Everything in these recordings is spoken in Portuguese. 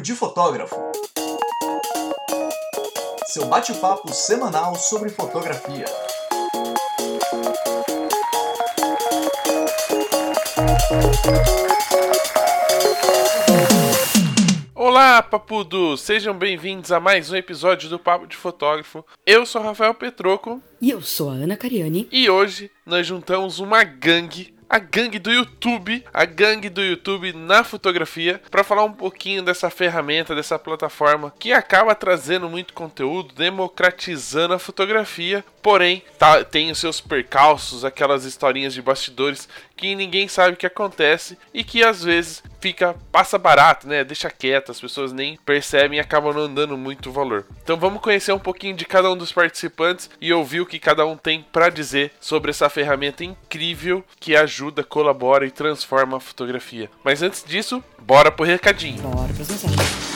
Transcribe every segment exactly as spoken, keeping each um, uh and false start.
Papo de Fotógrafo. Seu bate-papo semanal sobre fotografia. Olá, papudos! Sejam bem-vindos a mais um episódio do Papo de Fotógrafo. Eu sou Rafael Petroco. E eu sou a Ana Cariani. E hoje nós juntamos uma gangue, a gangue do YouTube, a gangue do YouTube na fotografia, para falar um pouquinho dessa ferramenta, dessa plataforma que acaba trazendo muito conteúdo, democratizando a fotografia, porém tá, tem os seus percalços, aquelas historinhas de bastidores que ninguém sabe o que acontece e que às vezes fica, passa barato, né? Deixa quieto, as pessoas nem percebem e acabam não dando muito valor. Então vamos conhecer um pouquinho de cada um dos participantes e ouvir o que cada um tem para dizer sobre essa ferramenta incrível que ajuda, colabora e transforma a fotografia. Mas antes disso, bora pro recadinho. Bora pras mensagens.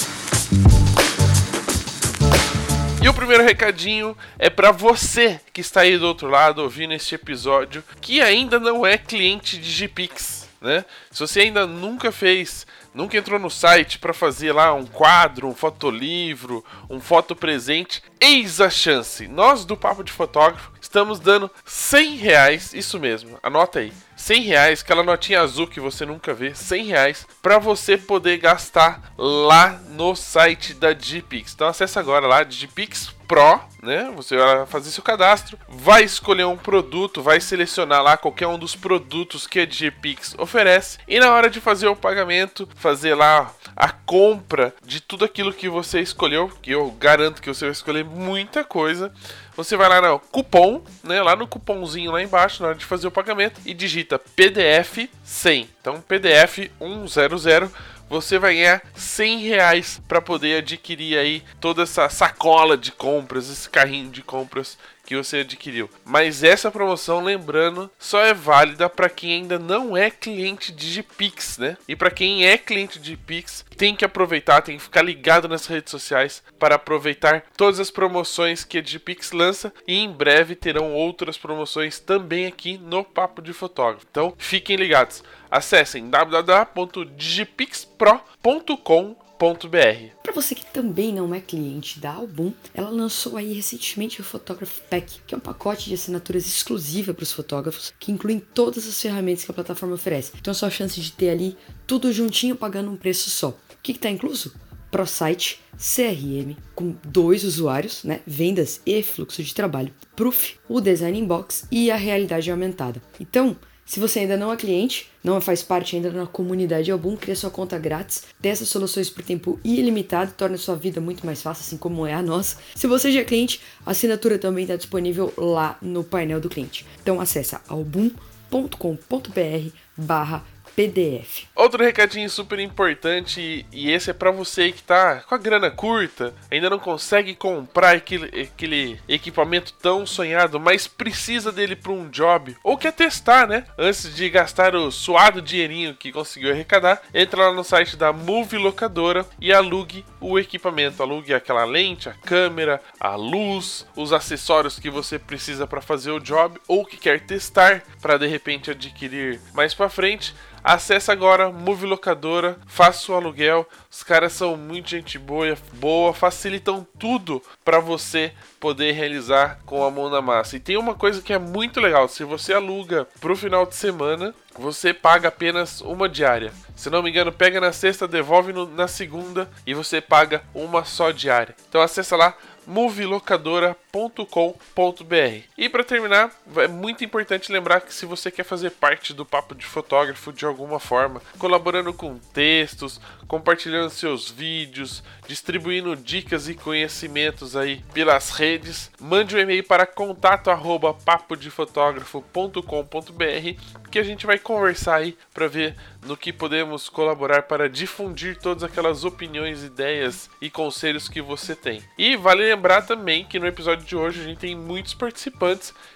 E o primeiro recadinho é para você que está aí do outro lado ouvindo este episódio, que ainda não é cliente de Digipix, né? Se você ainda nunca fez, nunca entrou no site para fazer lá um quadro, um fotolivro, um fotopresente, eis a chance. Nós do Papo de Fotógrafo estamos dando cem reais, isso mesmo, anota aí. cem reais, aquela notinha azul que você nunca vê, cem reais, para você poder gastar lá no site da Digipix. Então acessa agora lá, Digipix Pro, né? Você vai fazer seu cadastro, vai escolher um produto, vai selecionar lá qualquer um dos produtos que a Digipix oferece e na hora de fazer o pagamento, fazer lá a compra de tudo aquilo que você escolheu, que eu garanto que você vai escolher muita coisa. Você vai lá no cupom, né, lá no cupomzinho lá embaixo, na hora de fazer o pagamento, e digita P D F cem. Então, P D F cem, você vai ganhar cem reais para poder adquirir aí toda essa sacola de compras, esse carrinho de compras que você adquiriu. Mas essa promoção, lembrando, só é válida para quem ainda não é cliente de Digipix, né? E para quem é cliente de Digipix, tem que aproveitar, tem que ficar ligado nas redes sociais para aproveitar todas as promoções que a Digipix lança e em breve terão outras promoções também aqui no Papo de Fotógrafo. Então, fiquem ligados. Acessem w w w ponto digipixpro ponto com ponto b r. Para você que também não é cliente da Album, ela lançou aí recentemente o Photography Pack, que é um pacote de assinaturas exclusiva para os fotógrafos, que incluem todas as ferramentas que a plataforma oferece. Então, só a chance de ter ali tudo juntinho pagando um preço só. O que está incluso? ProSite, C R M, com dois usuários, né? Vendas e fluxo de trabalho, Proof, o Design Inbox e a realidade aumentada. Então, se você ainda não é cliente, não faz parte ainda da comunidade Album, cria sua conta grátis, dessas soluções por tempo ilimitado, torna sua vida muito mais fácil, assim como é a nossa. Se você já é cliente, a assinatura também está disponível lá no painel do cliente. Então acessa album ponto com ponto b r barra P D F. Outro recadinho super importante, e esse é para você que tá com a grana curta, ainda não consegue comprar aquele, aquele equipamento tão sonhado, mas precisa dele para um job, ou quer testar, né? Antes de gastar o suado dinheirinho que conseguiu arrecadar, entra lá no site da Movie Locadora e alugue o equipamento. Alugue aquela lente, a câmera, a luz, os acessórios que você precisa para fazer o job, ou que quer testar para de repente adquirir mais para frente. Acesse agora Movie Locadora, faça o aluguel. Os caras são muito gente boa, boa, facilitam tudo para você poder realizar com a mão na massa. E tem uma coisa que é muito legal: se você aluga pro final de semana, você paga apenas uma diária. Se não me engano, pega na sexta, devolve no, na segunda e você paga uma só diária. Então acessa lá movie locadora ponto com ponto b r. E para terminar, é muito importante lembrar que se você quer fazer parte do Papo de Fotógrafo de alguma forma, colaborando com textos, compartilhando seus vídeos, distribuindo dicas e conhecimentos aí pelas redes, mande um e-mail para contato arroba papo de fotógrafo ponto com ponto b r que a gente vai conversar aí para ver no que podemos colaborar para difundir todas aquelas opiniões, ideias e conselhos que você tem. E vale lembrar também que no episódio de hoje a gente tem muitos participantes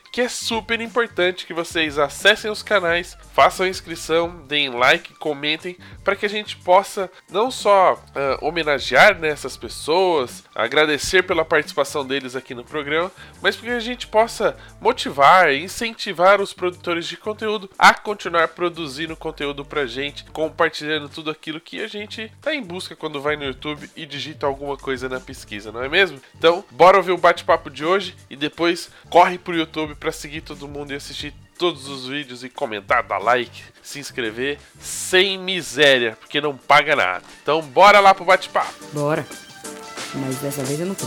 que é super importante que vocês acessem os canais, façam a inscrição, deem like, comentem, para que a gente possa não só uh, homenagear, né, essas pessoas, agradecer pela participação deles aqui no programa, mas porque a gente possa motivar e incentivar os produtores de conteúdo a continuar produzindo conteúdo pra gente, compartilhando tudo aquilo que a gente tá em busca quando vai no YouTube e digita alguma coisa na pesquisa, não é mesmo? Então, bora ouvir o bate-papo de hoje e depois corre pro YouTube pra seguir todo mundo e assistir todos os vídeos e comentar, dar like, se inscrever, sem miséria, porque não paga nada. Então, bora lá pro bate-papo. Bora. Mas dessa vez eu não tô.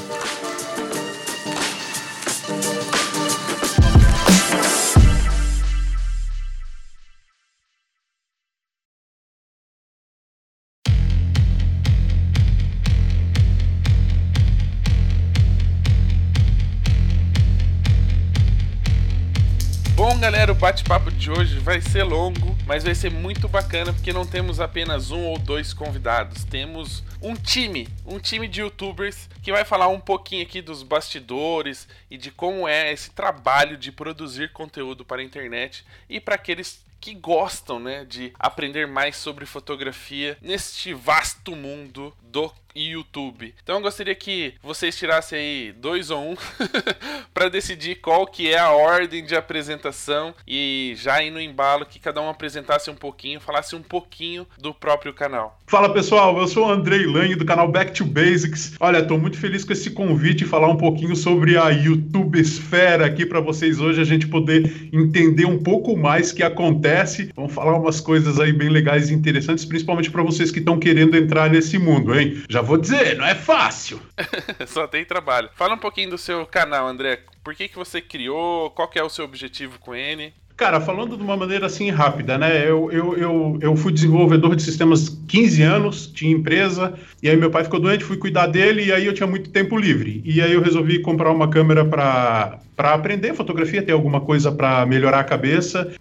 Bom, galera, o bate-papo de hoje vai ser longo, mas vai ser muito bacana porque não temos apenas um ou dois convidados, temos um time, um time de youtubers que vai falar um pouquinho aqui dos bastidores e de como é esse trabalho de produzir conteúdo para a internet e para aqueles que gostam, né, de aprender mais sobre fotografia neste vasto mundo do YouTube. Então eu gostaria que vocês tirassem aí dois ou um para decidir qual que é a ordem de apresentação e já ir no embalo que cada um apresentasse um pouquinho, falasse um pouquinho do próprio canal. Fala pessoal, eu sou o Andrei Lange do canal Back to Basics. Olha, estou muito feliz com esse convite e falar um pouquinho sobre a YouTubesfera aqui para vocês hoje, a gente poder entender um pouco mais o que acontece. Vamos falar umas coisas aí bem legais e interessantes, principalmente para vocês que estão querendo entrar nesse mundo, hein? Já vou dizer, não é fácil. Só tem trabalho. Fala um pouquinho do seu canal, André. Por que que você criou? Qual que é o seu objetivo com ele? Cara, falando de uma maneira assim rápida, né? Eu, eu, eu, eu fui desenvolvedor de sistemas quinze anos, tinha empresa, e aí meu pai ficou doente, fui cuidar dele, e aí eu tinha muito tempo livre. E aí eu resolvi comprar uma câmera para para aprender fotografia, ter alguma coisa para melhorar a cabeça.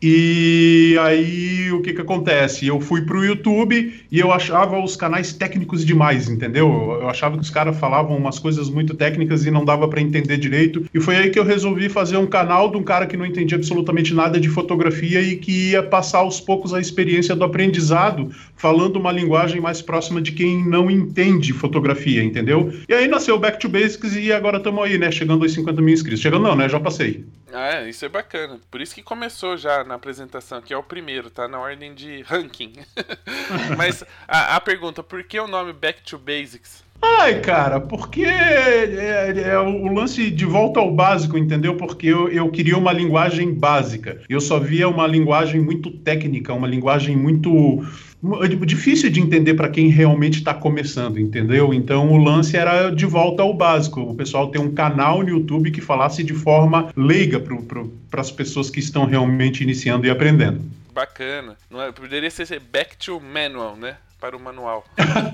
E aí o que que acontece? Eu fui pro YouTube e eu achava os canais técnicos demais, entendeu? Eu achava que os caras falavam umas coisas muito técnicas e não dava para entender direito. E foi aí que eu resolvi fazer um canal de um cara que não entendia absolutamente nada de fotografia e que ia passar aos poucos a experiência do aprendizado, falando uma linguagem mais próxima de quem não entende fotografia, entendeu? E aí nasceu o Back to Basics e agora estamos aí, né? Chegando aos cinquenta mil inscritos. Chegando não, né? Já passei. Ah, é, isso é bacana. Por isso que começou já na apresentação, que é o primeiro, tá na ordem de ranking. Mas a, a pergunta, por que o nome Back to Basics? Ai, cara, porque é, é, é o lance de volta ao básico, entendeu? Porque eu, eu queria uma linguagem básica. Eu só via uma linguagem muito técnica, uma linguagem muito difícil de entender para quem realmente está começando, entendeu? Então o lance era de volta ao básico. O pessoal ter um canal no YouTube que falasse de forma leiga para as pessoas que estão realmente iniciando e aprendendo. Bacana. Não é, poderia ser Back to Manual, né? Para o manual.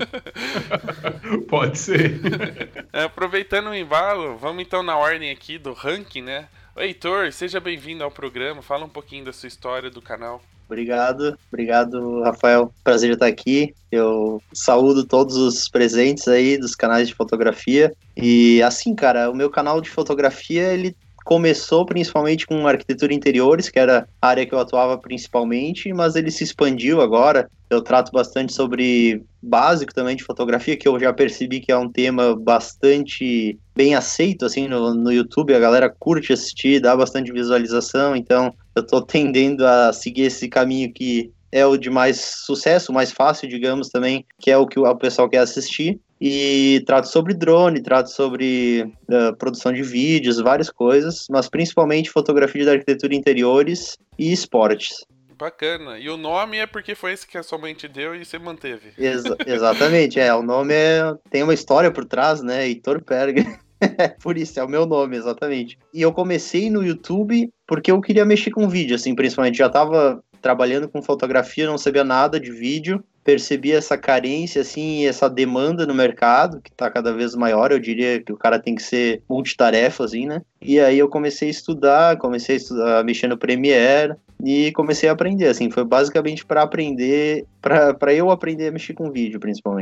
Pode ser. Aproveitando o embalo, vamos então na ordem aqui do ranking, né? Oi, Heitor, seja bem-vindo ao programa. Fala um pouquinho da sua história do canal. Obrigado, obrigado, Rafael. Prazer estar aqui. Eu saúdo todos os presentes aí dos canais de fotografia. E assim, cara, o meu canal de fotografia, ele começou principalmente com arquitetura interiores, que era a área que eu atuava principalmente, mas ele se expandiu agora. Eu trato bastante sobre básico também de fotografia, que eu já percebi que é um tema bastante bem aceito, assim, no, no YouTube. A galera curte assistir, dá bastante visualização, então eu tô tendendo a seguir esse caminho que é o de mais sucesso, mais fácil, digamos, também, que é o que o pessoal quer assistir. E trato sobre drone, trato sobre uh, produção de vídeos, várias coisas, mas principalmente fotografia de arquitetura interiores e esportes. Bacana. E o nome é porque foi esse que a sua mãe te deu e você manteve. Exa- exatamente, é. O nome é, tem uma história por trás, né? Heitor Perger. Por isso, é o meu nome, exatamente. E eu comecei no YouTube porque eu queria mexer com vídeo, assim, principalmente. Já tava trabalhando com fotografia, não sabia nada de vídeo. Percebi essa carência, assim, essa demanda no mercado, que tá cada vez maior. Eu diria que o cara tem que ser multitarefa, assim, né? E aí eu comecei a estudar, comecei a, estudar, a mexer no Premiere e comecei a aprender, assim. Foi basicamente para aprender, para eu aprender a mexer com vídeo, principalmente.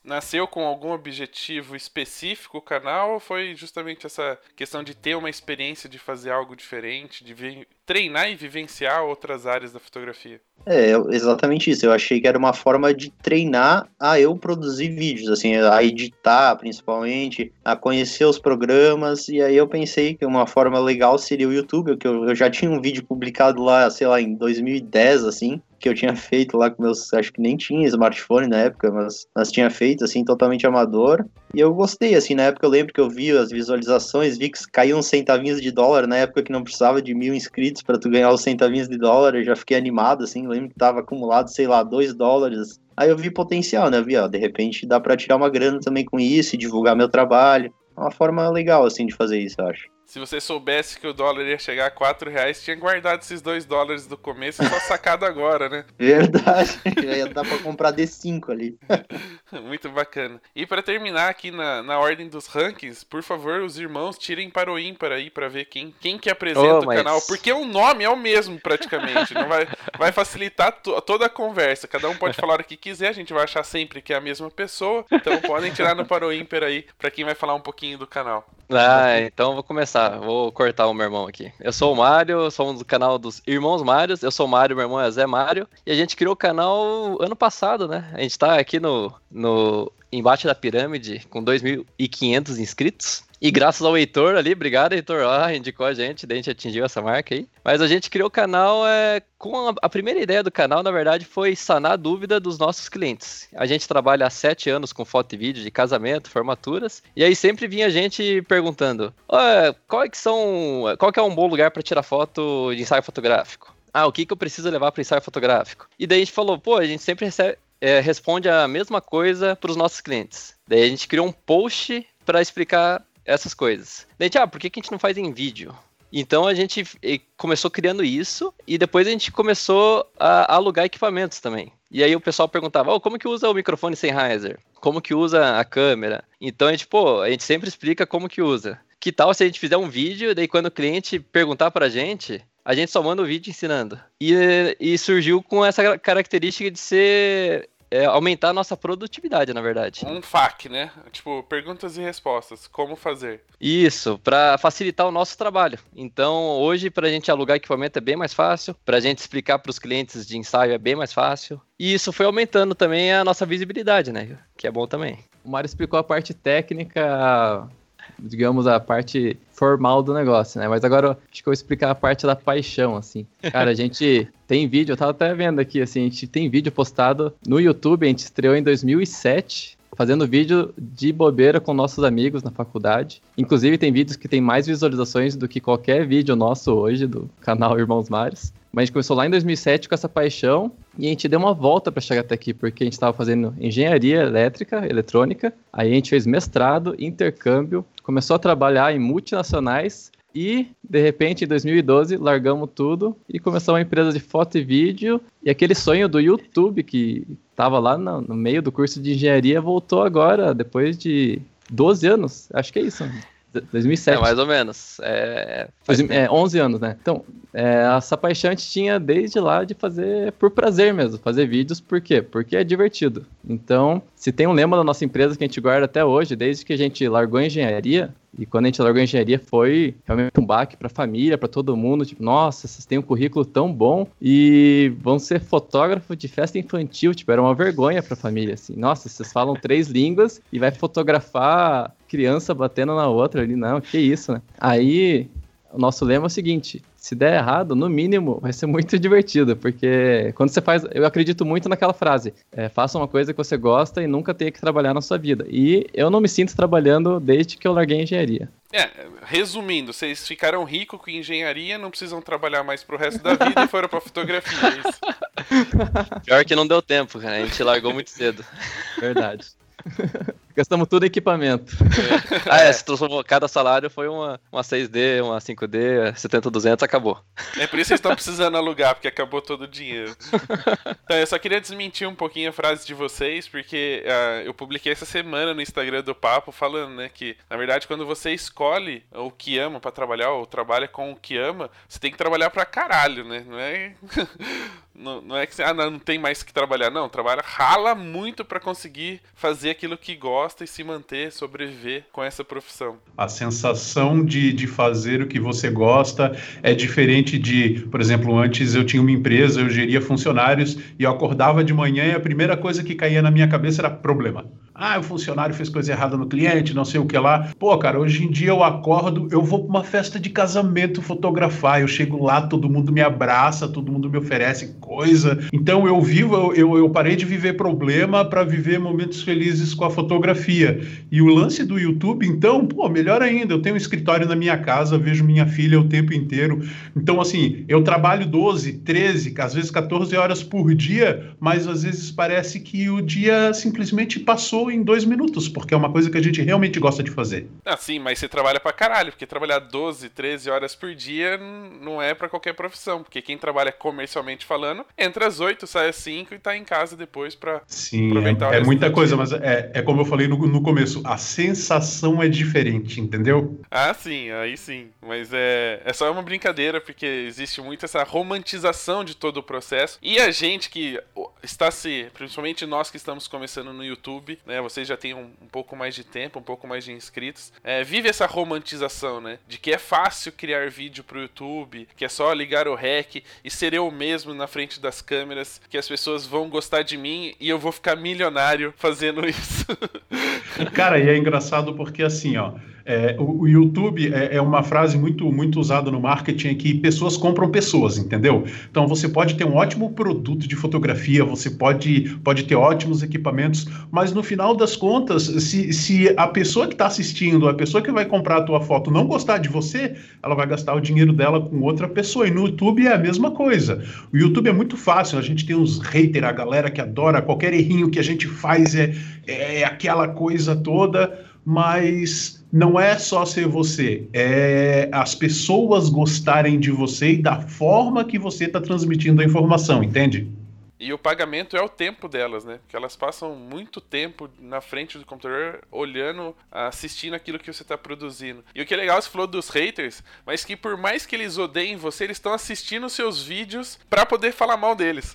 nasceu com algum objetivo específico o canal ou foi justamente essa questão de ter uma experiência de fazer algo diferente, de vi- treinar e vivenciar outras áreas da fotografia? É, exatamente isso. Eu achei que era uma forma de treinar a eu produzir vídeos, assim, a editar principalmente, a conhecer os programas, e aí eu pensei que uma forma legal seria o YouTube, que eu, eu já tinha um vídeo publicado lá, sei lá, em dois mil e dez, assim, que eu tinha feito lá com meus, acho que nem tinha smartphone na época, mas, mas tinha feito, assim, totalmente amador, e eu gostei, assim, na época eu lembro que eu vi as visualizações, vi que caíam uns centavinhos de dólar, na época que não precisava de mil inscritos para tu ganhar os centavinhos de dólar, eu já fiquei animado, assim, lembro que tava acumulado, sei lá, dois dólares, aí eu vi potencial, né, vi, ó, de repente dá para tirar uma grana também com isso e divulgar meu trabalho, é uma forma legal, assim, de fazer isso, eu acho. Se você soubesse que o dólar ia chegar a quatro reais, tinha guardado esses dois dólares do começo e só sacado agora, né? Verdade, já ia dar pra comprar D cinco ali. Muito bacana. E pra terminar aqui na, na ordem dos rankings, por favor, os irmãos tirem para o ímpar aí pra ver quem, quem que apresenta Oh, o mas- canal, porque o nome é o mesmo praticamente, não vai, vai facilitar to- toda a conversa. Cada um pode falar o que quiser, a gente vai achar sempre que é a mesma pessoa, então podem tirar no para o ímpar aí pra quem vai falar um pouquinho do canal. Ah, então eu vou começar. Vou cortar o meu irmão aqui. Eu sou o Mário, somos do canal dos Irmãos Mários. Eu sou o Mário, meu irmão é Zé Mário. E a gente criou o canal ano passado, né? A gente tá aqui no, no embaixo da pirâmide com dois mil e quinhentos inscritos. E graças ao Heitor ali, obrigado Heitor, ó, indicou a gente, daí a gente atingiu essa marca aí. Mas a gente criou o canal, é, com a, a primeira ideia do canal, na verdade, foi sanar a dúvida dos nossos clientes. A gente trabalha há sete anos com foto e vídeo de casamento, formaturas, e aí sempre vinha gente perguntando, "Ó, qual é que são, qual que é um bom lugar para tirar foto de ensaio fotográfico? Ah, o que que eu preciso levar para ensaio fotográfico?" E daí a gente falou, pô, a gente sempre recebe, é, responde a mesma coisa para os nossos clientes. Daí a gente criou um post para explicar essas coisas. Daí, ah, por que que a gente não faz em vídeo? Então a gente eh, começou criando isso e depois a gente começou a alugar equipamentos também. E aí o pessoal perguntava, oh, como que usa o microfone Sennheiser? Como que usa a câmera? Então a gente, pô, a gente sempre explica como que usa. Que tal se a gente fizer um vídeo, daí quando o cliente perguntar pra gente, a gente só manda o vídeo ensinando. E, e surgiu com essa característica de ser... É, aumentar a nossa produtividade, na verdade. Um F A Q, né? Tipo, perguntas e respostas, como fazer. Isso, para facilitar o nosso trabalho. Então, hoje, para a gente alugar equipamento é bem mais fácil, para a gente explicar para os clientes de ensaio é bem mais fácil. E isso foi aumentando também a nossa visibilidade, né? Que é bom também. O Mário explicou a parte técnica, digamos, a parte formal do negócio, né? Mas agora acho que eu vou explicar a parte da paixão, assim. Cara, a gente tem vídeo, eu tava até vendo aqui, assim, a gente tem vídeo postado no YouTube, a gente estreou em dois mil e sete, fazendo vídeo de bobeira com nossos amigos na faculdade. Inclusive tem vídeos que tem mais visualizações do que qualquer vídeo nosso hoje, do canal Irmãos Mários. Mas a gente começou lá em dois mil e sete com essa paixão e a gente deu uma volta para chegar até aqui, porque a gente estava fazendo engenharia elétrica, eletrônica, aí a gente fez mestrado, intercâmbio, começou a trabalhar em multinacionais e, de repente, em dois mil e doze, largamos tudo e começamos uma empresa de foto e vídeo. E aquele sonho do YouTube, que estava lá no, no meio do curso de engenharia, voltou agora, depois de doze anos. Acho que é isso. dois mil e sete. É, mais ou menos. É, Dois, é onze anos, né? Então, é, essa paixão a gente tinha desde lá de fazer por prazer mesmo, fazer vídeos. Por quê? Porque é divertido. Então, se tem um lema da nossa empresa que a gente guarda até hoje, desde que a gente largou a engenharia, e quando a gente largou a engenharia foi realmente um baque pra família, pra todo mundo, tipo, nossa, vocês têm um currículo tão bom e vão ser fotógrafo de festa infantil, tipo, era uma vergonha pra família, assim, nossa, vocês falam três línguas e vai fotografar criança batendo na outra ali, não, que isso, né? Aí, o nosso lema é o seguinte, se der errado, no mínimo, vai ser muito divertido, porque quando você faz, eu acredito muito naquela frase, é, faça uma coisa que você gosta e nunca tenha que trabalhar na sua vida. E eu não me sinto trabalhando desde que eu larguei a engenharia. É, resumindo, vocês ficaram ricos com engenharia, não precisam trabalhar mais pro resto da vida e foram pra fotografia, é isso? Pior que não deu tempo, cara. A gente largou muito cedo. Verdade. Gastamos tudo em equipamento. É. Ah, é, se transformou, cada salário foi uma, uma seis D, uma cinco D, setenta duzentos, acabou. É por isso que vocês estão precisando alugar, porque acabou todo o dinheiro. Então, eu só queria desmentir um pouquinho a frase de vocês, porque uh, eu publiquei essa semana no Instagram do Papo falando, né, que, na verdade, quando você escolhe o que ama pra trabalhar, ou trabalha com o que ama, você tem que trabalhar pra caralho, né? Não é... Não, não é que você, ah, não, não tem mais que trabalhar. Não, trabalha, rala muito pra conseguir fazer aquilo que gosta e se manter, sobreviver com essa profissão. A sensação de, de fazer o que você gosta é diferente de, por exemplo, antes eu tinha uma empresa, eu geria funcionários e eu acordava de manhã e a primeira coisa que caía na minha cabeça era problema. Ah, o funcionário fez coisa errada no cliente, não sei o que lá. Pô, cara, hoje em dia eu acordo, eu vou pra uma festa de casamento fotografar, eu chego lá, todo mundo me abraça, todo mundo me oferece coisa. Então eu vivo, eu, eu parei de viver problema para viver momentos felizes com a fotografia. E o lance do YouTube, então, pô, melhor ainda, eu tenho um escritório na minha casa, vejo minha filha o tempo inteiro. Então, assim, eu trabalho doze, treze, às vezes quatorze horas por dia, mas às vezes parece que o dia simplesmente passou em dois minutos, porque é uma coisa que a gente realmente gosta de fazer. Ah, sim, mas você trabalha pra caralho, porque trabalhar doze, treze horas por dia não é pra qualquer profissão, porque quem trabalha comercialmente falando, entra às oito, sai às cinco e tá em casa depois pra sim, aproveitar o é, é muita coisa, dia. mas é, é como eu falei no, no começo, a sensação é diferente, entendeu? Ah, sim, aí sim, mas é, é só uma brincadeira, porque existe muito essa romantização de todo o processo, e a gente que está se, principalmente nós que estamos começando no YouTube, né, vocês já têm um, um pouco mais de tempo, um pouco mais de inscritos, é, vive essa romantização, né, de que é fácil criar vídeo pro YouTube, que é só ligar o rec e ser eu mesmo na frente das câmeras, que as pessoas vão gostar de mim e eu vou ficar milionário fazendo isso. Cara, e é engraçado porque assim, ó, é, o, o YouTube é, é uma frase muito, muito usada no marketing, que pessoas compram pessoas, entendeu? Então você pode ter um ótimo produto de fotografia, você pode, pode ter ótimos equipamentos, mas no final das contas, se, se a pessoa que está assistindo, a pessoa que vai comprar a tua foto não gostar de você, ela vai gastar o dinheiro dela com outra pessoa, e no YouTube é a mesma coisa. O YouTube é muito fácil, a gente tem uns haters, a galera que adora qualquer errinho que a gente faz, é, é aquela coisa toda, mas não é só ser você, é as pessoas gostarem de você e da forma que você está transmitindo a informação, entende? E o pagamento é o tempo delas, né? Porque elas passam muito tempo na frente do computador, olhando, assistindo aquilo que você está produzindo. E o que é legal, você falou dos haters, mas que por mais que eles odeiem você, eles estão assistindo os seus vídeos para poder falar mal deles.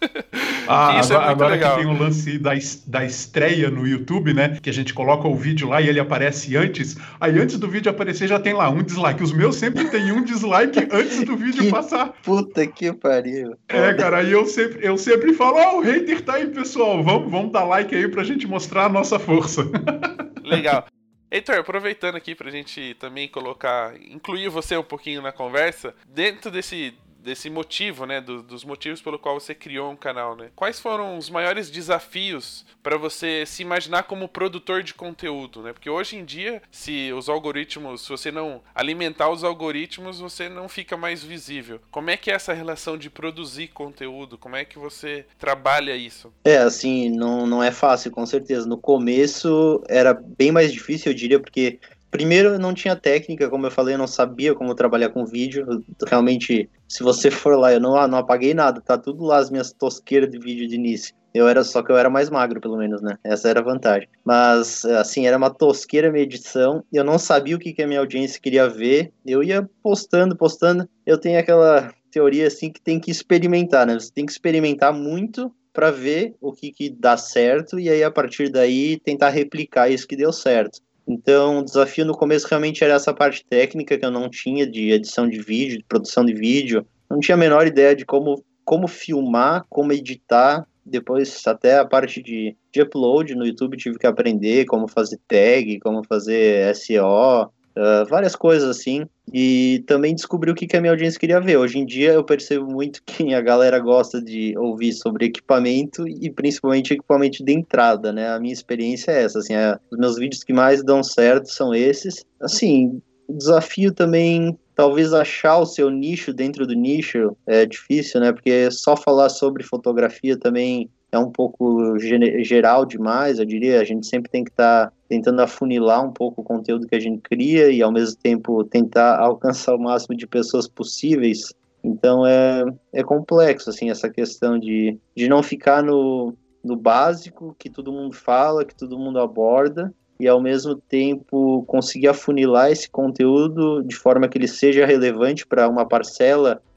Ah, isso agora, é muito agora legal. que tem o lance da, da estreia no YouTube, né? Que a gente coloca o vídeo lá e ele aparece antes. Aí antes do vídeo aparecer já tem lá um dislike. Os meus sempre tem um dislike antes do vídeo que passar. Puta que pariu. É, cara, aí eu sempre, eu sempre falo, ó, oh, o hater tá aí, pessoal. Vamos, vamos dar like aí pra gente mostrar a nossa força. Legal. Heitor, aproveitando aqui pra gente também colocar, incluir você um pouquinho na conversa, dentro desse... desse motivo, né, do, dos motivos pelo qual você criou um canal, né? Quais foram os maiores desafios para você se imaginar como produtor de conteúdo, né? Porque hoje em dia, se os algoritmos, se você não alimentar os algoritmos, você não fica mais visível. Como é que é essa relação de produzir conteúdo? Como é que você trabalha isso? É, assim, não, não é fácil, com certeza. No começo era bem mais difícil, eu diria, porque primeiro, eu não tinha técnica, como eu falei, eu não sabia como trabalhar com vídeo. Realmente, se você for lá, eu não, não apaguei nada, tá tudo lá, as minhas tosqueiras de vídeo de início. Eu era, só que eu era mais magro, pelo menos, né? Essa era a vantagem. Mas, assim, era uma tosqueira minha edição, eu não sabia o que, que a minha audiência queria ver, eu ia postando, postando. Eu tenho aquela teoria, assim, que tem que experimentar, né? Você tem que experimentar muito para ver o que, que dá certo, e aí, a partir daí, tentar replicar isso que deu certo. Então, o desafio no começo realmente era essa parte técnica que eu não tinha, de edição de vídeo, de produção de vídeo. Não tinha a menor ideia de como, como filmar, como editar. Depois, até a parte de, de upload no YouTube, tive que aprender como fazer tag, como fazer S E O, uh, várias coisas assim. E também descobri o que, que a minha audiência queria ver. Hoje em dia, eu percebo muito que a galera gosta de ouvir sobre equipamento e principalmente equipamento de entrada, né? A minha experiência é essa, assim, é, os meus vídeos que mais dão certo são esses. Assim, o desafio também, talvez achar o seu nicho dentro do nicho é difícil, né? Porque só falar sobre fotografia também é um pouco geral demais, eu diria. A gente sempre tem que estar tá tentando afunilar um pouco o conteúdo que a gente cria e, ao mesmo tempo, tentar alcançar o máximo de pessoas possíveis. Então, é, é complexo, assim, essa questão de, de não ficar no, no básico, que todo mundo fala, que todo mundo aborda, e, ao mesmo tempo, conseguir afunilar esse conteúdo de forma que ele seja relevante para uma parcela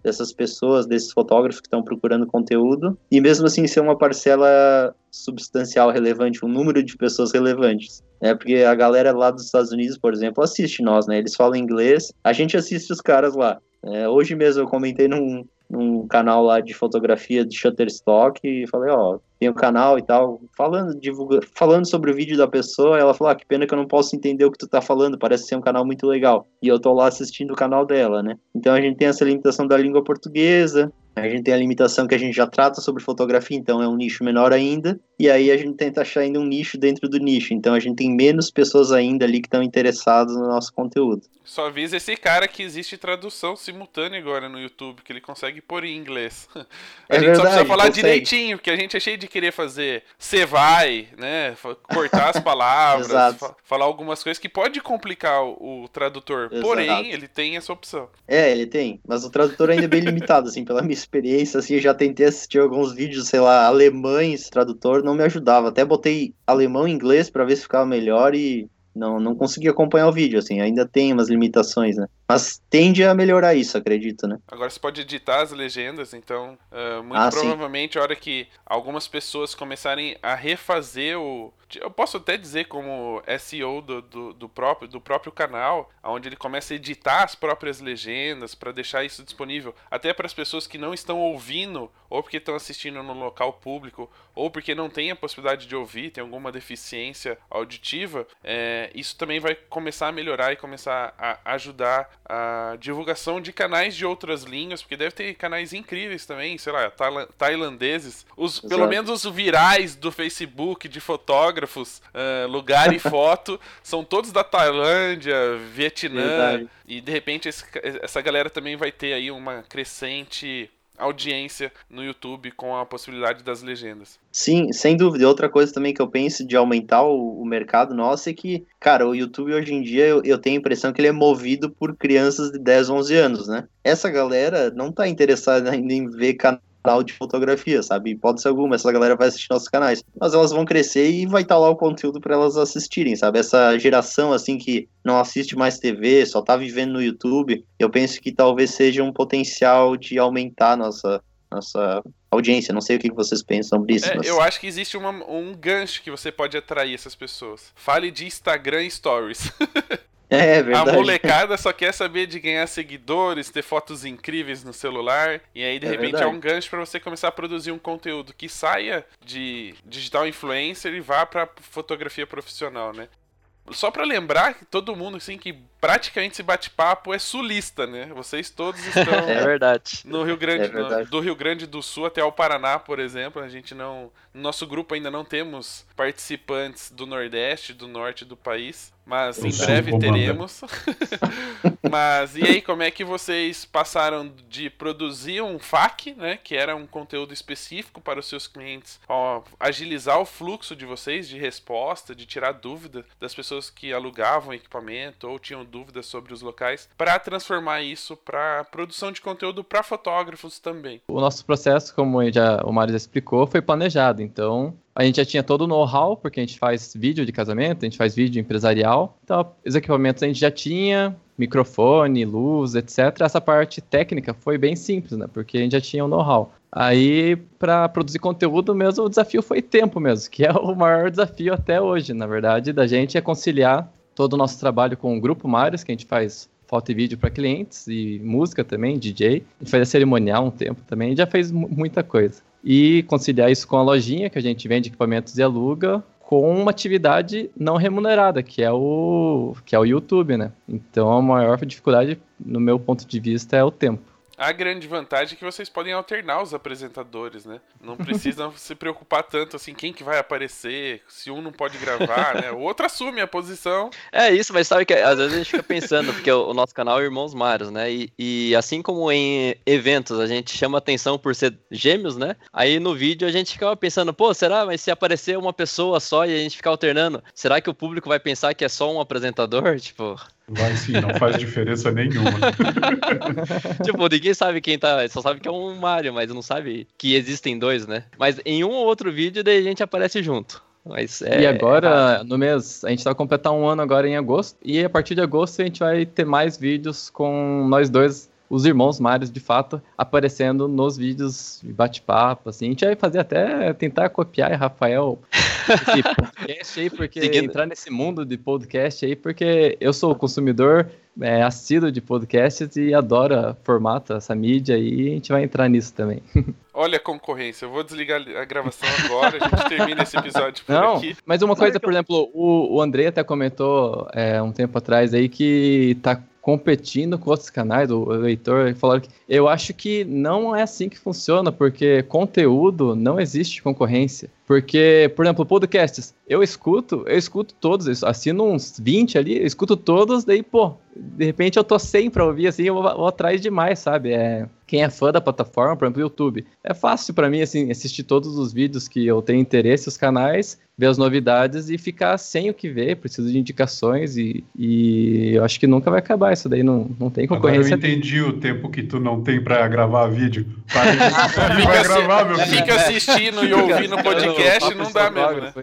dessas pessoas, desses fotógrafos que estão procurando conteúdo, e mesmo assim ser uma parcela substancial relevante, um número de pessoas relevantes. É, porque a galera lá dos Estados Unidos, por exemplo, assiste nós, né? Eles falam inglês, a gente assiste os caras lá. É, hoje mesmo eu comentei num, num canal lá de fotografia de Shutterstock e falei, ó, tem um canal e tal, falando, divulga, falando sobre o vídeo da pessoa, ela falou, ah, que pena que eu não posso entender o que tu tá falando, parece ser um canal muito legal. E eu tô lá assistindo o canal dela, né? Então a gente tem essa limitação da língua portuguesa, a gente tem a limitação que a gente já trata sobre fotografia, então é um nicho menor ainda, e aí a gente tenta achar ainda um nicho dentro do nicho, então a gente tem menos pessoas ainda ali que estão interessadas no nosso conteúdo. Só avisa esse cara que existe tradução simultânea agora no YouTube, que ele consegue pôr em inglês. A é gente verdade, só precisa falar consegue. direitinho, porque a gente é cheio de querer fazer cê vai, né, cortar as palavras, fa falar algumas coisas que pode complicar o, o tradutor, Exato. Porém, ele tem essa opção. É, ele tem, mas o tradutor ainda é bem limitado, assim, pela minha experiência, assim, eu já tentei assistir alguns vídeos, sei lá, alemães, tradutor, não me ajudava, até botei alemão e inglês pra ver se ficava melhor e não, não consegui acompanhar o vídeo, assim, ainda tem umas limitações, né, mas tende a melhorar isso, acredito, né. Agora você pode editar as legendas, então, uh, muito ah, provavelmente sim. A hora que algumas pessoas começarem a refazer o... Eu posso até dizer como S E O do, do, do, próprio, do próprio canal, onde ele começa a editar as próprias legendas para deixar isso disponível até para as pessoas que não estão ouvindo, ou porque estão assistindo no local público, ou porque não tem a possibilidade de ouvir, tem alguma deficiência auditiva, é, isso também vai começar a melhorar e começar a ajudar a divulgação de canais de outras línguas, porque deve ter canais incríveis também, sei lá, tailandeses, os, pelo menos os virais do Facebook de fotógrafos, Uh, lugar e foto, são todos da Tailândia, Vietnã, Verdade. E de repente esse, essa galera também vai ter aí uma crescente audiência no YouTube com a possibilidade das legendas. Sim, sem dúvida. Outra coisa também que eu penso de aumentar o, o mercado nosso é que, cara, o YouTube hoje em dia eu, eu tenho a impressão que ele é movido por crianças de dez, onze anos, né? Essa galera não tá interessada ainda em ver canal de fotografia, sabe? Hipótese alguma, essa galera vai assistir nossos canais, mas elas vão crescer e vai estar lá o conteúdo para elas assistirem, sabe? Essa geração, assim, que não assiste mais T V, só tá vivendo no YouTube, eu penso que talvez seja um potencial de aumentar nossa, nossa audiência. Não sei o que vocês pensam sobre isso. É, mas... Eu acho que existe uma, um gancho que você pode atrair essas pessoas. Fale de Instagram Stories. É verdade. A molecada só quer saber de ganhar seguidores, ter fotos incríveis no celular, e aí de é repente verdade. É um gancho para você começar a produzir um conteúdo que saia de digital influencer e vá para fotografia profissional, né? Só para lembrar que todo mundo, assim, que praticamente esse bate-papo é sulista, né? Vocês todos estão é verdade. no Rio Grande, é verdade. No, do Rio Grande do Sul até o Paraná, por exemplo. A gente não, no nosso grupo ainda não temos participantes do Nordeste, do Norte do país, mas Eu em breve teremos. Mas e aí, como é que vocês passaram de produzir um F A Q, né, que era um conteúdo específico para os seus clientes, ó, agilizar o fluxo de vocês de resposta, de tirar dúvida das pessoas que alugavam equipamento ou tinham dúvidas sobre os locais, para transformar isso para produção de conteúdo para fotógrafos também? O nosso processo, como já, o Mário já explicou, foi planejado. Então, a gente já tinha todo o know-how, porque a gente faz vídeo de casamento, a gente faz vídeo empresarial. Então, os equipamentos a gente já tinha, microfone, luz, etcétera. Essa parte técnica foi bem simples, né? Porque a gente já tinha o know-how. Aí, para produzir conteúdo mesmo, o desafio foi tempo mesmo, que é o maior desafio até hoje, na verdade, da gente é conciliar todo o nosso trabalho com o Grupo Mários, que a gente faz foto e vídeo para clientes, e música também, D J. A gente faz cerimonial um tempo também, e já fez muita coisa. E conciliar isso com a lojinha, que a gente vende equipamentos e aluga, com uma atividade não remunerada, que é o, que é o YouTube, né? Então, a maior dificuldade, no meu ponto de vista, é o tempo. A grande vantagem é que vocês podem alternar os apresentadores, né? Não precisam se preocupar tanto, assim, quem que vai aparecer, se um não pode gravar, né? O outro assume a posição. É isso, mas sabe que às vezes a gente fica pensando, porque o, o nosso canal é Irmãos Mários, né? E, e assim como em eventos a gente chama atenção por ser gêmeos, né? Aí no vídeo a gente ficava pensando, pô, será? Mas se aparecer uma pessoa só e a gente ficar alternando, será que o público vai pensar que é só um apresentador? Tipo... Vai sim, não faz diferença nenhuma. Tipo, ninguém sabe quem tá, só sabe que é um Mário, mas não sabe que existem dois, né? Mas em um ou outro vídeo daí a gente aparece junto. Mas é... E agora, no mês, a gente vai completar um ano agora em agosto, e a partir de agosto a gente vai ter mais vídeos com nós dois os irmãos Mários, de fato, aparecendo nos vídeos de bate-papo, assim. A gente vai fazer até tentar copiar a Rafael esse podcast aí, porque Seguindo. entrar nesse mundo de podcast aí, porque eu sou consumidor é, assíduo de podcasts e adoro formato, essa mídia aí, e a gente vai entrar nisso também. Olha a concorrência, eu vou desligar a gravação agora, a gente termina esse episódio por Não, aqui. mas uma coisa, por exemplo, o, o André até comentou é, um tempo atrás aí que tá competindo com outros canais, o Heitor falou que eu acho que não é assim que funciona, porque conteúdo não existe concorrência. Porque, por exemplo, podcasts, eu escuto, eu escuto todos, eu assino uns vinte ali, eu escuto todos, daí, pô, de repente eu tô sem pra ouvir, assim, eu vou, vou atrás demais, sabe? É, quem é fã da plataforma, por exemplo, o YouTube, é fácil pra mim, assim, assistir todos os vídeos que eu tenho interesse, os canais, ver as novidades e ficar sem o que ver, preciso de indicações e, e eu acho que nunca vai acabar isso daí, não, não tem concorrência. Agora eu entendi o tempo que tu não tem pra gravar vídeo. Para vai gravar, meu filho. Fica assistindo e ouvindo podcast, não dá mesmo, né?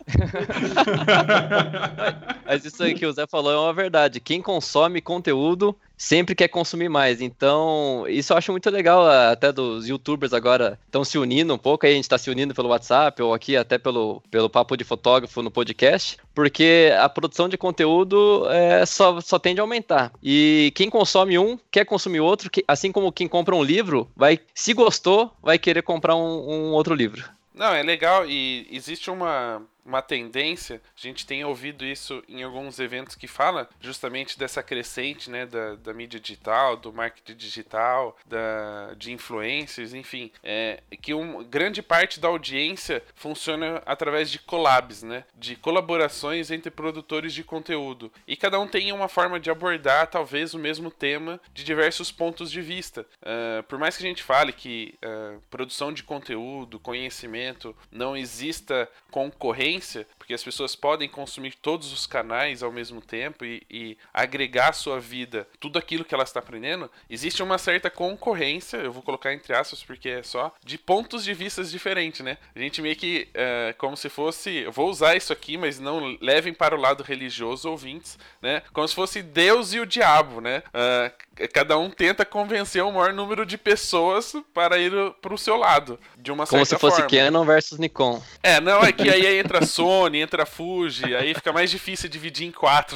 Mas isso aí que o Zé falou é uma verdade. Quem consome conteúdo sempre quer consumir mais. Então, isso eu acho muito legal, até dos youtubers agora estão se unindo um pouco, aí a gente está se unindo pelo WhatsApp ou aqui até pelo, pelo Papo de Fotógrafo no podcast, porque a produção de conteúdo é, só, só tende a aumentar. E quem consome um, quer consumir outro, que, assim como quem compra um livro, vai, se gostou, vai querer comprar um, um outro livro. Não, é legal e existe uma, uma tendência, a gente tem ouvido isso em alguns eventos que fala justamente dessa crescente, né, da, da mídia digital, do marketing digital, da, de influencers, enfim, é, que uma grande parte da audiência funciona através de collabs, né, de colaborações entre produtores de conteúdo, e cada um tem uma forma de abordar talvez o mesmo tema de diversos pontos de vista. Uh, por mais que a gente fale que uh, produção de conteúdo, conhecimento, não exista concorrência, porque as pessoas podem consumir todos os canais ao mesmo tempo e, e agregar à sua vida tudo aquilo que ela está aprendendo, existe uma certa concorrência, eu vou colocar entre aspas porque é só, de pontos de vista diferentes, né? A gente meio que, uh, como se fosse, eu vou usar isso aqui, mas não levem para o lado religioso, ouvintes, né? Como se fosse Deus e o diabo, né? Uh, cada um tenta convencer o maior número de pessoas para ir para o seu lado, de uma Como certa se fosse forma. Canon versus Nikon. É, não, é que aí entra a Sony, entra a Fuji, aí fica mais difícil dividir em quatro.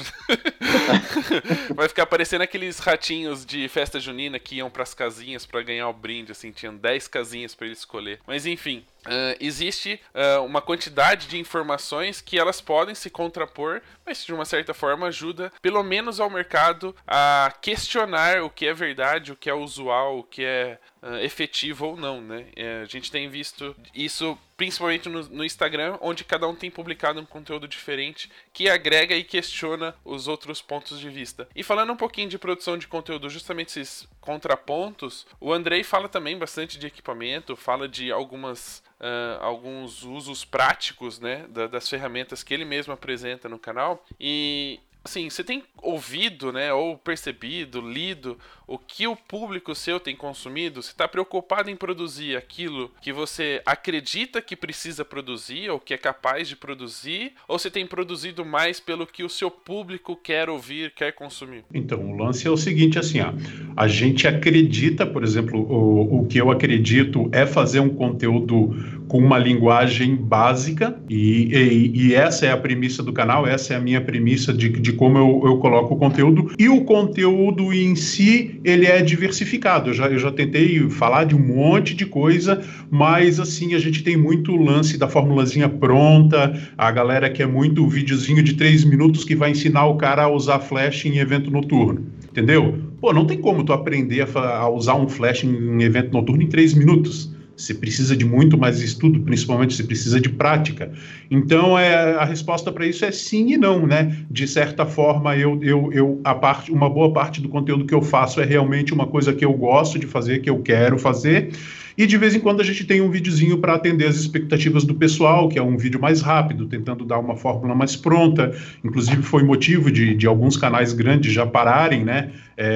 Vai ficar parecendo aqueles ratinhos de festa junina que iam pras casinhas pra ganhar o brinde, assim, tinham dez casinhas pra ele escolher. Mas enfim, uh, existe uh, uma quantidade de informações que elas podem se contrapor, mas de uma certa forma ajuda, pelo menos ao mercado, a questionar o que é verdade, o que é usual, o que é uh, efetivo ou não, né? É, a gente tem visto isso principalmente no, no Instagram, onde cada um tem publicado um conteúdo diferente que agrega e questiona os outros pontos de vista. E falando um pouquinho de produção de conteúdo, justamente esses contrapontos, o Andrei fala também bastante de equipamento, fala de algumas, uh, alguns usos práticos, né, da, das ferramentas que ele mesmo apresenta no canal. E assim, você tem ouvido, né, ou percebido, lido o que o público seu tem consumido? Você está preocupado em produzir aquilo que você acredita que precisa produzir ou que é capaz de produzir? Ou você tem produzido mais pelo que o seu público quer ouvir, quer consumir? Então, o lance é o seguinte, assim, ó, a gente acredita, por exemplo, o, o que eu acredito é fazer um conteúdo com uma linguagem básica e, e, e essa é a premissa do canal, essa é a minha premissa de, de como eu, eu coloco o conteúdo, e o conteúdo em si, ele é diversificado. Eu já, eu já tentei falar de um monte de coisa, mas assim, a gente tem muito lance da formulazinha pronta, a galera quer muito videozinho de três minutos que vai ensinar o cara a usar flash em evento noturno, entendeu? Pô, não tem como tu aprender a, a usar um flash em, em evento noturno em três minutos. Você precisa de muito mais estudo, principalmente você precisa de prática. Então, é, a resposta para isso é sim e não, né? De certa forma, eu, eu, eu, a parte, uma boa parte do conteúdo que eu faço é realmente uma coisa que eu gosto de fazer, que eu quero fazer. E de vez em quando a gente tem um videozinho para atender as expectativas do pessoal, que é um vídeo mais rápido, tentando dar uma fórmula mais pronta. Inclusive foi motivo de, de alguns canais grandes já pararem, né?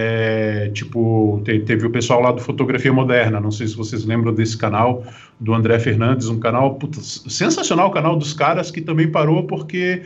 É, tipo, te, teve o pessoal lá do Fotografia Moderna, não sei se vocês lembram desse canal, do André Fernandes, um canal puta, sensacional, o canal dos caras, que também parou porque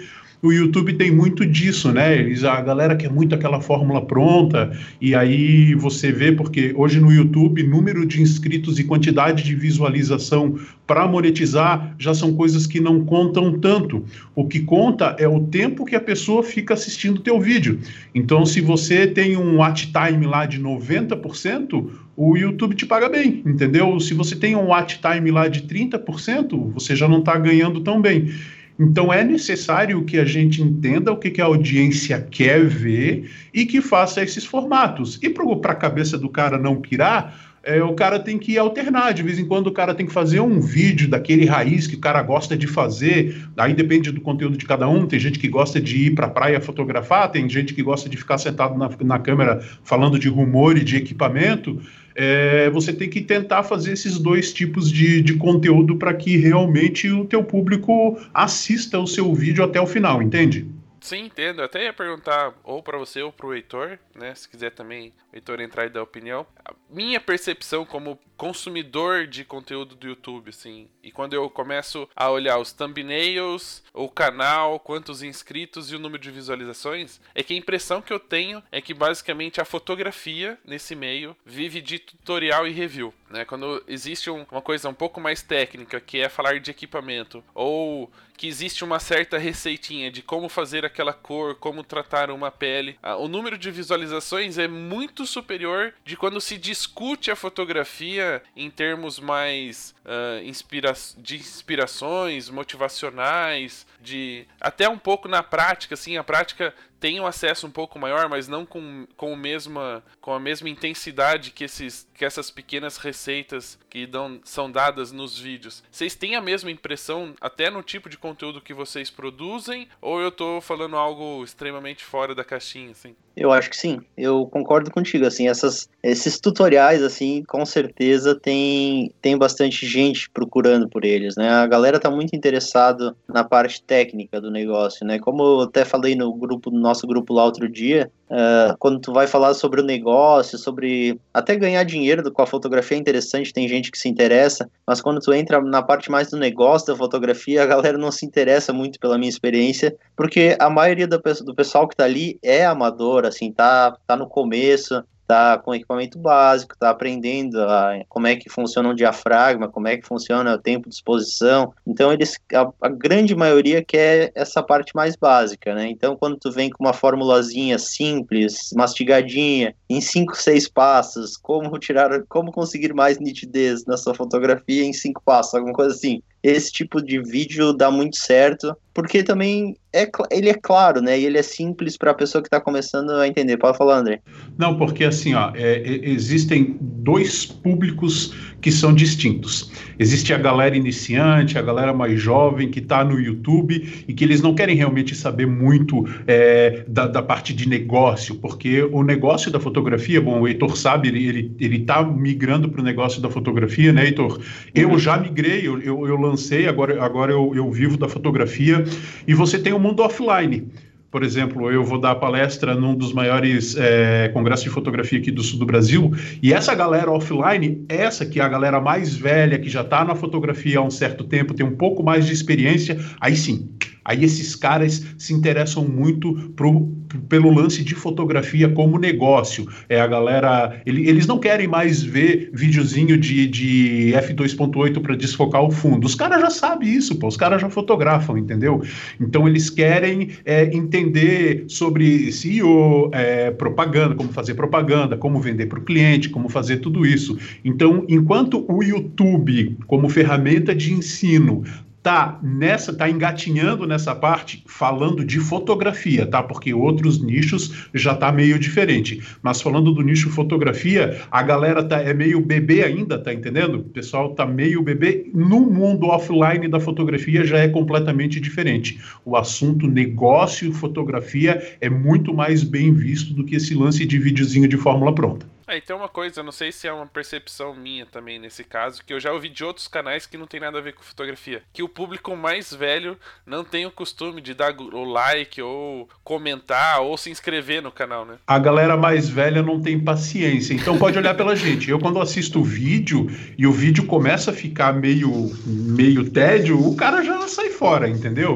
o YouTube tem muito disso, né? Eles, a galera quer muito aquela fórmula pronta, e aí você vê, porque hoje no YouTube, número de inscritos e quantidade de visualização para monetizar já são coisas que não contam tanto. O que conta é o tempo que a pessoa fica assistindo o teu vídeo. Então, se você tem um watch time lá de noventa por cento, o YouTube te paga bem, entendeu? Se você tem um watch time lá de trinta por cento, você já não está ganhando tão bem. Então é necessário que a gente entenda o que, que a audiência quer ver e que faça esses formatos. E para a cabeça do cara não pirar, é, o cara tem que alternar. De vez em quando o cara tem que fazer um vídeo daquele raiz que o cara gosta de fazer. Aí depende do conteúdo de cada um. Tem gente que gosta de ir para a praia fotografar, tem gente que gosta de ficar sentado na, na câmera falando de rumor e de equipamento. É, você tem que tentar fazer esses dois tipos de, de conteúdo para que realmente o teu público assista o seu vídeo até o final, entende? Sim, entendo. Eu até ia perguntar ou para você ou para o Heitor, né? Se quiser também o Heitor entrar e dar opinião. A minha percepção como consumidor de conteúdo do YouTube, assim, e quando eu começo a olhar os thumbnails, o canal, quantos inscritos e o número de visualizações, é que a impressão que eu tenho é que basicamente a fotografia nesse meio vive de tutorial e review, né? Quando existe um, uma coisa um pouco mais técnica, que é falar de equipamento, ou que existe uma certa receitinha de como fazer aquela cor, como tratar uma pele, o número de visualizações é muito superior de quando se discute a fotografia em termos mais uh, inspira- de inspirações, motivacionais, de até um pouco na prática, assim, a prática tem um acesso um pouco maior, mas não com, com, o mesma, com a mesma intensidade que, esses, que essas pequenas receitas que dão, são dadas nos vídeos. Vocês têm a mesma impressão até no tipo de conteúdo que vocês produzem, ou eu tô falando algo extremamente fora da caixinha, assim? Eu acho que sim, eu concordo contigo, assim, essas, esses tutoriais, assim, com certeza tem, tem bastante gente procurando por eles, né, a galera tá muito interessada na parte técnica do negócio, né, como eu até falei no grupo, no nosso grupo lá outro dia, uh, quando tu vai falar sobre o negócio, sobre até ganhar dinheiro com a fotografia é interessante, tem gente que se interessa, mas quando tu entra na parte mais do negócio da fotografia, a galera não se interessa muito pela minha experiência, porque a maioria do, do pessoal que tá ali é amador, assim, tá, tá no começo, tá com equipamento básico, tá aprendendo a, como é que funciona um diafragma, como é que funciona o tempo de exposição, então eles, a, a grande maioria quer essa parte mais básica, né, então quando tu vem com uma formulazinha simples, mastigadinha, em cinco, seis passos, como tirar, como conseguir mais nitidez na sua fotografia em cinco passos, alguma coisa assim, esse tipo de vídeo dá muito certo, porque também é, ele é claro, né? E ele é simples para a pessoa que está começando a entender. Pode falar, André. Não, porque assim, ó, é, existem dois públicos que são distintos. Existe a galera iniciante, a galera mais jovem que está no YouTube e que eles não querem realmente saber muito é, da, da parte de negócio, porque o negócio da fotografia, bom, o Heitor sabe, ele ele ele está migrando para o negócio da fotografia, né, Heitor? Eu uhum. já migrei, eu, eu, eu lancei, agora, agora eu, eu vivo da fotografia, e você tem o mundo offline. Por exemplo, eu vou dar palestra num dos maiores é, congressos de fotografia aqui do sul do Brasil, e essa galera offline, essa que é a galera mais velha, que já está na fotografia há um certo tempo, tem um pouco mais de experiência, aí sim, aí esses caras se interessam muito pro, pelo lance de fotografia como negócio. É a galera, ele, eles não querem mais ver videozinho de, de F dois ponto oito para desfocar o fundo. Os caras já sabem isso, pô, os caras já fotografam, entendeu? Então eles querem é, entender sobre S E O, é, propaganda, como fazer propaganda, como vender para o cliente, como fazer tudo isso. Então, enquanto o YouTube, como ferramenta de ensino, tá nessa, tá engatinhando nessa parte, falando de fotografia, tá? Porque outros nichos já tá meio diferente. Mas falando do nicho fotografia, a galera tá, é meio bebê ainda, tá entendendo? O pessoal tá meio bebê. No mundo offline da fotografia já é completamente diferente. O assunto negócio e fotografia é muito mais bem visto do que esse lance de videozinho de fórmula pronta. É, e tem uma coisa, eu não sei se é uma percepção minha também nesse caso, que eu já ouvi de outros canais que não tem nada a ver com fotografia, que o público mais velho não tem o costume de dar o like, ou comentar, ou se inscrever no canal, né? A galera mais velha não tem paciência, então pode olhar pela gente. Eu quando assisto o vídeo, e o vídeo começa a ficar meio, meio tédio, o cara já sai fora, entendeu?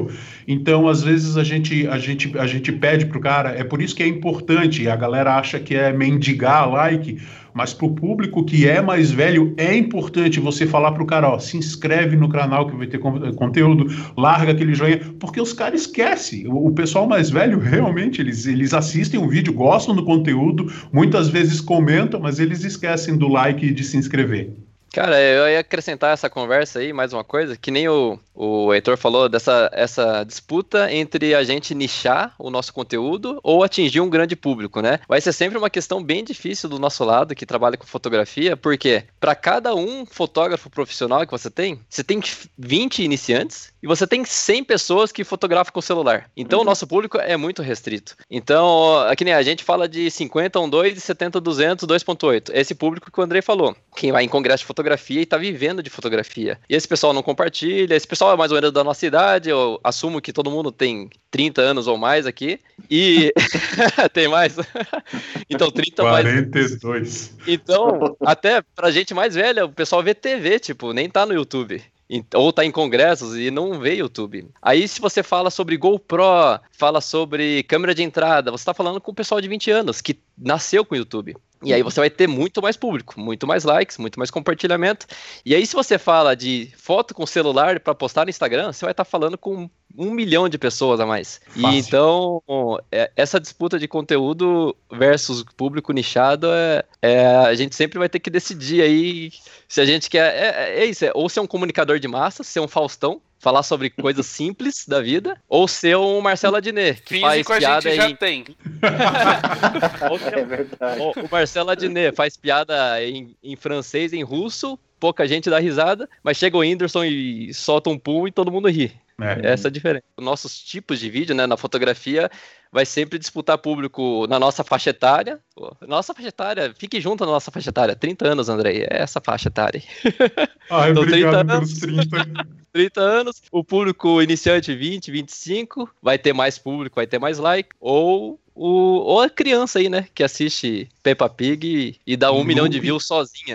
Então, às vezes, a gente, a gente, a gente pede pro cara, é por isso que é importante, a galera acha que é mendigar like, mas pro público que é mais velho, é importante você falar pro cara, ó, se inscreve no canal que vai ter con- conteúdo, larga aquele joinha, porque os caras esquecem. O, o pessoal mais velho, realmente, eles, eles assistem o vídeo, gostam do conteúdo, muitas vezes comentam, mas eles esquecem do like e de se inscrever. Cara, eu ia acrescentar essa conversa aí, mais uma coisa, que nem o, o Heitor falou dessa essa disputa entre a gente nichar o nosso conteúdo ou atingir um grande público, né? Vai ser sempre uma questão bem difícil do nosso lado, que trabalha com fotografia, porque para cada um fotógrafo profissional que você tem, você tem vinte iniciantes e você tem cem pessoas que fotografam com o celular. Então, uhum. o nosso público é muito restrito. Então, aqui nem a gente fala de cinquenta, um ponto dois, setenta, duzentos, dois ponto oito. Esse público que o Andrei falou. Quem vai em congresso de fotografia e tá vivendo de fotografia. E esse pessoal não compartilha, esse pessoal é mais ou menos da nossa idade, eu assumo que todo mundo tem trinta anos ou mais aqui, e tem mais? Então, trinta quarenta e dois. Mais. Então, até pra gente mais velha, o pessoal vê T V, tipo, nem tá no YouTube. Ou tá em congressos e não vê YouTube. Aí se você fala sobre GoPro, fala sobre câmera de entrada, você tá falando com o pessoal de vinte anos, que nasceu com o YouTube. E aí você vai ter muito mais público, muito mais likes, muito mais compartilhamento. E aí se você fala de foto com celular para postar no Instagram, você vai estar falando com um milhão de pessoas a mais. Fácil. E então, é, essa disputa de conteúdo versus público nichado, é, é, a gente sempre vai ter que decidir aí se a gente quer... É, é isso, é, ou ser um comunicador de massa, ser um Faustão, falar sobre coisas simples da vida, ou ser um Marcelo Adnet, que faz piada a gente já em... tem. É verdade. O, o Marcelo Adnet faz piada em, em francês, em russo, pouca gente dá risada, mas chega o Whindersson e solta um pum e todo mundo ri. É. Essa é a diferença. Nossos tipos de vídeo, né, na fotografia, vai sempre disputar público na nossa faixa etária. Nossa faixa etária, fique junto na nossa faixa etária. trinta anos, Andrei, é essa faixa etária. Ai, então, obrigado trinta pelos anos, trinta. trinta anos, o público iniciante vinte, vinte e cinco, vai ter mais público, vai ter mais like, ou... O, ou a criança aí, né, que assiste Peppa Pig e, e dá um milhão de views sozinha.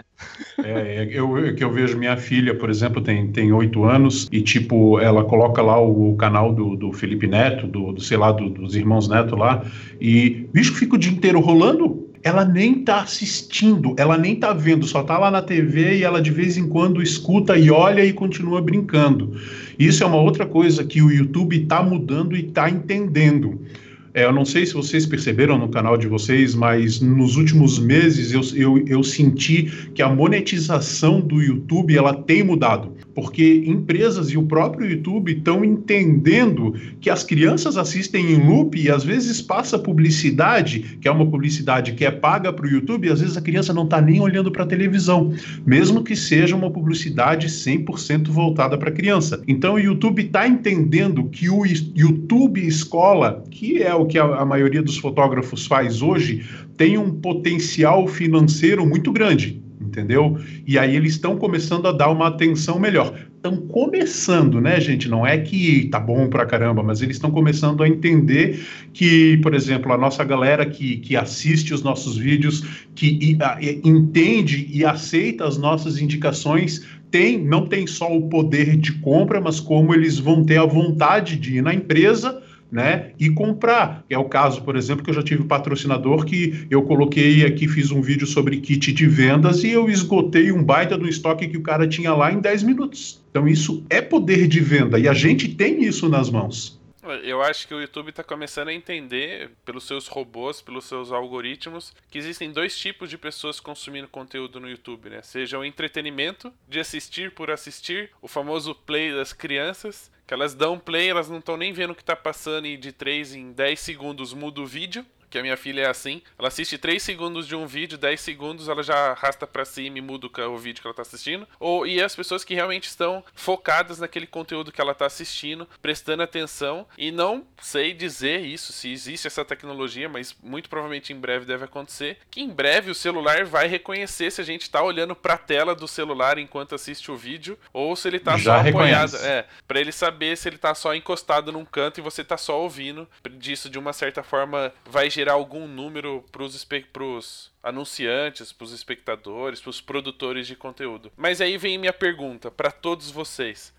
É, eu, eu, que eu vejo minha filha, por exemplo, tem tem oito anos e, tipo, ela coloca lá o, o canal do, do Felipe Neto, do, do sei lá, do, dos irmãos Neto lá, e, bicho, fica o dia inteiro rolando. Ela nem tá assistindo, ela nem tá vendo, só tá lá na T V e ela de vez em quando escuta e olha e continua brincando. Isso é uma outra coisa que o YouTube tá mudando e tá entendendo. É, eu não sei se vocês perceberam no canal de vocês, mas nos últimos meses eu, eu, eu senti que a monetização do YouTube ela tem mudado, porque empresas e o próprio YouTube estão entendendo que as crianças assistem em loop e às vezes passa publicidade, que é uma publicidade que é paga para o YouTube, e às vezes a criança não está nem olhando para a televisão, mesmo que seja uma publicidade cem por cento voltada para a criança. Então o YouTube está entendendo que o YouTube Escola, que é o que a, a maioria dos fotógrafos faz hoje, tem um potencial financeiro muito grande, entendeu? E aí eles estão começando a dar uma atenção melhor. Estão começando, né, gente? Não é que tá bom pra caramba, mas eles estão começando a entender que, por exemplo, a nossa galera que, que assiste os nossos vídeos, que e, a, e, entende e aceita as nossas indicações, tem, não tem só o poder de compra, mas como eles vão ter a vontade de ir na empresa, né, e comprar. É o caso, por exemplo, que eu já tive um patrocinador que eu coloquei aqui, fiz um vídeo sobre kit de vendas e eu esgotei um baita do estoque que o cara tinha lá em dez minutos. Então isso é poder de venda e a gente tem isso nas mãos. Eu acho que o YouTube está começando a entender, pelos seus robôs, pelos seus algoritmos, que existem dois tipos de pessoas consumindo conteúdo no YouTube, né? Seja o entretenimento, de assistir por assistir, o famoso play das crianças, que elas dão play, elas não estão nem vendo o que está passando e de três em dez segundos muda o vídeo. Que a minha filha é assim, ela assiste três segundos de um vídeo, dez segundos ela já arrasta pra cima e muda o vídeo que ela tá assistindo. Ou, e as pessoas que realmente estão focadas naquele conteúdo que ela tá assistindo, prestando atenção, e não sei dizer isso, se existe essa tecnologia, mas muito provavelmente em breve deve acontecer, que em breve o celular vai reconhecer se a gente tá olhando pra tela do celular enquanto assiste o vídeo, ou se ele tá já só reconhece. apoiado. É, pra ele saber se ele tá só encostado num canto e você tá só ouvindo. Disso, de uma certa forma, vai gerar algum número pros, pros anunciantes, pros espectadores, pros produtores de conteúdo. Mas aí vem minha pergunta para todos vocês.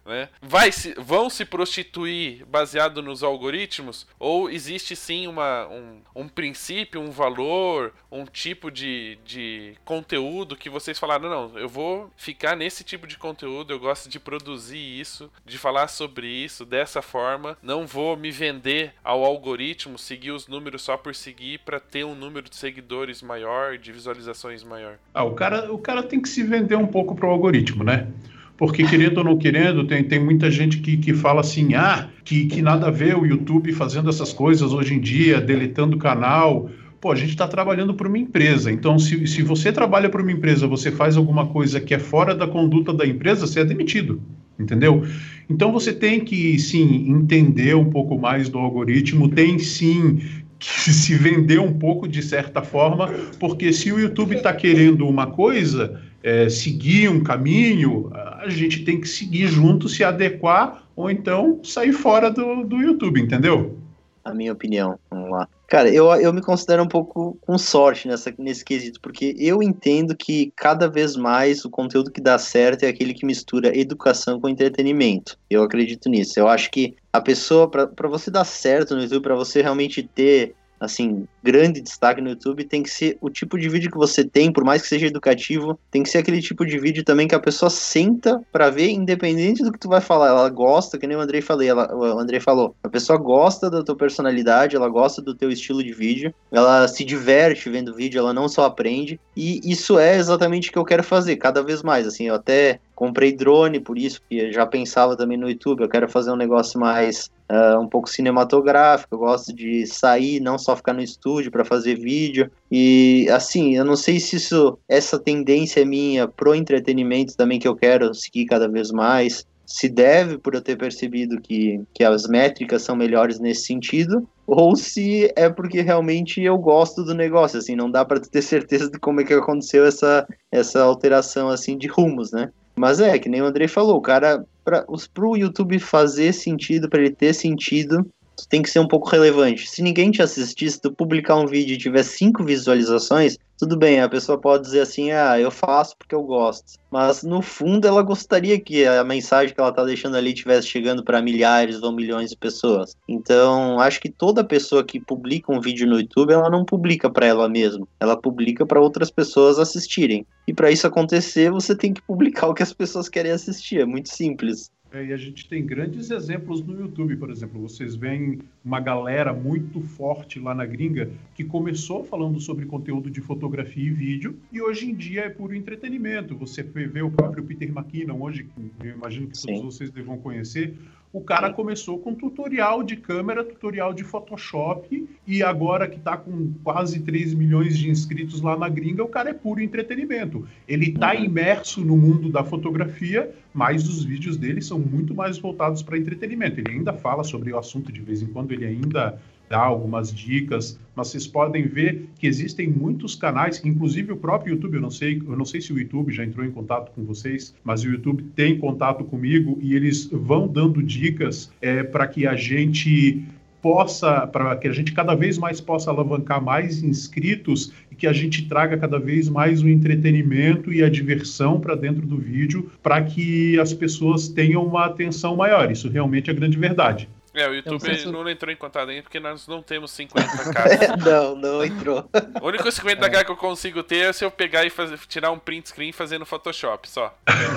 né? Vai se, vão se prostituir baseado nos algoritmos? Ou existe sim uma, um, um princípio, um valor, um tipo de, de conteúdo que vocês falaram, não, não, eu vou ficar nesse tipo de conteúdo, eu gosto de produzir isso, de falar sobre isso dessa forma, não vou me vender ao algoritmo, seguir os números só por seguir para ter um número de seguidores maior, de visualizações maior? Ah, o cara, o cara tem que se vender um pouco pro algoritmo, né? Porque, querendo ou não querendo, tem, tem muita gente que, que fala assim, ah, que, que nada a ver o YouTube fazendo essas coisas hoje em dia, deletando o canal. Pô, a gente está trabalhando para uma empresa, então se, se você trabalha para uma empresa, você faz alguma coisa que é fora da conduta da empresa, você é demitido, entendeu? Então você tem que, sim, entender um pouco mais do algoritmo, tem sim que se vender um pouco de certa forma, porque se o YouTube está querendo uma coisa, é, seguir um caminho, a gente tem que seguir junto, se adequar, ou então sair fora do, do YouTube, entendeu? A minha opinião, vamos lá. Cara, eu, eu me considero um pouco com sorte nessa, nesse quesito, porque eu entendo que cada vez mais o conteúdo que dá certo é aquele que mistura educação com entretenimento. Eu acredito nisso. Eu acho que a pessoa, para você dar certo no YouTube, para você realmente ter, assim, grande destaque no YouTube, tem que ser o tipo de vídeo que você tem, por mais que seja educativo, tem que ser aquele tipo de vídeo também que a pessoa senta pra ver, independente do que tu vai falar. Ela gosta, que nem o Andrei falei, ela, o Andrei falou, a pessoa gosta da tua personalidade, ela gosta do teu estilo de vídeo, ela se diverte vendo o vídeo, ela não só aprende, e isso é exatamente o que eu quero fazer, cada vez mais, assim, eu até comprei drone por isso, que eu já pensava também no YouTube, eu quero fazer um negócio mais uh, um pouco cinematográfico, eu gosto de sair, não só ficar no estúdio para fazer vídeo, e assim, eu não sei se isso, essa tendência é minha pro entretenimento também, que eu quero seguir cada vez mais, se deve por eu ter percebido que, que as métricas são melhores nesse sentido, ou se é porque realmente eu gosto do negócio, assim, não dá para ter certeza de como é que aconteceu essa, essa alteração, assim, de rumos, né? Mas é, que nem o Andrei falou, o cara, para o YouTube fazer sentido, para ele ter sentido, tu tem que ser um pouco relevante. Se ninguém te assistir, se tu publicar um vídeo e tiver cinco visualizações, tudo bem, a pessoa pode dizer assim, ah, eu faço porque eu gosto. Mas no fundo ela gostaria que a mensagem que ela tá deixando ali estivesse chegando para milhares ou milhões de pessoas. Então, acho que toda pessoa que publica um vídeo no YouTube, ela não publica para ela mesma, ela publica para outras pessoas assistirem. E para isso acontecer, você tem que publicar o que as pessoas querem assistir, é muito simples. É, e a gente tem grandes exemplos no YouTube, por exemplo, vocês veem uma galera muito forte lá na gringa que começou falando sobre conteúdo de fotografia e vídeo e hoje em dia é puro entretenimento. Você vê o próprio Peter McKinnon hoje, eu imagino que todos Sim. vocês devam conhecer, o cara começou com tutorial de câmera, tutorial de Photoshop e agora que está com quase três milhões de inscritos lá na gringa, o cara é puro entretenimento. Ele está imerso no mundo da fotografia, mas os vídeos dele são muito mais voltados para entretenimento. Ele ainda fala sobre o assunto de vez em quando, ele ainda dá algumas dicas, mas vocês podem ver que existem muitos canais, inclusive o próprio YouTube, eu não sei, eu não sei se o YouTube já entrou em contato com vocês, mas o YouTube tem contato comigo e eles vão dando dicas é, para que a gente possa, para que a gente cada vez mais possa alavancar mais inscritos e que a gente traga cada vez mais o entretenimento e a diversão para dentro do vídeo, para que as pessoas tenham uma atenção maior. Isso realmente é a grande verdade. É, o YouTube não, se... não entrou em contato ainda porque nós não temos cinquenta K. não, não entrou. O único cinquenta K é. que eu consigo ter é se eu pegar e fazer, tirar um print screen fazendo Photoshop, só.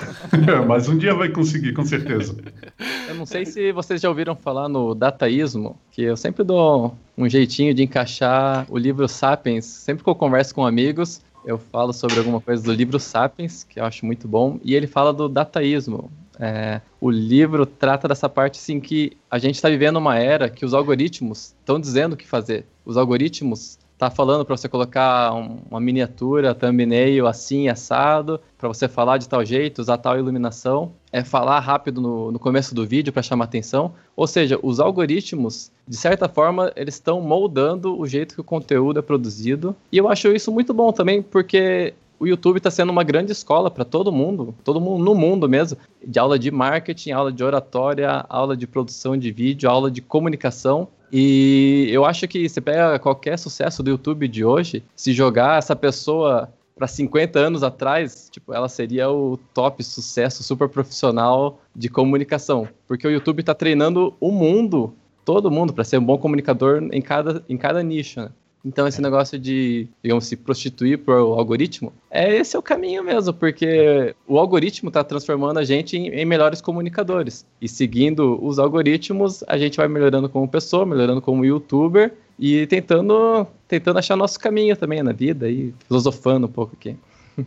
É, mas um dia vai conseguir, com certeza. Eu não sei se vocês já ouviram falar no dataísmo, que eu sempre dou um jeitinho de encaixar o livro Sapiens. Sempre que eu converso com amigos, eu falo sobre alguma coisa do livro Sapiens, que eu acho muito bom, e ele fala do dataísmo. É, o livro trata dessa parte assim que a gente está vivendo uma era que os algoritmos estão dizendo o que fazer. Os algoritmos tá falando para você colocar um, uma miniatura, thumbnail assim, assado, para você falar de tal jeito, usar tal iluminação, é falar rápido no, no começo do vídeo para chamar atenção. Ou seja, os algoritmos, de certa forma, eles estão moldando o jeito que o conteúdo é produzido. E eu acho isso muito bom também, porque o YouTube está sendo uma grande escola para todo mundo, todo mundo no mundo mesmo, de aula de marketing, aula de oratória, aula de produção de vídeo, aula de comunicação. E eu acho que você pega qualquer sucesso do YouTube de hoje, se jogar essa pessoa para cinquenta anos atrás, tipo, ela seria o top sucesso super profissional de comunicação, porque o YouTube está treinando o mundo, todo mundo, para ser um bom comunicador em cada, em cada nicho, né? Então esse negócio de, digamos, se prostituir pro algoritmo, é esse é o caminho mesmo, porque o algoritmo está transformando a gente em, em melhores comunicadores. E seguindo os algoritmos, a gente vai melhorando como pessoa, melhorando como youtuber e tentando, tentando achar nosso caminho também na vida e filosofando um pouco aqui.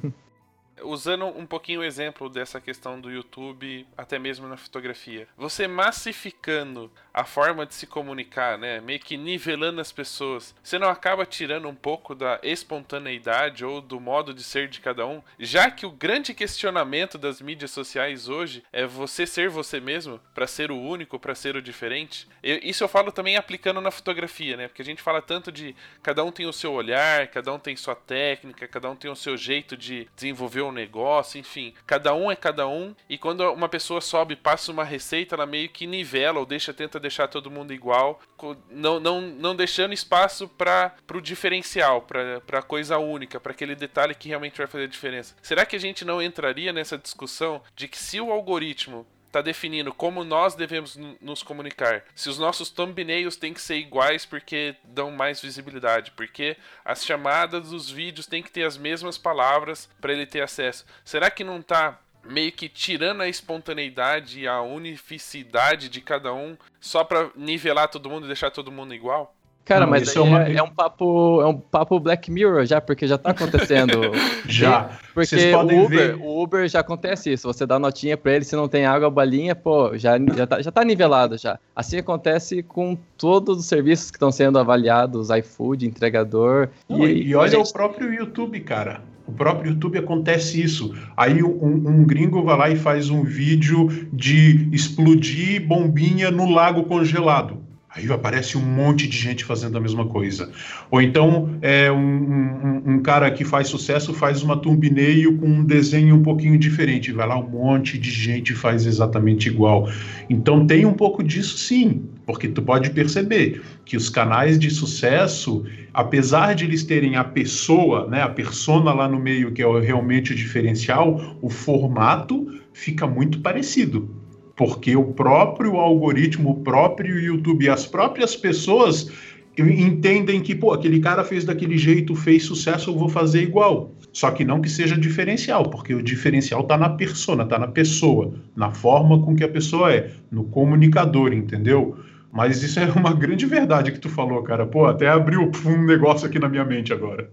Usando um pouquinho o exemplo dessa questão do YouTube, até mesmo na fotografia. Você massificando a forma de se comunicar, né? Meio que nivelando as pessoas. Você não acaba tirando um pouco da espontaneidade ou do modo de ser de cada um? Já que o grande questionamento das mídias sociais hoje é você ser você mesmo, para ser o único, para ser o diferente. Eu, isso eu falo também aplicando na fotografia, né? Porque a gente fala tanto de cada um tem o seu olhar, cada um tem sua técnica, cada um tem o seu jeito de desenvolver um negócio, enfim, cada um é cada um, e quando uma pessoa sobe e passa uma receita, ela meio que nivela ou deixa, tenta deixar todo mundo igual, não, não, não deixando espaço para o diferencial, para a coisa única, para aquele detalhe que realmente vai fazer a diferença. Será que a gente não entraria nessa discussão de que se o algoritmo está definindo como nós devemos nos comunicar, se os nossos thumbnails têm que ser iguais porque dão mais visibilidade, porque as chamadas dos vídeos têm que ter as mesmas palavras para ele ter acesso, será que não está meio que tirando a espontaneidade e a unificidade de cada um só para nivelar todo mundo e deixar todo mundo igual? Cara, Não, mas isso aí é uma- é, é um papo, é um papo Black Mirror já, porque já tá acontecendo. Já. Porque Vocês podem o Uber, ver- o Uber já acontece isso. Você dá notinha pra ele, se não tem água, balinha, pô, já, já, tá, já tá nivelado já. Assim acontece com todos os serviços que estão sendo avaliados, iFood, entregador. Não, e, e olha a gente- o próprio YouTube, cara. O próprio YouTube acontece isso. Aí um, um gringo vai lá e faz um vídeo de explodir bombinha no lago congelado. Aí aparece um monte de gente fazendo a mesma coisa. Ou então é, um, um, um cara que faz sucesso faz uma thumbnail com um desenho um pouquinho diferente. Vai lá, um monte de gente faz exatamente igual. Então tem um pouco disso sim, porque tu pode perceber que os canais de sucesso, apesar de eles terem a pessoa, né, a persona lá no meio, que é realmente o diferencial, o formato fica muito parecido. Porque o próprio algoritmo, o próprio YouTube e as próprias pessoas entendem que, pô, aquele cara fez daquele jeito, fez sucesso, eu vou fazer igual. Só que não que seja diferencial, porque o diferencial tá na persona, tá na pessoa, na forma com que a pessoa é, no comunicador, entendeu? Mas isso é uma grande verdade que tu falou, cara. Pô, até abriu um negócio aqui na minha mente agora.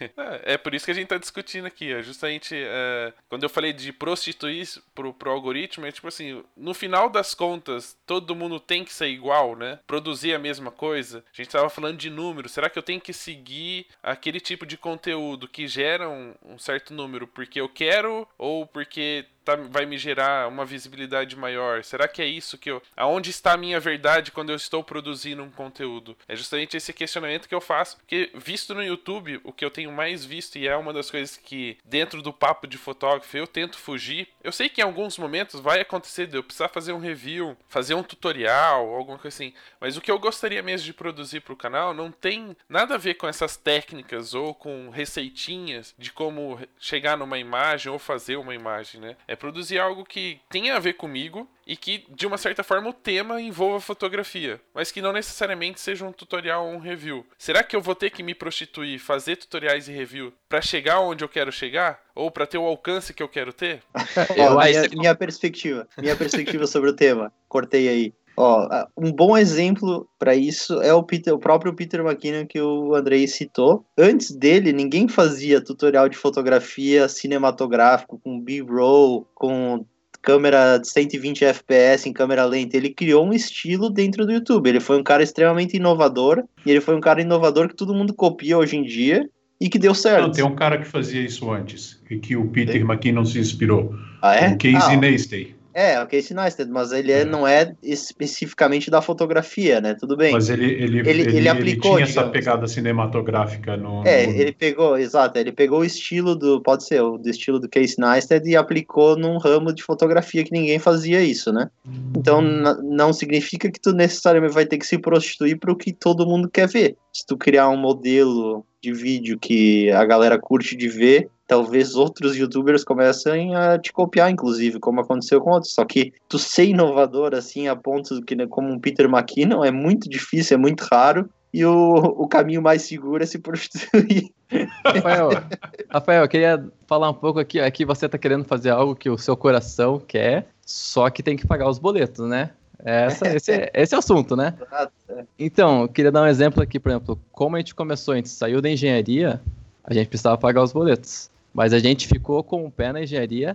É por isso que a gente tá discutindo aqui, ó. Justamente é, quando eu falei de prostituir pro, pro algoritmo, é tipo assim, no final das contas, todo mundo tem que ser igual, né? Produzir a mesma coisa. A gente tava falando de número. Será que eu tenho que seguir aquele tipo de conteúdo que gera um, um certo número porque eu quero ou porque Tá, vai me gerar uma visibilidade maior? Será que é isso que eu... Aonde está a minha verdade quando eu estou produzindo um conteúdo? É justamente esse questionamento que eu faço. Porque visto no YouTube, o que eu tenho mais visto, e é uma das coisas que dentro do papo de fotógrafo eu tento fugir. Eu sei que em alguns momentos vai acontecer de eu precisar fazer um review, fazer um tutorial, alguma coisa assim. Mas o que eu gostaria mesmo de produzir para o canal não tem nada a ver com essas técnicas ou com receitinhas de como chegar numa imagem ou fazer uma imagem, né? É produzir algo que tenha a ver comigo e que, de uma certa forma, o tema envolva fotografia, mas que não necessariamente seja um tutorial ou um review. Será que eu vou ter que me prostituir, fazer tutoriais e review para chegar onde eu quero chegar? Ou para ter o alcance que eu quero ter? Ó, aí minha, você- minha perspectiva, minha perspectiva sobre o tema. Cortei aí. Ó, um bom exemplo para isso é o, Peter, o próprio Peter McKinnon que o Andrei citou. Antes dele, ninguém fazia tutorial de fotografia cinematográfico com B-roll, com câmera de cento e vinte F P S em câmera lenta. Ele criou um estilo dentro do YouTube. Ele foi um cara extremamente inovador e ele foi um cara inovador que todo mundo copia hoje em dia e que deu certo. Não, tem um cara que fazia isso antes, e que o Peter McKinnon se inspirou. Ah, é? O Casey Ah, Neistat. É, o Casey Neistat, mas ele é, É. não é especificamente da fotografia, né? Tudo bem. Mas ele, ele, Ele- ele, ele ele aplicou, tinha essa digamos. pegada cinematográfica no... É, no- ele pegou, exato, ele pegou o estilo do, pode ser, o do estilo do Casey Neistat e aplicou num ramo de fotografia que ninguém fazia isso, né? Então, n- não significa que tu necessariamente vai ter que se prostituir para o que todo mundo quer ver. Se tu criar um modelo de vídeo que a galera curte de ver, talvez outros youtubers comecem a te copiar, inclusive, como aconteceu com outros. Só que tu ser inovador, assim, a ponto que, né, como um Peter McKinnon, é muito difícil, é muito raro, e o, o caminho mais seguro é se prostituir. Rafael, Rafael, eu queria falar um pouco aqui. Aqui você tá querendo fazer algo que o seu coração quer, só que tem que pagar os boletos, né? Essa, esse, esse é o assunto, né? Então, eu queria dar um exemplo aqui, por exemplo, como a gente começou, a gente saiu da engenharia, a gente precisava pagar os boletos, mas a gente ficou com o pé na engenharia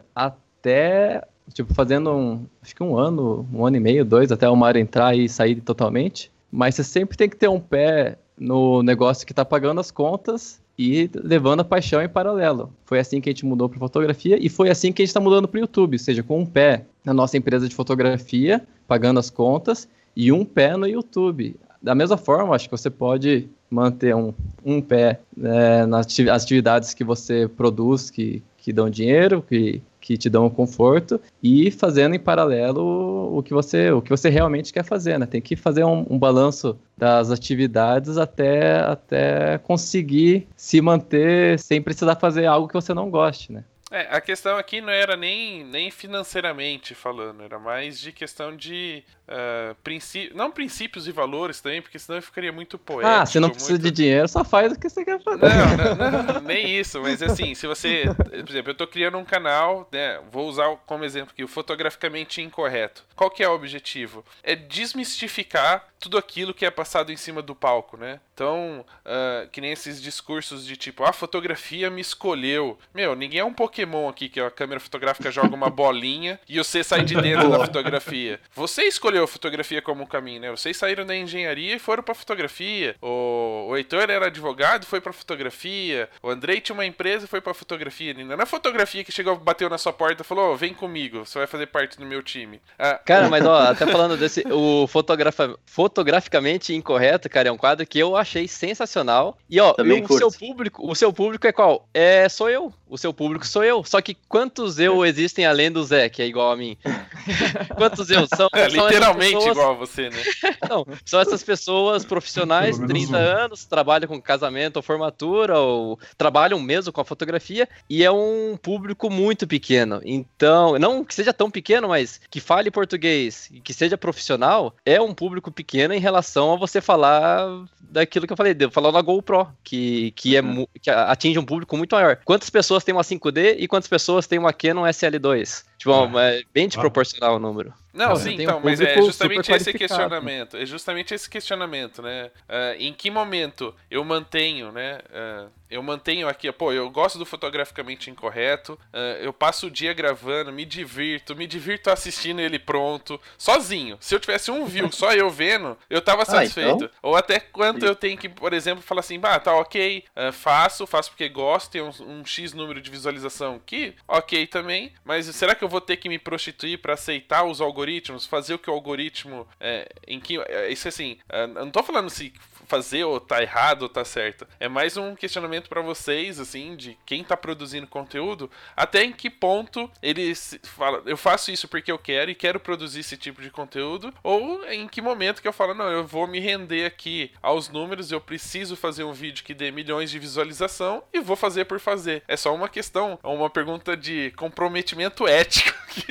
até, tipo, fazendo um, acho que um ano, um ano e meio, dois, até o Mário entrar e sair totalmente, mas você sempre tem que ter um pé no negócio que tá pagando as contas e levando a paixão em paralelo. Foi assim que a gente mudou para fotografia e foi assim que a gente está mudando para o YouTube, ou seja, com um pé na nossa empresa de fotografia, pagando as contas, e um pé no YouTube. Da mesma forma, acho que você pode manter um, um pé é, nas atividades que você produz, que, que dão dinheiro, que, que te dão conforto, e fazendo em paralelo o que você, o que você realmente quer fazer, né? Tem que fazer um, um balanço das atividades até, até conseguir se manter sem precisar fazer algo que você não goste, né? É, a questão aqui não era nem, nem financeiramente falando, era mais de questão de uh, princípios, não princípios e valores também, porque senão ficaria muito poético. Ah, você não precisa muito... de dinheiro, só faz o que você quer fazer. Não, não, não, nem isso, mas assim, se você, por exemplo, eu tô criando um canal, né, vou usar como exemplo aqui, o Fotograficamente Incorreto. Qual que é o objetivo? É desmistificar tudo aquilo que é passado em cima do palco, né? Então, uh, que nem esses discursos de tipo, a fotografia me escolheu. Meu, ninguém é um Pokémon aqui, que a câmera fotográfica joga uma bolinha e você sai de dentro da fotografia. Você escolheu a fotografia como caminho, né? Vocês saíram da engenharia e foram pra fotografia. O, o Heitor era advogado e foi pra fotografia. O Andrei tinha uma empresa e foi pra fotografia. Não é a fotografia que chegou, bateu na sua porta e falou, oh, vem comigo, você vai fazer parte do meu time. Ah, cara, mas ó, até falando desse, o fotografa, Fotograficamente Incorreto, cara, é um quadro que eu achei sensacional. E ó, eu, o seu público, o seu público é qual? É, sou eu. O seu público sou eu. Só que quantos eu existem além do Zé, que é igual a mim? Quantos eu? São, é, são literalmente pessoas... igual a você, né? Não, são essas pessoas profissionais, trinta anos, trabalham com casamento ou formatura, ou trabalham mesmo com a fotografia, e é um público muito pequeno. Então, não que seja tão pequeno, mas que fale português e que seja profissional, é um público pequeno em relação a você falar daquilo que eu falei, de falar na GoPro, que, que, é, uhum. que atinge um público muito maior. Quantas pessoas tem uma cinco D e quantas pessoas tem uma Canon S L dois? Tipo, ah. é bem desproporcional ah. o número. Não, sim, então, um mas é justamente esse questionamento. É justamente esse questionamento, né? Uh, em que momento eu mantenho, né? Uh, eu mantenho aqui, pô, eu gosto do Fotograficamente Incorreto, uh, eu passo o dia gravando, me divirto, me divirto assistindo ele pronto, sozinho. Se eu tivesse um view, só eu vendo, eu tava satisfeito. Ah, então? Ou até quanto eu tenho que, por exemplo, falar assim, bah, tá ok, uh, faço, faço porque gosto, tem um, um X número de visualização aqui, ok também, mas será que eu vou ter que me prostituir pra aceitar os algoritmos, fazer o que o algoritmo, é, em que, é, isso assim, uh, eu não tô falando se fazer ou tá errado ou tá certo, é mais um questionamento pra vocês, assim, de quem tá produzindo conteúdo, até em que ponto eles falam, eu faço isso porque eu quero e quero produzir esse tipo de conteúdo, ou em que momento que eu falo, não, eu vou me render aqui aos números, eu preciso fazer um vídeo que dê milhões de visualização e vou fazer por fazer. É só uma questão, é uma pergunta de comprometimento ético.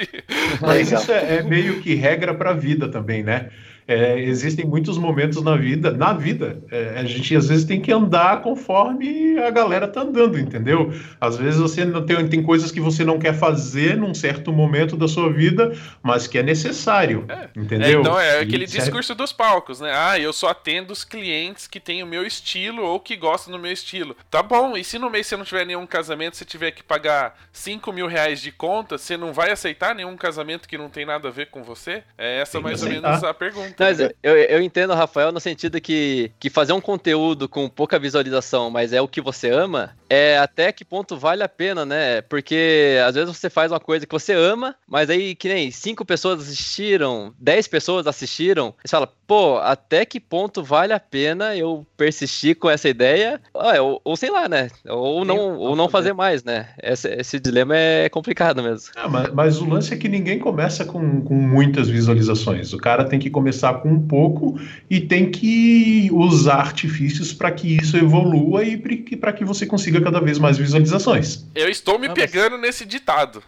Mas isso é, é meio que regra pra vida também, né? É, existem muitos momentos na vida, na vida, é, a gente às vezes tem que andar conforme a galera tá andando, entendeu? Às vezes você não tem, tem coisas que você não quer fazer num certo momento da sua vida, mas que é necessário, é. entendeu? É, então é aquele e discurso serve... dos palcos, né? Ah, eu só atendo os clientes que têm o meu estilo ou que gostam do meu estilo. Tá bom, e se no mês você não tiver nenhum casamento, você tiver que pagar cinco mil reais de conta, você não vai aceitar nenhum casamento que não tem nada a ver com você? É essa mais ou menos a pergunta. Mas eu, eu entendo, Rafael, no sentido que, que fazer um conteúdo com pouca visualização, mas é o que você ama, é até que ponto vale a pena, né? Porque às vezes você faz uma coisa que você ama, mas aí que nem cinco pessoas assistiram, dez pessoas assistiram, você fala, pô, até que ponto vale a pena eu persistir com essa ideia? Ah, ou, ou sei lá, né? Ou não, ou não fazer mais, né? Esse, esse dilema é complicado mesmo. Ah, mas, mas o lance é que ninguém começa com, com muitas visualizações. O cara tem que começar começar com um pouco e tem que usar artifícios para que isso evolua e para que você consiga cada vez mais visualizações. Eu estou me pegando nesse ditado.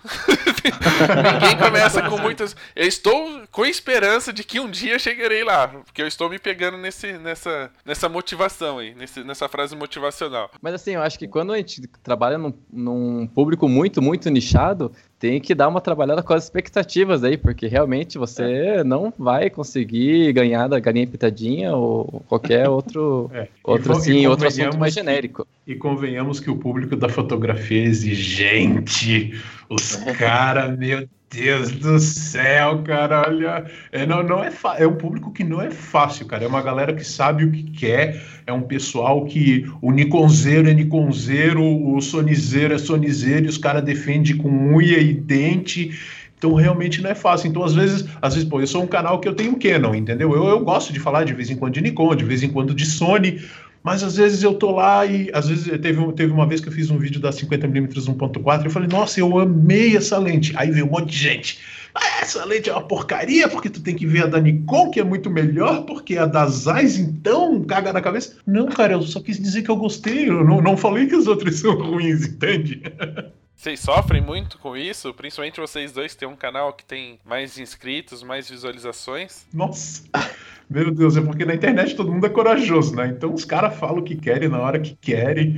Ninguém começa com muitas... Eu estou com esperança de que um dia eu chegarei lá, porque eu estou me pegando nesse, nessa, nessa motivação aí, nesse, nessa frase motivacional. Mas assim, eu acho que quando a gente trabalha num, num público muito, muito nichado, tem que dar uma trabalhada com as expectativas aí, porque realmente você é. não vai conseguir ganhar da galinha pitadinha ou qualquer outro, é. outro, assim, outro assunto mais genérico. Que, e convenhamos que o público da fotografia é exigente. Os caras, meu Deus do céu, cara, olha, é, não, não é, é um público que não é fácil, cara, é uma galera que sabe o que quer, é um pessoal que o Nikonzeiro é Nikonzeiro, o Sonizeiro é Sonizeiro, e os caras defendem com unha e dente, então realmente não é fácil. Então às vezes, às vezes, pô, eu sou um canal que eu tenho Canon, entendeu? Eu, eu gosto de falar de vez em quando de Nikon, de vez em quando de Sony, mas às vezes eu tô lá e às vezes teve, teve uma vez que eu fiz um vídeo da cinquenta milímetros um ponto quatro e eu falei, nossa, eu amei essa lente. Aí veio um monte de gente, ah, essa lente é uma porcaria porque tu tem que ver a da Nikon, que é muito melhor, porque a da Zeiss, então, caga na cabeça. Não, cara, eu só quis dizer que eu gostei, eu não, não falei que os outros são ruins, entende? Vocês sofrem muito com isso? Principalmente vocês dois que tem um canal que tem mais inscritos, mais visualizações? Nossa, meu Deus, é porque na internet todo mundo é corajoso, né? Então os caras falam o que querem na hora que querem.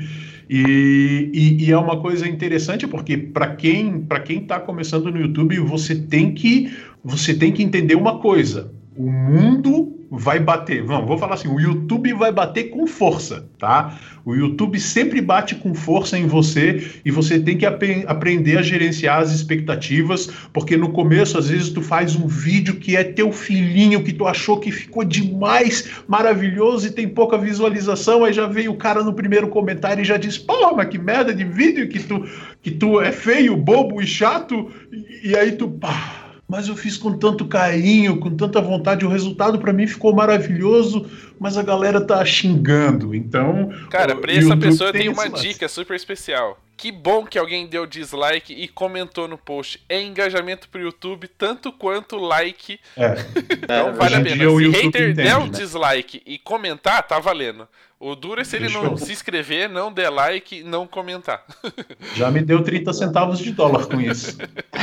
E, e, e é uma coisa interessante porque para quem para quem está começando no YouTube, você tem que você tem que entender uma coisa. O mundo vai bater, vamos, vou falar assim, o YouTube vai bater com força, tá? O YouTube sempre bate com força em você e você tem que ap aprender a gerenciar as expectativas, porque no começo, às vezes, tu faz um vídeo que é teu filhinho, que tu achou que ficou demais, maravilhoso e tem pouca visualização, aí já veio o cara no primeiro comentário e já diz, pô, mas que merda de vídeo, que tu, que tu é feio, bobo e chato, e, e aí tu, pá... Mas eu fiz com tanto carinho, com tanta vontade, o resultado para mim ficou maravilhoso, mas a galera tá xingando, então... Cara, pra essa pessoa tem uma dica super especial. Que bom que alguém deu dislike e comentou no post. É engajamento pro YouTube tanto quanto like. É. Então vale a pena. Se hater der um dislike e comentar, tá valendo. O duro é se ele Deixa não eu... se inscrever, não der like e não comentar. Já me deu trinta centavos de dólar com isso.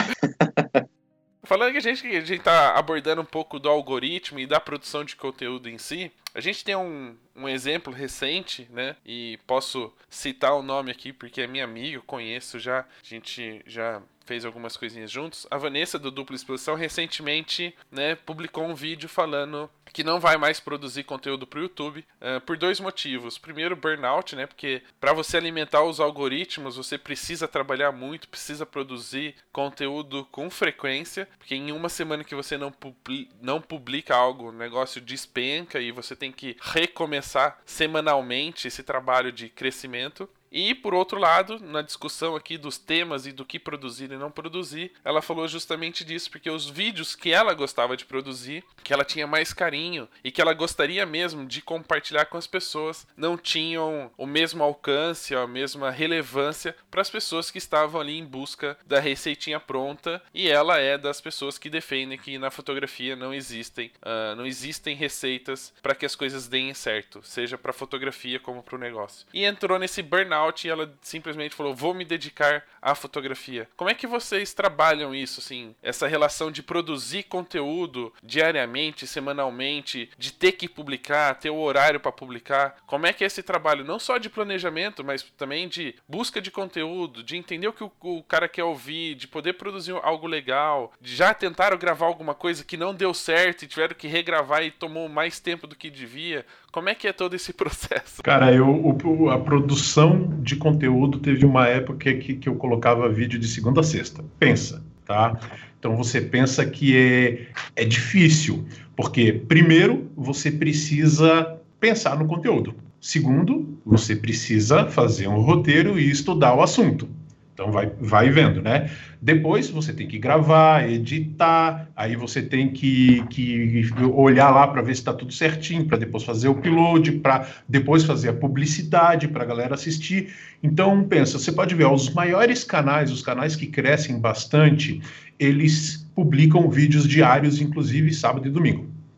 Falando que a gente, a gente tá abordando um pouco do algoritmo e da produção de conteúdo em si, a gente tem um, um exemplo recente, né? E posso citar o nome aqui porque é minha amiga, eu conheço já, a gente já fez algumas coisinhas juntos. A Vanessa, do Dupla Exposição, recentemente, né, publicou um vídeo falando que não vai mais produzir conteúdo para o YouTube uh, por dois motivos. Primeiro, burnout, né? Porque para você alimentar os algoritmos, você precisa trabalhar muito, precisa produzir conteúdo com frequência, porque em uma semana que você não, publi não publica algo, o negócio despenca e você tem que recomeçar semanalmente esse trabalho de crescimento. E, por outro lado, na discussão aqui dos temas e do que produzir e não produzir, ela falou justamente disso, porque os vídeos que ela gostava de produzir, que ela tinha mais carinho e que ela gostaria mesmo de compartilhar com as pessoas, não tinham o mesmo alcance, a mesma relevância para as pessoas que estavam ali em busca da receitinha pronta, e ela é das pessoas que defendem que na fotografia não existem, uh, não existem receitas para que as coisas deem certo, seja para fotografia como para o negócio. E entrou nesse burnout e ela simplesmente falou, vou me dedicar à fotografia. Como é que vocês trabalham isso, assim? Essa relação de produzir conteúdo diariamente, semanalmente, de ter que publicar, ter o horário para publicar. Como é que é esse trabalho? Não só de planejamento, mas também de busca de conteúdo, de entender o que o, o cara quer ouvir, de poder produzir algo legal, de já tentaram gravar alguma coisa que não deu certo e tiveram que regravar e tomou mais tempo do que devia. Como é que é todo esse processo? Cara, eu, o, a produção de conteúdo teve uma época que, que eu colocava vídeo de segunda a sexta. Pensa, tá? Então você pensa que é, é difícil, porque primeiro você precisa pensar no conteúdo. Segundo, você precisa fazer um roteiro e estudar o assunto. Então vai, vai vendo, né? Depois você tem que gravar, editar, aí você tem que, que olhar lá para ver se está tudo certinho, para depois fazer o upload, para depois fazer a publicidade para a galera assistir. Então pensa, você pode ver, os maiores canais, os canais que crescem bastante, eles publicam vídeos diários, inclusive sábado e domingo.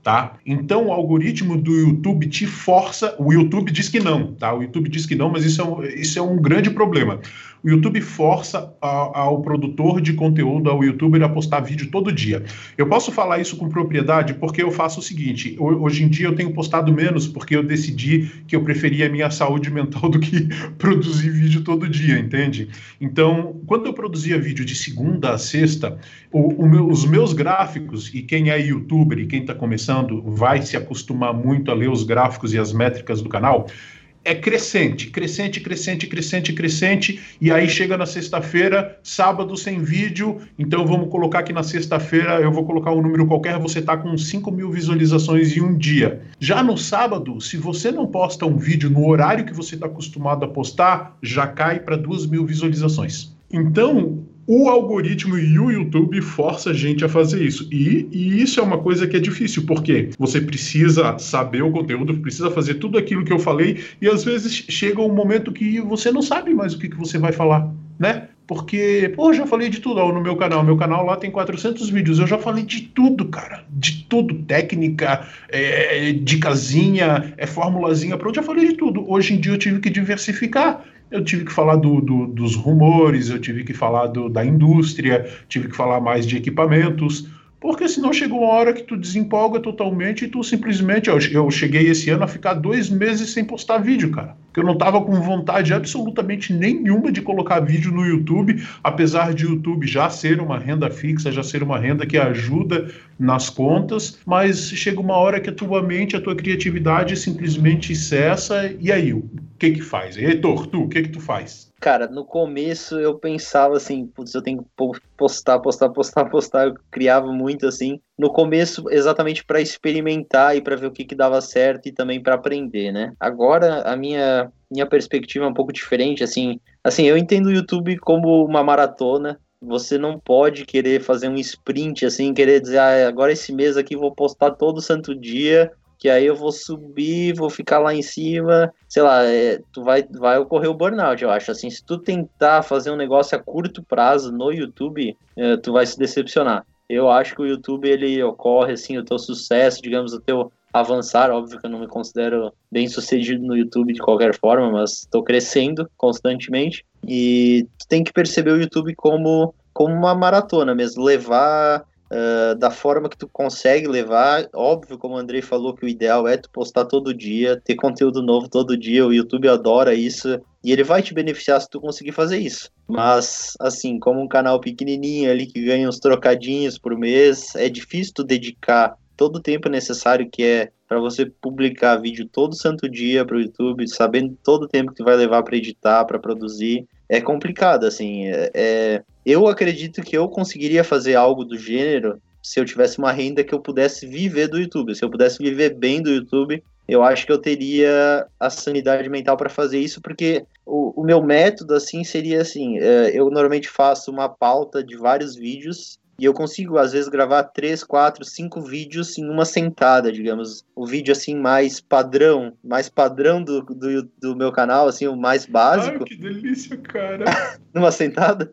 tá? Então o algoritmo do YouTube te força, o YouTube diz que não, tá? O YouTube diz que não, mas isso é um, isso é um grande problema. O YouTube força a, ao produtor de conteúdo, ao youtuber, a postar vídeo todo dia. Eu posso falar isso com propriedade porque eu faço o seguinte, hoje em dia eu tenho postado menos porque eu decidi que eu preferia a minha saúde mental do que produzir vídeo todo dia, entende? Então, quando eu produzia vídeo de segunda a sexta, o, o meu, os meus gráficos, e quem é youtuber e quem está começando vai se acostumar muito a ler os gráficos e as métricas do canal, é crescente, crescente, crescente, crescente, crescente, e aí chega na sexta-feira, sábado sem vídeo, então vamos colocar que na sexta-feira, eu vou colocar um número qualquer, você tá com cinco mil visualizações em um dia. Já no sábado, se você não posta um vídeo no horário que você está acostumado a postar, já cai para duas mil visualizações. Então, o algoritmo e o YouTube força a gente a fazer isso. E, e isso é uma coisa que é difícil, porque você precisa saber o conteúdo, precisa fazer tudo aquilo que eu falei, e às vezes chega um momento que você não sabe mais o que, que você vai falar, né? Porque, pô, eu já falei de tudo ó, no meu canal. Meu canal lá tem quatrocentos vídeos. Eu já falei de tudo, cara. De tudo. Técnica, é, dicasinha, é formulazinha. Pronto, já falei de tudo. Hoje em dia eu tive que diversificar. Eu tive que falar do, do, dos rumores, eu tive que falar do, da indústria, tive que falar mais de equipamentos, porque senão chegou uma hora que tu desempolga totalmente e tu simplesmente... Eu, eu cheguei esse ano a ficar dois meses sem postar vídeo, cara. Porque eu não tava com vontade absolutamente nenhuma de colocar vídeo no YouTube, apesar de YouTube já ser uma renda fixa, já ser uma renda que ajuda nas contas, mas chega uma hora que a tua mente, a tua criatividade simplesmente cessa, e aí, o que que faz? Heitor, tu, o que que tu faz? Cara, no começo eu pensava assim, putz, eu tenho que postar, postar, postar, postar, eu criava muito assim, no começo exatamente para experimentar e para ver o que que dava certo e também para aprender, né? Agora a minha, minha perspectiva é um pouco diferente, assim, assim, eu entendo o YouTube como uma maratona. Você não pode querer fazer um sprint, assim, querer dizer, ah, agora esse mês aqui vou postar todo santo dia, que aí eu vou subir, vou ficar lá em cima, sei lá, é, tu vai, vai ocorrer o burnout, eu acho, assim, se tu tentar fazer um negócio a curto prazo no YouTube, é, tu vai se decepcionar. Eu acho que o YouTube, ele ocorre, assim, o teu sucesso, digamos, o teu avançar, óbvio que eu não me considero bem sucedido no YouTube de qualquer forma, mas estou crescendo constantemente, e tu tem que perceber o YouTube como, como uma maratona mesmo, levar... Uh, da forma que tu consegue levar, óbvio, como o Andrei falou, que o ideal é tu postar todo dia, ter conteúdo novo todo dia, o YouTube adora isso, e ele vai te beneficiar se tu conseguir fazer isso, mas, assim, como um canal pequenininho ali, que ganha uns trocadinhos por mês, é difícil tu dedicar todo o tempo necessário que é para você publicar vídeo todo santo dia para o YouTube, sabendo todo o tempo que tu vai levar para editar, para produzir. É complicado, assim, é, é, eu acredito que eu conseguiria fazer algo do gênero se eu tivesse uma renda que eu pudesse viver do YouTube, se eu pudesse viver bem do YouTube, eu acho que eu teria a sanidade mental para fazer isso, porque o, o meu método, assim, seria assim, é, eu normalmente faço uma pauta de vários vídeos, e eu consigo, às vezes, gravar três, quatro, cinco vídeos em uma sentada, digamos. O vídeo, assim, mais padrão, mais padrão do, do, do meu canal, assim, o mais básico. Ai, que delícia, cara. Numa sentada?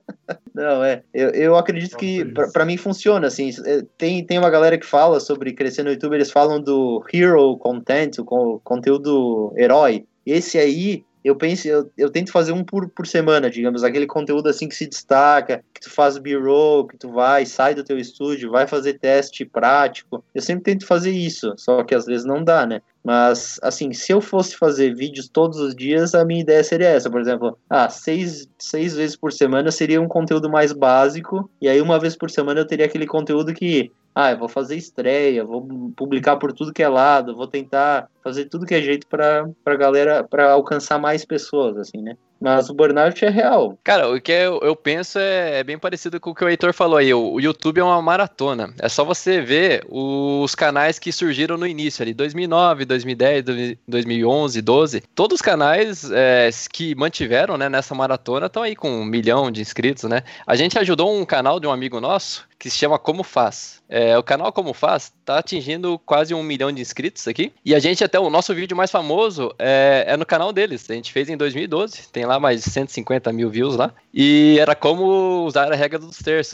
Não, é. Eu, eu acredito que, pra, pra mim, funciona, assim. Tem, tem uma galera que fala sobre crescer no YouTube, eles falam do hero content, o conteúdo herói. Esse aí... Eu penso, eu, eu tento fazer um por, por semana, digamos, aquele conteúdo assim que se destaca, que tu faz B-roll, que tu vai, sai do teu estúdio, vai fazer teste prático. Eu sempre tento fazer isso, só que às vezes não dá, né? Mas, assim, se eu fosse fazer vídeos todos os dias, a minha ideia seria essa, por exemplo, ah, seis, seis vezes por semana seria um conteúdo mais básico, e aí uma vez por semana eu teria aquele conteúdo que, ah, eu vou fazer estreia, vou publicar por tudo que é lado, vou tentar fazer tudo que é jeito pra, pra galera, pra alcançar mais pessoas, assim, né? Mas o burnout é real. Cara, o que eu, eu penso é, é bem parecido com o que o Heitor falou aí. O, o YouTube é uma maratona. É só você ver os canais que surgiram no início ali, dois mil e nove, dois mil e dez, dois mil e onze, doze. Todos os canais é, que mantiveram, né, nessa maratona estão aí com um milhão de inscritos, né? A gente ajudou um canal de um amigo nosso que se chama Como Faz. É, o canal Como Faz tá atingindo quase um milhão de inscritos aqui. E a gente, até o nosso vídeo mais famoso é, é no canal deles. A gente fez em dois mil e doze. Tem lá mais de cento e cinquenta mil views lá. E era como usar a regra dos terços.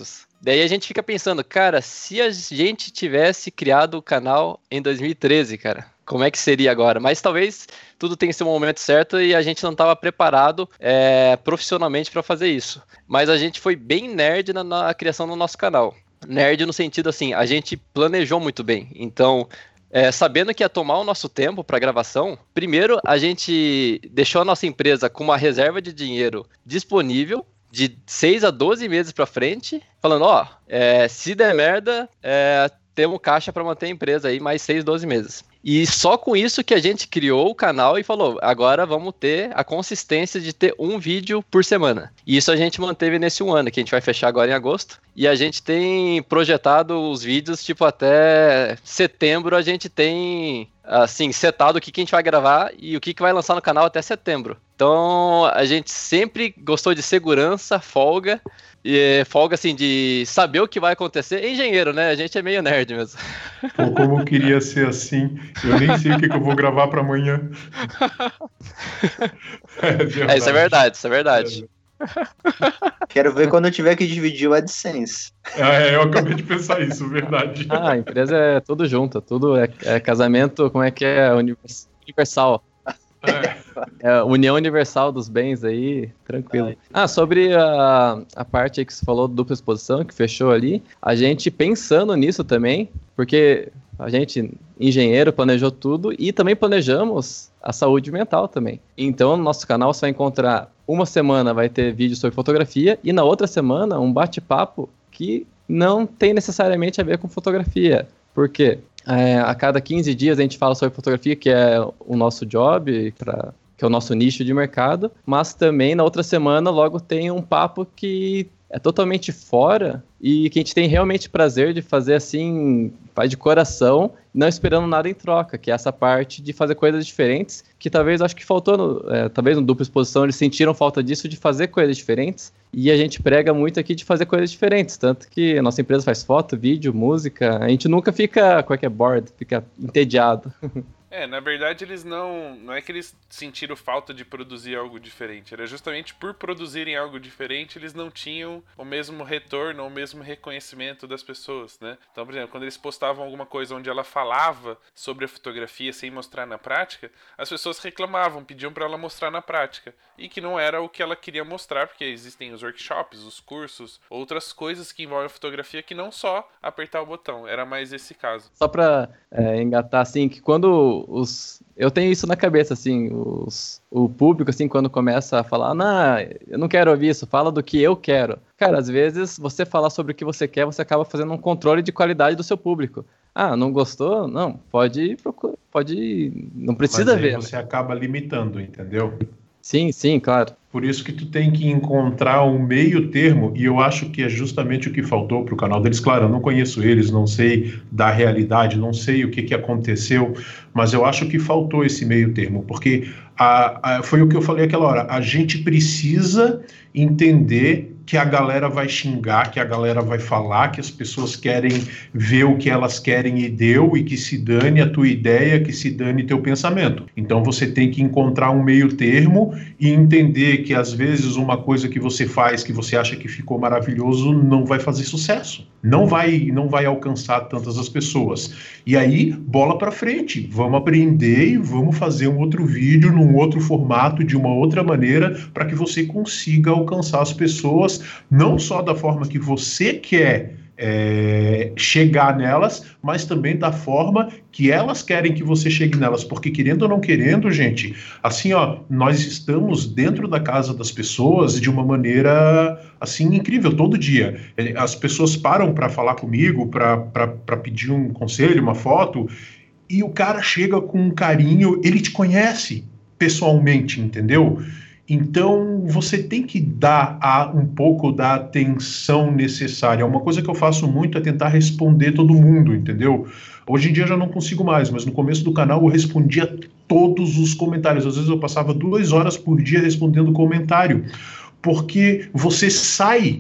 Daí a gente fica pensando, cara, se a gente tivesse criado o canal em dois mil e treze, cara, como é que seria agora? Mas talvez tudo tenha seu momento certo e a gente não estava preparado é, profissionalmente para fazer isso. Mas a gente foi bem nerd na, na criação do nosso canal. Nerd no sentido assim, a gente planejou muito bem. Então, é, sabendo que ia tomar o nosso tempo para gravação, primeiro a gente deixou a nossa empresa com uma reserva de dinheiro disponível de seis a doze meses para frente, falando, ó, é, se der merda, é, temos caixa para manter a empresa aí mais seis, doze meses. E só com isso que a gente criou o canal e falou, agora vamos ter a consistência de ter um vídeo por semana. E isso a gente manteve nesse um ano, que a gente vai fechar agora em agosto. E a gente tem projetado os vídeos, tipo, até setembro a gente tem, assim, setado o que, que a gente vai gravar e o que, que vai lançar no canal até setembro. Então, a gente sempre gostou de segurança, folga, e folga, assim, de saber o que vai acontecer. É engenheiro, né? A gente é meio nerd mesmo. Pô, como eu queria ser assim, eu nem sei o que, que eu vou gravar para amanhã. É, é, isso é verdade, isso é verdade. É. Quero ver quando eu tiver que dividir o AdSense. É, eu acabei de pensar isso, verdade. Ah, a empresa é tudo junto, tudo é, é casamento, como é que é? Universal. É. É, união universal dos bens aí, tranquilo. Ah, sobre a, a parte aí que você falou, dupla exposição, que fechou ali, a gente pensando nisso também, porque a gente, engenheiro, planejou tudo e também planejamos a saúde mental também. Então, no nosso canal você vai encontrar, uma semana vai ter vídeo sobre fotografia e na outra semana um bate-papo que não tem necessariamente a ver com fotografia. Por quê? É, a cada quinze dias a gente fala sobre fotografia, que é o nosso job, pra, que é o nosso nicho de mercado, mas também na outra semana logo tem um papo que é totalmente fora e que a gente tem realmente prazer de fazer assim, faz de coração, não esperando nada em troca, que é essa parte de fazer coisas diferentes, que talvez, acho que faltou, no, é, talvez no dupla exposição eles sentiram falta disso, de fazer coisas diferentes, e a gente prega muito aqui de fazer coisas diferentes, tanto que a nossa empresa faz foto, vídeo, música, a gente nunca fica, como é que é, bored, fica entediado. É, na verdade eles não... Não é que eles sentiram falta de produzir algo diferente. Era justamente por produzirem algo diferente, eles não tinham o mesmo retorno, o mesmo reconhecimento das pessoas, né? Então, por exemplo, quando eles postavam alguma coisa onde ela falava sobre a fotografia sem mostrar na prática, as pessoas reclamavam, pediam para ela mostrar na prática. E que não era o que ela queria mostrar, porque existem os workshops, os cursos, outras coisas que envolvem a fotografia que não só apertar o botão. Era mais esse caso. Só pra é, engatar, assim, que quando os... Eu tenho isso na cabeça, assim, os, o público, assim, quando começa a falar, não, eu não quero ouvir isso, fala do que eu quero. Cara, às vezes, você falar sobre o que você quer, você acaba fazendo um controle de qualidade do seu público. Ah, não gostou? Não, pode procurar, pode... Não precisa Mas aí ver. Você acaba limitando, entendeu? Sim, sim, claro. Por isso que tu tem que encontrar um meio termo, e eu acho que é justamente o que faltou para o canal deles. Claro, eu não conheço eles, não sei da realidade, não sei o que, que aconteceu, mas eu acho que faltou esse meio termo, porque a, a, foi o que eu falei aquela hora, a gente precisa entender que a galera vai xingar, que a galera vai falar, que as pessoas querem ver o que elas querem e deu, e que se dane a tua ideia, que se dane teu pensamento. Então você tem que encontrar um meio termo e entender que às vezes uma coisa que você faz, que você acha que ficou maravilhoso, não vai fazer sucesso. Não vai, não vai alcançar tantas as pessoas. E aí, bola pra frente. Vamos aprender e vamos fazer um outro vídeo num outro formato, de uma outra maneira, para que você consiga alcançar as pessoas, não só da forma que você quer é, chegar nelas, mas também da forma que elas querem que você chegue nelas, porque querendo ou não querendo, gente, assim, ó, nós estamos dentro da casa das pessoas de uma maneira, assim, incrível, todo dia. As pessoas param para falar comigo, para pedir um conselho, uma foto, e o cara chega com um carinho, ele te conhece pessoalmente, entendeu? Então, você tem que dar a, um pouco da atenção necessária. Uma coisa que eu faço muito é tentar responder todo mundo, entendeu? Hoje em dia eu já não consigo mais, mas no começo do canal eu respondia todos os comentários. Às vezes eu passava duas horas por dia respondendo comentário, porque você sai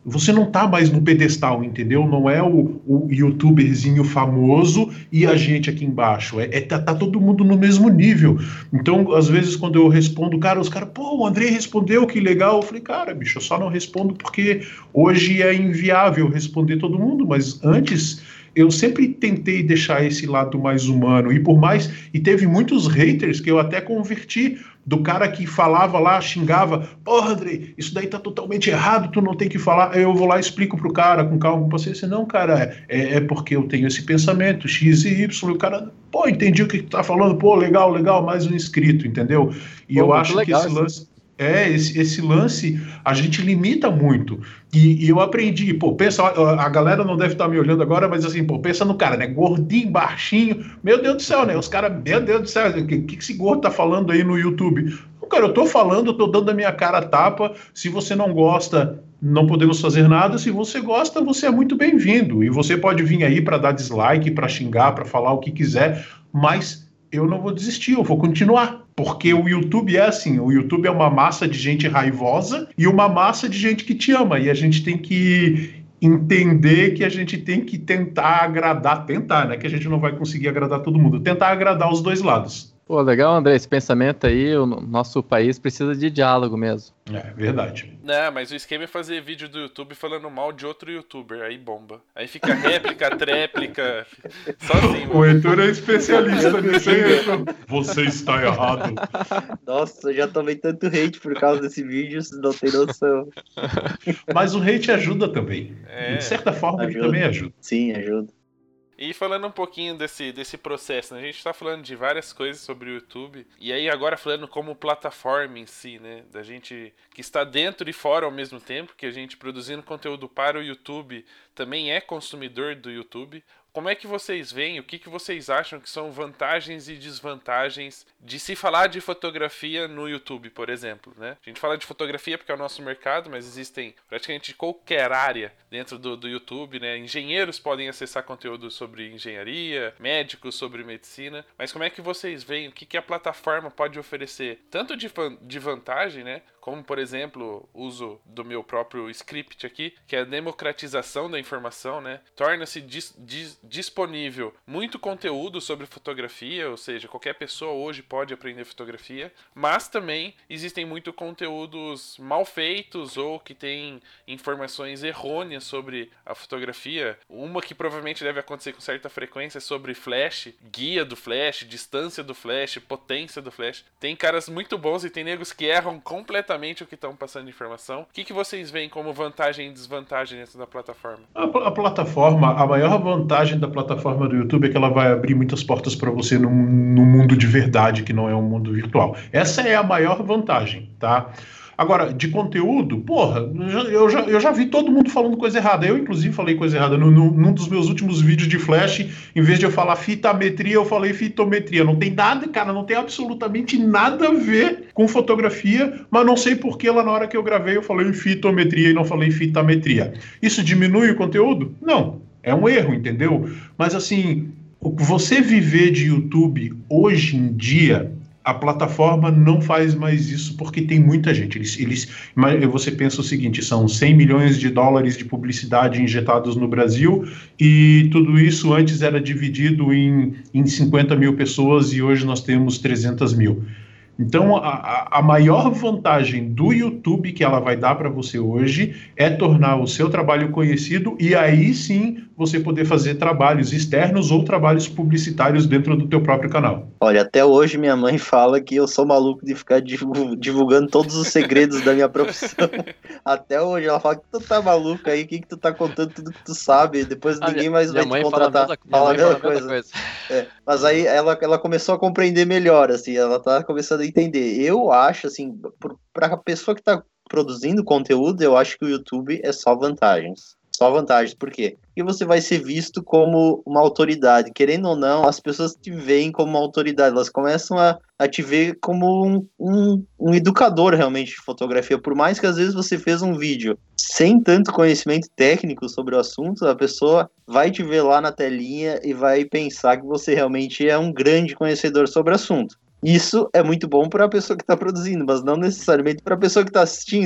você não tá mais no pedestal, entendeu? Não é o, o youtuberzinho famoso e a gente aqui embaixo. É, é tá, tá todo mundo no mesmo nível. Então, às vezes, quando eu respondo, cara, os caras, pô, o Andrei respondeu, que legal. Eu falei, cara, bicho, eu só não respondo porque hoje é inviável responder todo mundo, mas antes eu sempre tentei deixar esse lado mais humano. E por mais. E teve muitos haters que eu até converti. Do cara que falava lá, xingava, porra, Andrei, isso daí tá totalmente errado, tu não tem que falar. Aí eu vou lá e explico pro cara, com calma, com paciência. Não, cara, é, é porque eu tenho esse pensamento, X e Y. E o cara, pô, entendi o que tu tá falando, pô, legal, legal, mais um inscrito, entendeu? E pô, eu acho legal, que esse lance... É, esse, esse lance a gente limita muito. E, e eu aprendi, pô, pensa, a galera não deve estar me olhando agora, mas assim, pô, pensa no cara, né? Gordinho, baixinho, meu Deus do céu, né? Os caras, meu Deus do céu, o que, que esse gordo tá falando aí no YouTube? Cara, eu tô falando, eu tô dando a minha cara a tapa. Se você não gosta, não podemos fazer nada. Se você gosta, você é muito bem-vindo. E você pode vir aí para dar dislike, para xingar, para falar o que quiser, mas eu não vou desistir, eu vou continuar. Porque o YouTube é assim, o YouTube é uma massa de gente raivosa e uma massa de gente que te ama. E a gente tem que entender que a gente tem que tentar agradar, tentar, né? Que a gente não vai conseguir agradar todo mundo. Tentar agradar os dois lados. Pô, legal, André, esse pensamento aí, o nosso país precisa de diálogo mesmo. É, verdade. Não, mas o esquema é fazer vídeo do YouTube falando mal de outro youtuber, aí bomba. Aí fica réplica, tréplica, só assim. O Heitor é especialista nisso aí. Você está errado. Nossa, eu já tomei tanto hate por causa desse vídeo, vocês não tem noção. Mas o hate ajuda também. É, de certa forma, ajuda. Ele também ajuda. Sim, ajuda. E falando um pouquinho desse, desse processo, né? A gente tá falando de várias coisas sobre o YouTube, e aí agora falando como plataforma em si, né? Da gente que está dentro e fora ao mesmo tempo, que a gente produzindo conteúdo para o YouTube também é consumidor do YouTube. Como é que vocês veem, o que, que vocês acham que são vantagens e desvantagens de se falar de fotografia no YouTube, por exemplo, né? A gente fala de fotografia porque é o nosso mercado, mas existem praticamente qualquer área dentro do, do YouTube, né? Engenheiros podem acessar conteúdo sobre engenharia, médicos sobre medicina, mas como é que vocês veem, o que, que a plataforma pode oferecer, tanto de, de vantagem, né? Como, por exemplo, o uso do meu próprio script aqui, que é a democratização da informação, né? Torna-se dis, dis, disponível muito conteúdo sobre fotografia, ou seja, qualquer pessoa hoje pode aprender fotografia, mas também existem muito conteúdos mal feitos ou que tem informações errôneas sobre a fotografia. Uma que provavelmente deve acontecer com certa frequência é sobre flash, guia do flash, distância do flash, potência do flash. Tem caras muito bons e tem negros que erram completamente o que estão passando de informação. O que, que vocês veem como vantagem e desvantagem dentro da plataforma? A, a plataforma, a maior vantagem da plataforma do YouTube é que ela vai abrir muitas portas para você no, no mundo de verdade, que não é um mundo virtual. Essa é a maior vantagem, tá? Agora, de conteúdo, porra, eu já, eu, já, eu já vi todo mundo falando coisa errada. Eu, inclusive, falei coisa errada. No, no, num dos meus últimos vídeos de Flash, em vez de eu falar fitametria, eu falei fitometria. Não tem nada, cara, não tem absolutamente nada a ver com fotografia, mas não sei por que lá na hora que eu gravei eu falei fitometria e não falei fitametria. Isso diminui o conteúdo? Não. É um erro, entendeu? Mas, assim, você viver de YouTube hoje em dia... A plataforma não faz mais isso porque tem muita gente. Eles, eles, você pensa o seguinte, são cem milhões de dólares de publicidade injetados no Brasil e tudo isso antes era dividido em, em cinquenta mil pessoas e hoje nós temos trezentas mil. Então, a, a maior vantagem do YouTube que ela vai dar para você hoje é tornar o seu trabalho conhecido e aí sim você poder fazer trabalhos externos ou trabalhos publicitários dentro do teu próprio canal. Olha, até hoje minha mãe fala que eu sou maluco de ficar divulgando todos os segredos da minha profissão. Até hoje ela fala que tu tá maluco aí, que, que tu tá contando tudo que tu sabe, depois ah, ninguém mais vai te contratar. Fala, fala a mesma coisa. coisa. É, mas aí ela, ela começou a compreender melhor, assim, ela tá começando a entender. Eu acho, assim, para a pessoa que tá produzindo conteúdo, eu acho que o YouTube é só vantagens. Só vantagens, por quê? Porque você vai ser visto como uma autoridade. Querendo ou não, as pessoas te veem como uma autoridade. Elas começam a, a te ver como um, um, um educador realmente de fotografia. Por mais que às vezes você fez um vídeo sem tanto conhecimento técnico sobre o assunto, a pessoa vai te ver lá na telinha e vai pensar que você realmente é um grande conhecedor sobre o assunto. Isso é muito bom para a pessoa que está produzindo, mas não necessariamente para a pessoa que está assistindo.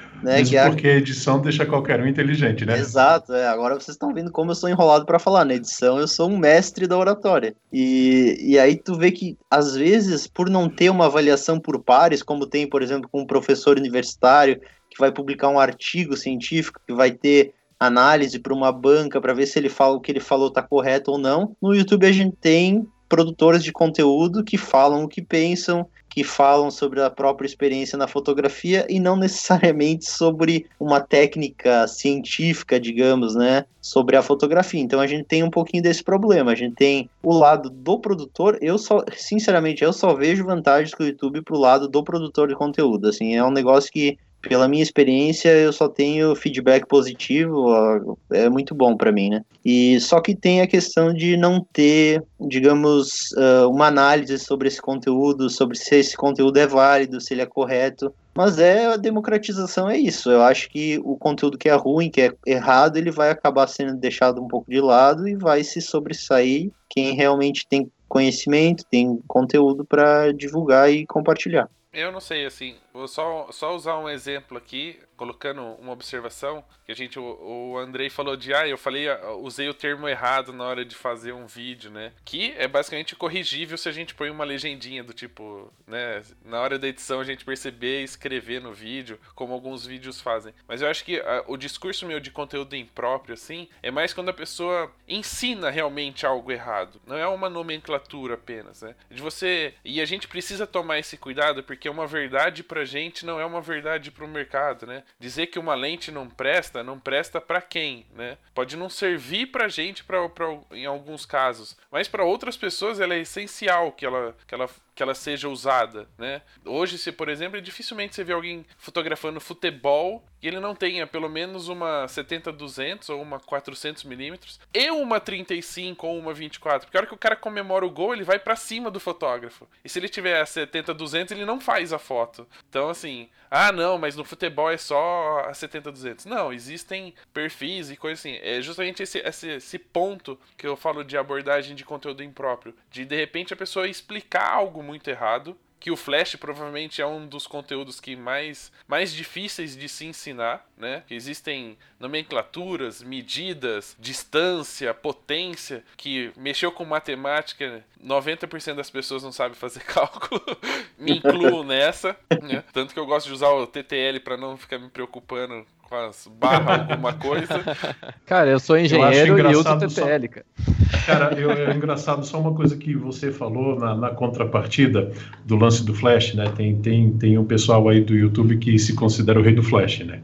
Né, Mesmo que é porque a edição deixa qualquer um inteligente, né? Exato, é. Agora vocês estão vendo como eu sou enrolado para falar. Na edição eu sou um mestre da oratória. E, e aí tu vê que, às vezes, por não ter uma avaliação por pares, como tem, por exemplo, com um professor universitário que vai publicar um artigo científico, que vai ter análise para uma banca para ver se ele fala o que ele falou está correto ou não, no YouTube a gente tem produtores de conteúdo que falam o que pensam, que falam sobre a própria experiência na fotografia e não necessariamente sobre uma técnica científica, digamos, né, sobre a fotografia. Então a gente tem um pouquinho desse problema. A gente tem o lado do produtor. Eu só, sinceramente, eu só vejo vantagens com o YouTube pro lado do produtor de conteúdo. Assim, é um negócio que, pela minha experiência, eu só tenho feedback positivo, é muito bom para mim, né? E só que tem a questão de não ter, digamos, uma análise sobre esse conteúdo, sobre se esse conteúdo é válido, se ele é correto. Mas é, a democratização é isso. Eu acho que o conteúdo que é ruim, que é errado, ele vai acabar sendo deixado um pouco de lado e vai se sobressair quem realmente tem conhecimento, tem conteúdo para divulgar e compartilhar. Eu não sei, assim, vou só, só usar um exemplo aqui, colocando uma observação, que a gente, o, o Andrei falou de, ah, eu falei, usei o termo errado na hora de fazer um vídeo, né, que é basicamente corrigível se a gente põe uma legendinha do tipo, né, na hora da edição a gente perceber e escrever no vídeo, como alguns vídeos fazem. Mas eu acho que a, o discurso meu de conteúdo impróprio, assim, é mais quando a pessoa ensina realmente algo errado, não é uma nomenclatura apenas, né, de você, e a gente precisa tomar esse cuidado, porque uma verdade pra gente não é uma verdade pro mercado, né? Dizer que uma lente não presta, não presta pra quem, né? Pode não servir pra gente pra, pra, em alguns casos, mas pra outras pessoas ela é essencial que ela, que ela, que ela seja usada, né? Hoje, se por exemplo, dificilmente você vê alguém fotografando futebol e ele não tenha pelo menos uma setenta duzentos ou uma quatrocentos milímetros e uma trinta e cinco ou uma vinte e quatro, porque a hora que o cara comemora o gol, ele vai pra cima do fotógrafo. E se ele tiver a setenta duzentos, ele não faz a foto. Então, assim, ah, não, mas no futebol é só a setenta duzentos. Não, existem perfis e coisas assim. É justamente esse, esse, esse ponto que eu falo de abordagem de conteúdo impróprio. De, de repente, a pessoa explicar algo muito errado, que o Flash provavelmente é um dos conteúdos que mais, mais difíceis de se ensinar, né? Que existem nomenclaturas, medidas, distância, potência, que mexeu com matemática, noventa por cento das pessoas não sabem fazer cálculo, me incluo nessa, né? Tanto que eu gosto de usar o T T L para não ficar me preocupando com as barras alguma coisa. Cara, eu sou engenheiro eu e uso T T L, só... cara. Cara, eu, é engraçado só uma coisa que você falou na, na contrapartida do lance do Flash, né? Tem, tem, tem um pessoal aí do YouTube que se considera o rei do Flash, né?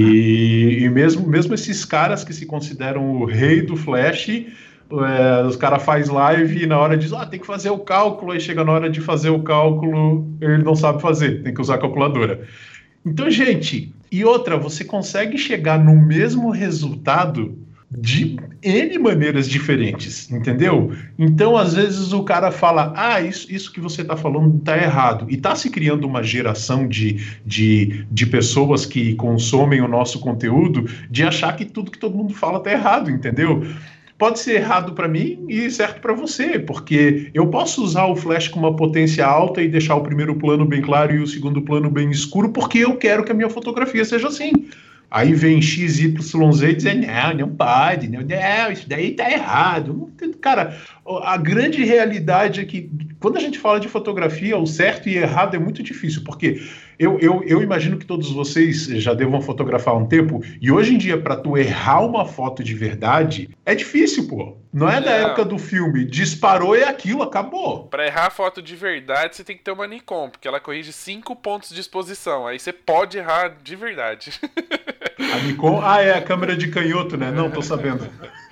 E, e mesmo, mesmo esses caras que se consideram o rei do Flash, é, os caras fazem live e na hora diz, ah, tem que fazer o cálculo, aí chega na hora de fazer o cálculo, ele não sabe fazer, tem que usar a calculadora. Então, gente, e outra, você consegue chegar no mesmo resultado de N maneiras diferentes, entendeu? Então, às vezes o cara fala, ah, isso, isso que você está falando está errado, e está se criando uma geração de, de, de pessoas que consomem o nosso conteúdo de achar que tudo que todo mundo fala está errado, entendeu? Pode ser errado para mim e certo para você, porque eu posso usar o Flash com uma potência alta e deixar o primeiro plano bem claro e o segundo plano bem escuro, porque eu quero que a minha fotografia seja assim. Aí vem X Y Z e diz, não, não pode, não, não, isso daí tá errado. Cara, a grande realidade é que quando a gente fala de fotografia, o certo e errado é muito difícil, porque eu, eu, eu imagino que todos vocês já devam fotografar há um tempo, e hoje em dia, para tu errar uma foto de verdade, é difícil, pô. Não é da época do filme, disparou e aquilo, acabou. Pra errar a foto de verdade, você tem que ter uma Nikon, porque ela corrige cinco pontos de exposição, aí você pode errar de verdade. A Nikon? Ah, é a câmera de canhoto, né? Não, tô sabendo.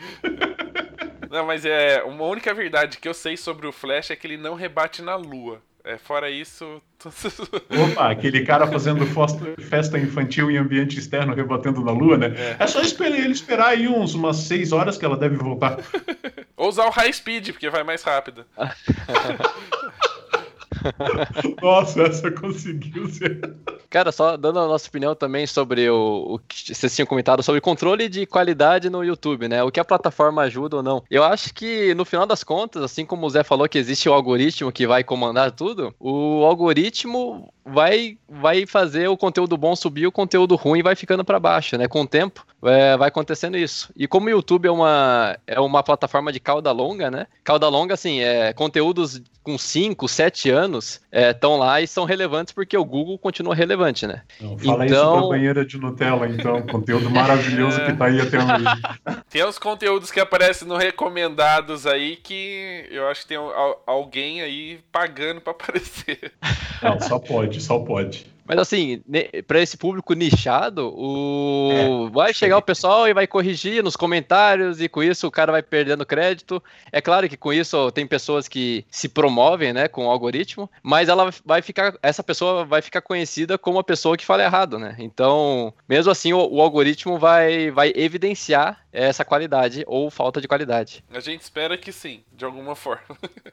Não, mas é uma única verdade que eu sei sobre o Flash é que ele não rebate na lua. É, fora isso... Opa, aquele cara fazendo festa infantil em ambiente externo rebatendo na lua, né? É, é só esperar ele esperar aí uns, umas seis horas que ela deve voltar. Ou usar o high speed, porque vai mais rápido. Nossa, essa conseguiu ser... Cara, só dando a nossa opinião também sobre o, o que vocês tinham comentado sobre controle de qualidade no YouTube, né? O que a plataforma ajuda ou não. Eu acho que, no final das contas, assim como o Zé falou que existe o algoritmo que vai comandar tudo, o algoritmo vai, vai fazer o conteúdo bom subir, o conteúdo ruim vai ficando para baixo, né? Com o tempo, é, vai acontecendo isso. E como o YouTube é uma, é uma plataforma de cauda longa, né? Cauda longa, assim, é conteúdos com cinco, sete anos estão é, lá e são relevantes porque o Google continua relevante, né? Não, fala então... isso pra banheira de Nutella, então. Conteúdo maravilhoso que tá aí até hoje. Tem uns conteúdos que aparecem no recomendados aí que eu acho que tem alguém aí pagando pra aparecer. Não, só pode, só pode. Mas assim, para esse público nichado, o... é, vai chegar sim. o pessoal e vai corrigir nos comentários e com isso o cara vai perdendo crédito. É claro que com isso tem pessoas que se promovem, né, com o algoritmo, mas ela vai ficar, essa pessoa vai ficar conhecida como a pessoa que fala errado, né? Então, mesmo assim, o, o algoritmo vai, vai evidenciar essa qualidade ou falta de qualidade. A gente espera que sim, de alguma forma.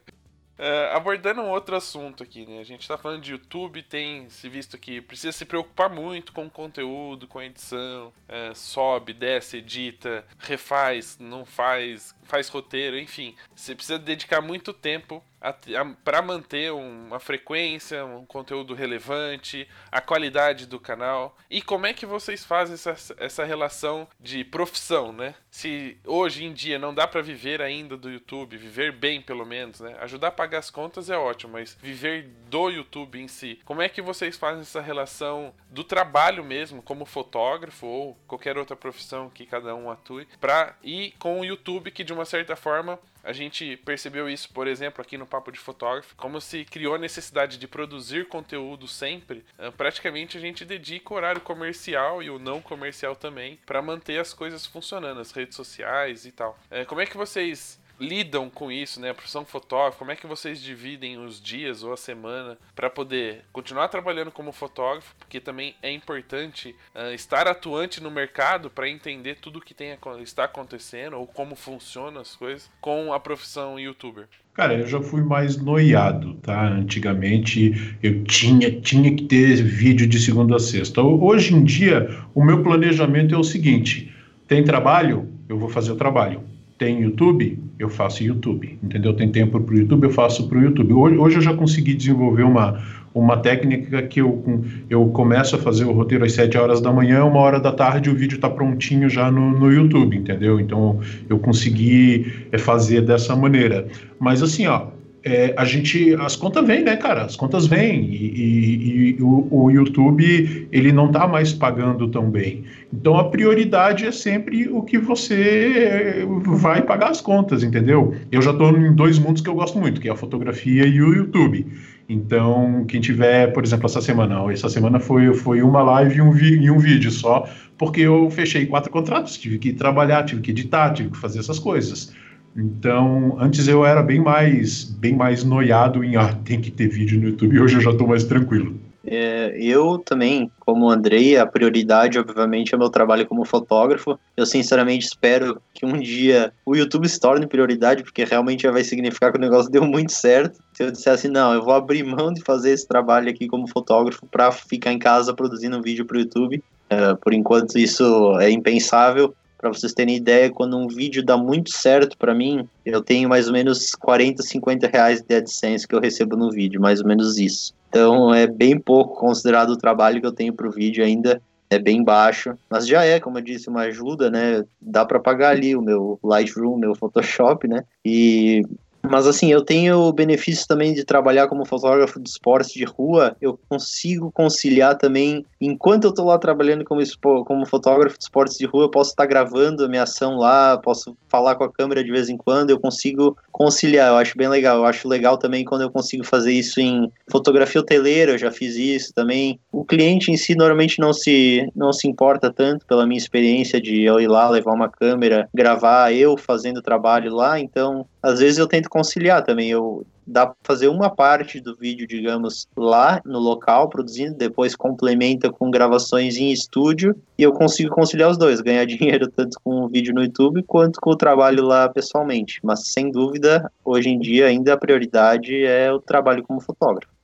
Uh, abordando um outro assunto aqui, né? A gente tá falando de YouTube, tem se visto que precisa se preocupar muito com o conteúdo, com a edição, uh, sobe, desce, edita, refaz, não faz, faz roteiro, enfim. Você precisa dedicar muito tempo para manter uma frequência, um conteúdo relevante, a qualidade do canal. E como é que vocês fazem essa, essa relação de profissão, né? Se hoje em dia não dá para viver ainda do YouTube, viver bem pelo menos, né? Ajudar a pagar as contas é ótimo, mas viver do YouTube em si, como é que vocês fazem essa relação do trabalho mesmo, como fotógrafo ou qualquer outra profissão que cada um atue, para ir com o YouTube, que de uma certa forma a gente percebeu isso, por exemplo, aqui no Papo de Fotógrafo, como se criou a necessidade de produzir conteúdo sempre, praticamente a gente dedica o horário comercial e o não comercial também para manter as coisas funcionando, as redes sociais e tal. Como é que vocês lidam com isso, né? A profissão fotógrafo, como é que vocês dividem os dias ou a semana para poder continuar trabalhando como fotógrafo, porque também é importante uh, estar atuante no mercado para entender tudo o que tem, está acontecendo ou como funcionam as coisas com a profissão youtuber? Cara, eu já fui mais noiado, tá? Antigamente eu tinha, tinha que ter vídeo de segunda a sexta. Hoje em dia, o meu planejamento é o seguinte: tem trabalho? Eu vou fazer o trabalho. Tem YouTube? Eu faço YouTube, entendeu? Tem tempo para o YouTube? Eu faço para o YouTube. Hoje, hoje eu já consegui desenvolver uma, uma técnica que eu, eu começo a fazer o roteiro às sete horas da manhã, uma hora da tarde o vídeo está prontinho já no, no YouTube, entendeu? Então eu consegui é, fazer dessa maneira. Mas assim, ó, é, a gente, as contas vêm, né, cara? As contas vêm e, e, e o, o YouTube, ele não tá mais pagando tão bem. Então, a prioridade é sempre o que você vai pagar as contas, entendeu? Eu já tô em dois mundos que eu gosto muito, que é a fotografia e o YouTube. Então, quem tiver, por exemplo, essa semana, essa semana foi, foi uma live e um, vi, e um vídeo só, porque eu fechei quatro contratos, tive que trabalhar, tive que editar, tive que fazer essas coisas. Então, antes eu era bem mais, bem mais noiado em, ah, tem que ter vídeo no YouTube, e hoje eu já estou mais tranquilo. É, eu também, como o Andrei, a prioridade, obviamente, é o meu trabalho como fotógrafo. Eu, sinceramente, espero que um dia o YouTube se torne prioridade, porque realmente já vai significar que o negócio deu muito certo. Se eu dissesse, não, eu vou abrir mão de fazer esse trabalho aqui como fotógrafo para ficar em casa produzindo um vídeo para o YouTube. É, por enquanto, isso é impensável. Para vocês terem ideia, quando um vídeo dá muito certo para mim, eu tenho mais ou menos quarenta, cinquenta reais de AdSense que eu recebo no vídeo, mais ou menos isso. Então é bem pouco considerado o trabalho que eu tenho pro vídeo ainda, é bem baixo, mas já é, como eu disse, uma ajuda, né? Dá para pagar ali o meu Lightroom, meu Photoshop, né? E... Mas assim, eu tenho o benefício também de trabalhar como fotógrafo de esportes de rua, eu consigo conciliar também, enquanto eu tô lá trabalhando como, como fotógrafo de esportes de rua, eu posso estar gravando a minha ação lá, posso falar com a câmera de vez em quando, eu consigo conciliar, eu acho bem legal. Eu acho legal também quando eu consigo fazer isso em fotografia hoteleira, eu já fiz isso também. O cliente em si normalmente não se, não se importa tanto pela minha experiência de eu ir lá, levar uma câmera, gravar eu fazendo o trabalho lá, então às vezes eu tento conciliar também, eu dá para fazer uma parte do vídeo, digamos, lá no local, produzindo, depois complementa com gravações em estúdio, e eu consigo conciliar os dois, ganhar dinheiro tanto com o vídeo no YouTube, quanto com o trabalho lá pessoalmente, mas sem dúvida, hoje em dia ainda a prioridade é o trabalho como fotógrafo.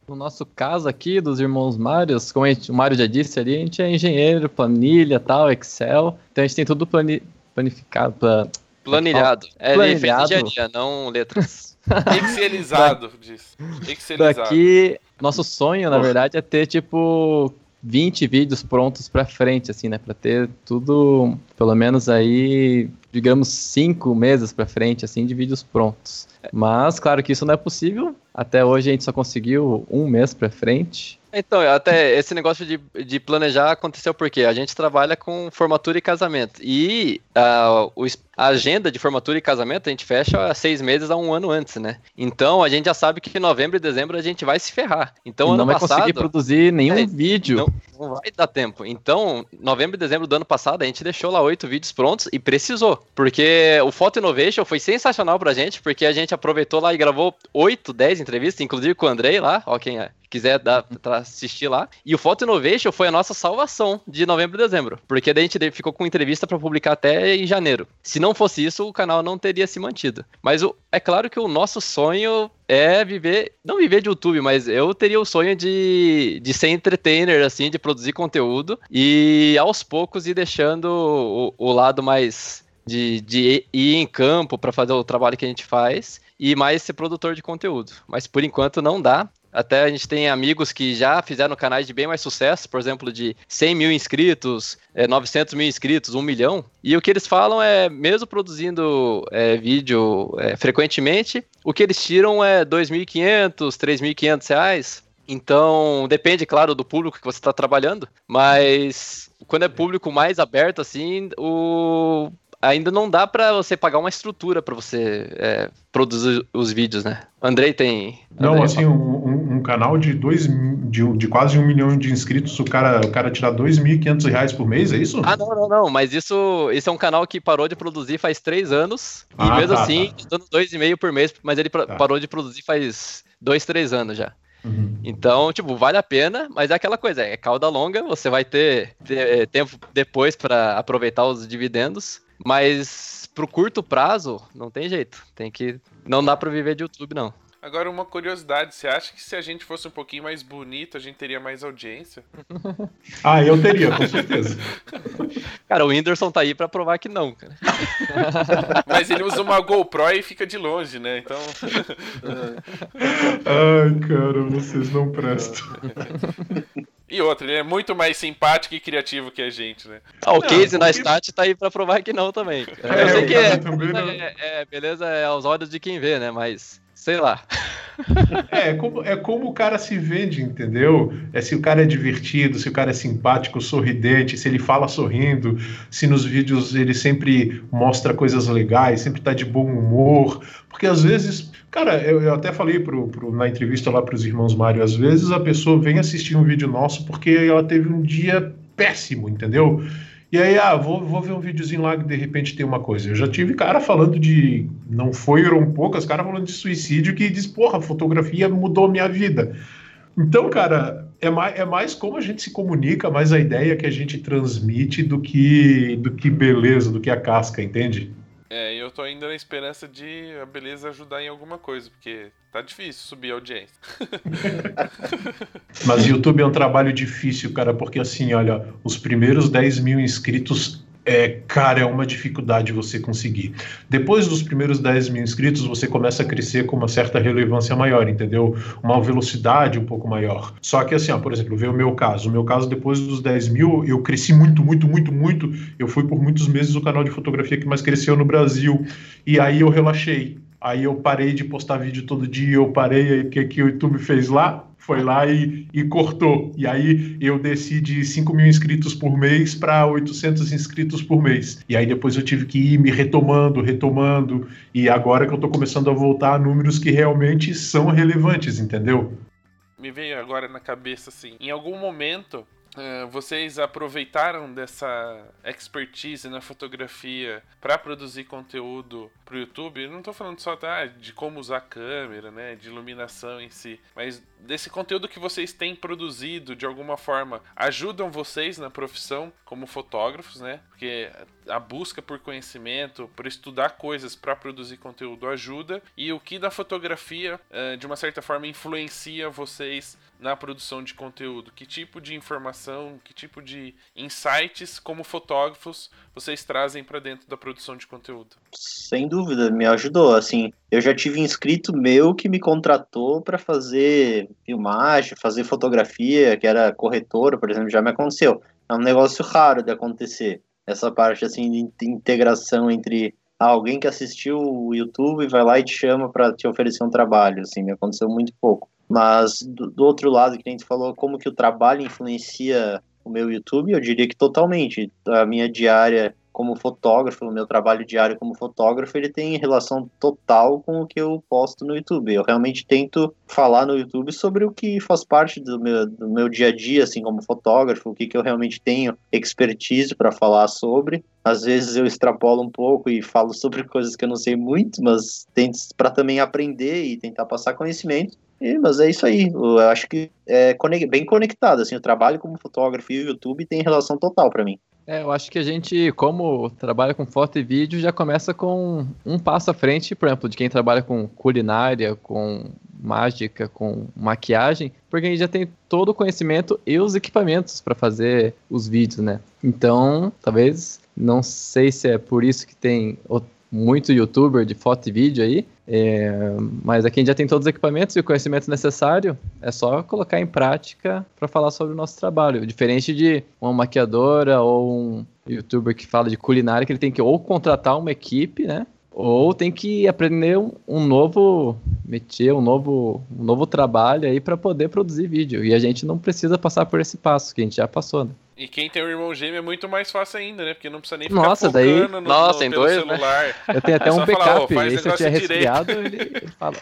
No nosso caso aqui, dos irmãos Mários, como a gente, o Mário já disse ali, a gente é engenheiro, planilha, tal, Excel. Então a gente tem tudo plani, planificado. Plan, planilhado. É, planilhado. Ele fez engenharia, não letras. Excelizado, diz. Excelizado. Daqui, nosso sonho, na verdade, é ter, tipo, vinte vídeos prontos pra frente, assim, né? Pra ter tudo, pelo menos aí, digamos, cinco meses pra frente, assim, de vídeos prontos. Mas, claro que isso não é possível. Até hoje a gente só conseguiu um mês pra frente. Então, até esse negócio de, de planejar aconteceu porque a gente trabalha com formatura e casamento. E uh, o, a agenda de formatura e casamento a gente fecha seis meses a um ano antes, né? Então a gente já sabe que em novembro e dezembro a gente vai se ferrar. Então, e ano não vai passado, conseguir produzir nenhum é, vídeo. Não, não vai dar tempo. Então, novembro e dezembro do ano passado, a gente deixou lá oito vídeos prontos e precisou. Porque o Photo Innovation foi sensacional pra gente, porque a gente aproveitou lá e gravou oito, dez entrevistas, inclusive com o Andrei lá, ó, quem é. quiser dar pra assistir lá. E o Photo Innovation foi a nossa salvação de novembro e dezembro, porque daí a gente ficou com entrevista para publicar até em janeiro. Se não fosse isso, o canal não teria se mantido. Mas o, é claro que o nosso sonho é viver, não viver de YouTube, mas eu teria o sonho de, de ser entertainer, assim, de produzir conteúdo e aos poucos ir deixando o, o lado mais de, de ir em campo para fazer o trabalho que a gente faz e mais ser produtor de conteúdo. Mas por enquanto não dá. Até a gente tem amigos que já fizeram canais de bem mais sucesso, por exemplo, de cem mil inscritos, é, novecentos mil inscritos, um milhão. E o que eles falam é, mesmo produzindo é, vídeo é, frequentemente, o que eles tiram é dois mil e quinhentos, três mil e quinhentos reais. Então, depende, claro, do público que você está trabalhando, mas quando é público mais aberto, assim, o... ainda não dá pra você pagar uma estrutura pra você é, produzir os vídeos, né? Andrei tem... Não, Andrei assim, um, um, um canal de, dois, de, de quase um milhão de inscritos, o cara, o cara tirar dois mil e quinhentos reais por mês, é isso? Ah, não, não, não, mas isso, isso é um canal que parou de produzir faz três anos, ah, e mesmo tá, assim, tá. dando dois e meio por mês, mas ele Tá. parou de produzir faz dois, três anos já. Uhum. Então, tipo, vale a pena, mas é aquela coisa, é cauda longa, você vai ter, ter tempo depois pra aproveitar os dividendos, mas pro curto prazo, não tem jeito, tem que, não dá pra viver de YouTube, não. Agora, uma curiosidade, você acha que se a gente fosse um pouquinho mais bonito, a gente teria mais audiência? Ah, eu teria, com certeza. Cara, o Whindersson tá aí pra provar que não, cara. Mas ele usa uma GoPro e fica de longe, né? Então... Ai, cara, vocês não prestam. E outra, ele é muito mais simpático e criativo que a gente, né? Ah, o Não, Case na porque- Stat tá aí pra provar que não também. É, Eu sei o que cara é, também não- é, é, beleza, é aos olhos de quem vê, né? Mas, sei lá. É, é como, é como o cara se vende, entendeu? É se o cara é divertido, se o cara é simpático, sorridente, se ele fala sorrindo, se nos vídeos ele sempre mostra coisas legais, sempre tá de bom humor. Porque às vezes, cara, eu, eu até falei pro, pro, na entrevista lá pros irmãos Mário, às vezes a pessoa vem assistir um vídeo nosso porque ela teve um dia péssimo, entendeu? E aí, ah, vou, vou ver um videozinho lá que de repente tem uma coisa. Eu já tive cara falando de... Não foram poucas, cara falando de suicídio que diz, porra, a fotografia mudou minha vida. Então, cara, é mais, é mais como a gente se comunica, mais a ideia que a gente transmite do que, do que beleza, do que a casca, entende? É, eu tô ainda na esperança de a beleza ajudar em alguma coisa, porque tá difícil subir a audiência. Mas YouTube é um trabalho difícil, cara, porque assim, olha, os primeiros dez mil inscritos, é, cara, é uma dificuldade você conseguir. Depois dos primeiros dez mil inscritos, você começa a crescer com uma certa relevância maior, entendeu? Uma velocidade um pouco maior. Só que assim, ó, por exemplo, vê o meu caso. O meu caso, depois dos dez mil, eu cresci muito, muito, muito, muito. Eu fui por muitos meses o canal de fotografia que mais cresceu no Brasil. E aí eu relaxei. Aí eu parei de postar vídeo todo dia, eu parei, aí o que, que o YouTube fez lá? Foi lá e, e cortou. E aí eu desci de cinco mil inscritos por mês para oitocentos inscritos por mês. E aí depois eu tive que ir me retomando, retomando. E agora que eu tô começando a voltar a números que realmente são relevantes, entendeu? Me veio agora na cabeça assim, em algum momento uh, vocês aproveitaram dessa expertise na fotografia para produzir conteúdo pro YouTube? Eu não tô falando só tá, de como usar a câmera, né, de iluminação em si, mas desse conteúdo que vocês têm produzido, de alguma forma, ajudam vocês na profissão como fotógrafos, né? Porque a busca por conhecimento, por estudar coisas para produzir conteúdo ajuda, e o que da fotografia, de uma certa forma, influencia vocês na produção de conteúdo? Que tipo de informação, que tipo de insights, como fotógrafos, vocês trazem para dentro da produção de conteúdo? Sem dúvida, me ajudou. Assim, eu já tive inscrito meu que me contratou para fazer filmagem, fazer fotografia, que era corretor, por exemplo, já me aconteceu. É um negócio raro de acontecer. Essa parte assim de integração entre alguém que assistiu o YouTube e vai lá e te chama para te oferecer um trabalho, assim, me aconteceu muito pouco. Mas do, do outro lado, que a gente falou, como que o trabalho influencia o meu YouTube, eu diria que totalmente. A minha diária como fotógrafo, o meu trabalho diário como fotógrafo, ele tem relação total com o que eu posto no YouTube. Eu realmente tento falar no YouTube sobre o que faz parte do meu, do meu dia a dia, assim, como fotógrafo, o que, que eu realmente tenho expertise para falar sobre. Às vezes eu extrapolo um pouco e falo sobre coisas que eu não sei muito, mas tento para também aprender e tentar passar conhecimento. E, mas é isso aí, eu acho que é bem conectado, assim, o trabalho como fotógrafo e o YouTube tem relação total para mim. É, eu acho que a gente, como trabalha com foto e vídeo, já começa com um passo à frente, por exemplo, de quem trabalha com culinária, com mágica, com maquiagem, porque a gente já tem todo o conhecimento e os equipamentos para fazer os vídeos, né? Então, talvez, não sei se é por isso que tem muito youtuber de foto e vídeo aí, é, mas aqui a gente já tem todos os equipamentos e o conhecimento necessário, é só colocar em prática para falar sobre o nosso trabalho, diferente de uma maquiadora ou um youtuber que fala de culinária, que ele tem que ou contratar uma equipe, né, ou tem que aprender um, um novo métier, um novo, um novo trabalho aí para poder produzir vídeo, e a gente não precisa passar por esse passo, que a gente já passou, né. E quem tem um irmão gêmeo é muito mais fácil ainda, né? Porque não precisa nem ficar Nossa, focando daí... no, Nossa, no, tem pelo dois, celular. Né? Eu tenho até É um só backup, falar, oh, faz aí se eu tiver negócio direito. resfriado, ele, ele fala.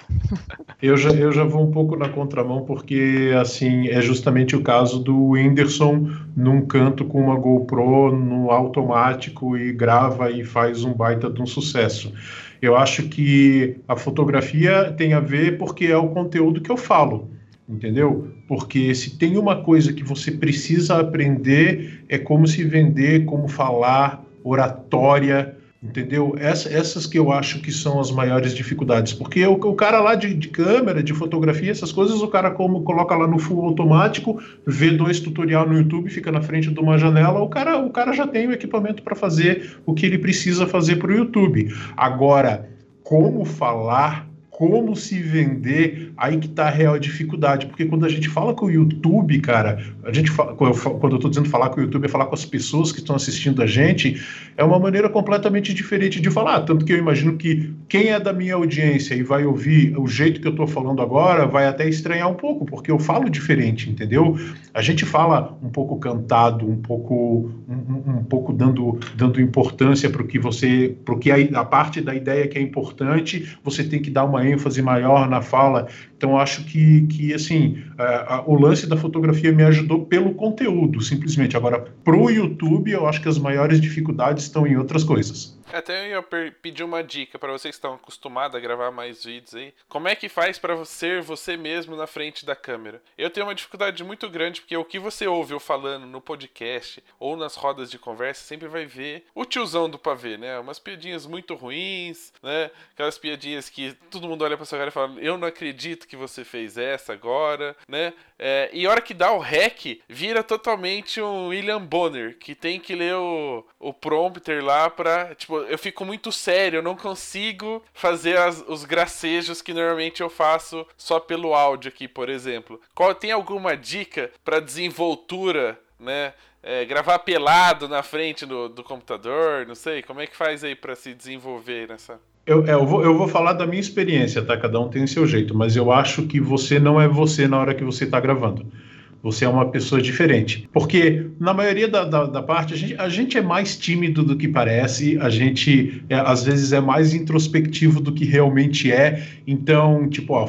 Eu já, eu já vou um pouco na contramão, porque assim, é justamente o caso do Whindersson num canto com uma GoPro no automático e grava e faz um baita de um sucesso. Eu acho que a fotografia tem a ver porque é o conteúdo que eu falo, entendeu? Porque se tem uma coisa que você precisa aprender, é como se vender, como falar, oratória, entendeu? Essa, essas que eu acho que são as maiores dificuldades, porque o, o cara lá de, de câmera, de fotografia, essas coisas, o cara como coloca lá no full automático, vê dois tutorial no YouTube, fica na frente de uma janela, o cara, o cara já tem o equipamento para fazer o que ele precisa fazer para o YouTube. Agora, como falar, como se vender, aí que tá a real dificuldade, porque quando a gente fala com o YouTube, cara, a gente fala, quando eu tô dizendo falar com o YouTube, é falar com as pessoas que estão assistindo a gente, é uma maneira completamente diferente de falar, tanto que eu imagino que quem é da minha audiência e vai ouvir o jeito que eu tô falando agora, vai até estranhar um pouco, porque eu falo diferente, entendeu? A gente fala um pouco cantado, um pouco, um, um pouco dando, dando importância para o que você, para que a, a parte da ideia que é importante, você tem que dar uma ênfase maior na fala. Então, acho que, que assim, a, a, o lance da fotografia me ajudou pelo conteúdo, simplesmente. Agora, pro YouTube, eu acho que as maiores dificuldades estão em outras coisas. Até eu ia pedir uma dica para vocês que estão acostumados a gravar mais vídeos aí. Como é que faz para ser você mesmo na frente da câmera? Eu tenho uma dificuldade muito grande, porque o que você ouve eu falando no podcast ou nas rodas de conversa, sempre vai ver o tiozão do pavê, né? Umas piadinhas muito ruins, né? Aquelas piadinhas que todo mundo olha pra sua cara e fala, eu não acredito que você fez essa agora, né? É, e a hora que dá o rec, vira totalmente um William Bonner, que tem que ler o, o prompter lá pra... Tipo, eu fico muito sério, eu não consigo fazer as, os gracejos que normalmente eu faço só pelo áudio aqui, por exemplo. Qual, tem alguma dica pra desenvoltura, né? É, gravar pelado na frente do, do computador, não sei, como é que faz aí pra se desenvolver nessa... Eu, é, eu, vou, eu vou falar da minha experiência, tá? Cada um tem o seu jeito, mas eu acho que você não é você na hora que você está gravando. Você é uma pessoa diferente. Porque, na maioria da, da, da parte, a gente, a gente é mais tímido do que parece, a gente, é, às vezes, é mais introspectivo do que realmente é. Então, tipo, ó,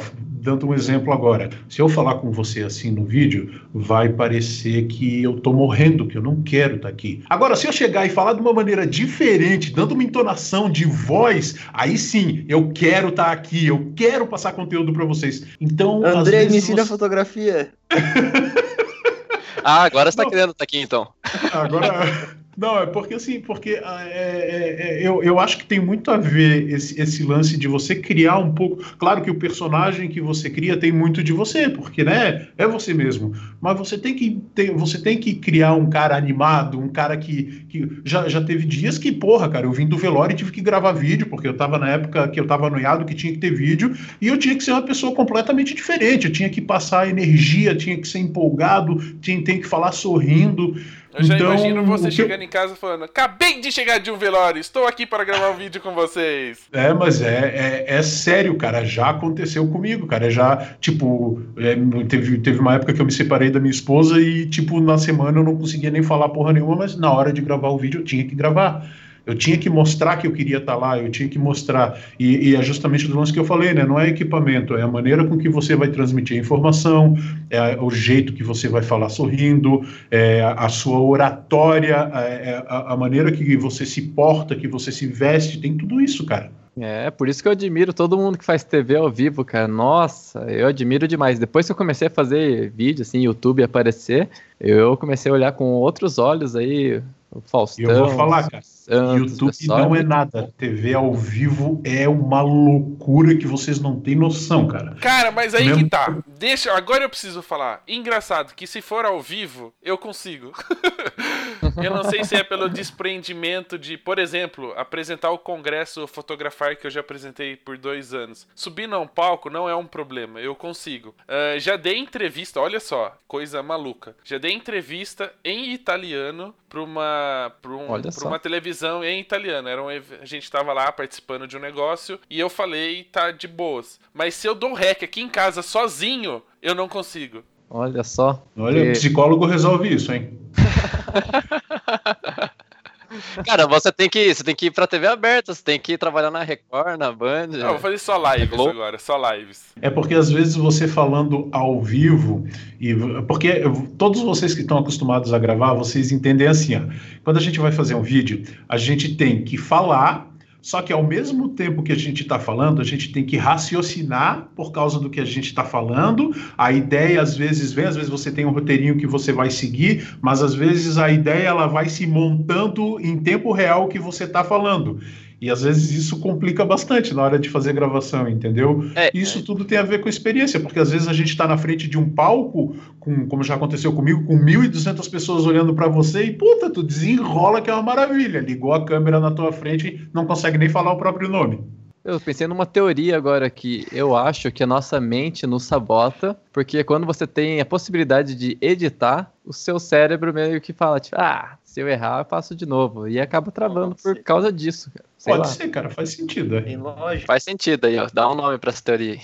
dando um exemplo agora, se eu falar com você assim no vídeo, vai parecer que eu tô morrendo, que eu não quero estar aqui. Agora, se eu chegar e falar de uma maneira diferente, dando uma entonação de voz, aí sim, eu quero estar aqui, eu quero passar conteúdo para vocês. Então, André, às vezes me ensina você... fotografia. Ah, agora você tá Não. querendo estar aqui então. Agora... Não, é porque assim, porque é, é, é, eu, eu acho que tem muito a ver esse, esse lance de você criar um pouco. Claro que o personagem que você cria tem muito de você, porque né, é você mesmo. Mas você tem que, ter, você tem que criar um cara animado, um cara que, que já, já teve dias que, porra, cara, eu vim do velório e tive que gravar vídeo, porque eu tava na época que eu tava noiado, que tinha que ter vídeo, e eu tinha que ser uma pessoa completamente diferente. Eu tinha que passar energia, tinha que ser empolgado, tinha, tinha que falar sorrindo. Eu já Então, imagino você o que chegando eu- em casa falando: acabei de chegar de um velório, estou aqui para gravar um vídeo com vocês. É, mas é, é, é sério, cara, já aconteceu comigo, cara, já, tipo, é, teve, teve uma época que eu me separei da minha esposa e, tipo, na semana eu não conseguia nem falar porra nenhuma, mas na hora de gravar o vídeo eu tinha que gravar. Eu tinha que mostrar que eu queria estar lá, eu tinha que mostrar, e, e é justamente do lance que eu falei, né, não é equipamento, é a maneira com que você vai transmitir a informação, é o jeito que você vai falar sorrindo, é a sua oratória, é a, a maneira que você se porta, que você se veste, tem tudo isso, cara. É, por isso que eu admiro todo mundo que faz T V ao vivo, cara. Nossa, eu admiro demais. Depois que eu comecei a fazer vídeo, assim, YouTube aparecer, eu comecei a olhar com outros olhos aí, o Faustão. E eu vou falar, cara, Santos, YouTube pessoal. não é nada. T V ao vivo é uma loucura que vocês não têm noção, cara. Cara, mas aí Mesmo- que tá. Deixa, agora eu preciso falar. Engraçado que se for ao vivo, eu consigo. Eu não sei se é pelo desprendimento de, por exemplo, apresentar o congresso Fotografar, que eu já apresentei por dois anos. Subir num palco não é um problema, eu consigo. Ah, já dei entrevista, olha só, coisa maluca. Já dei entrevista em italiano pra uma, pra um, Olha pra só. uma televisão em italiano. Era um, ev- a gente tava lá participando de um negócio e eu falei, tá de boas. Mas se eu dou rec aqui em casa sozinho, eu não consigo. Olha só. Olha, o E- psicólogo resolve isso, hein? Cara, você tem que, você tem que ir pra T V aberta, você tem que ir trabalhar na Record, na Band. Não, eu vou fazer só lives Globo. agora, só lives. É porque às vezes você falando ao vivo, e porque todos vocês que estão acostumados a gravar, vocês entendem assim, ó, quando a gente vai fazer um vídeo, a gente tem que falar, só que ao mesmo tempo que a gente está falando, a gente tem que raciocinar por causa do que a gente está falando. A ideia às vezes vem, às vezes você tem um roteirinho que você vai seguir, mas às vezes a ideia ela vai se montando em tempo real que você está falando. E às vezes isso complica bastante na hora de fazer gravação, entendeu? É, Isso tudo tem a ver com experiência, porque às vezes a gente está na frente de um palco, com, como já aconteceu comigo, com mil e duzentas pessoas olhando para você e, puta, tu desenrola que é uma maravilha. Ligou a câmera na tua frente e não consegue nem falar o próprio nome. Eu pensei numa teoria agora que eu acho que a nossa mente nos sabota, porque quando você tem a possibilidade de editar, o seu cérebro meio que fala, tipo, ah, se eu errar, eu faço de novo. E acaba travando Pode por ser. causa disso, cara. Sei Pode lá. ser, cara, faz sentido. É. Tem lógica. Faz sentido aí, ó. Dá um nome pra essa teoria aí.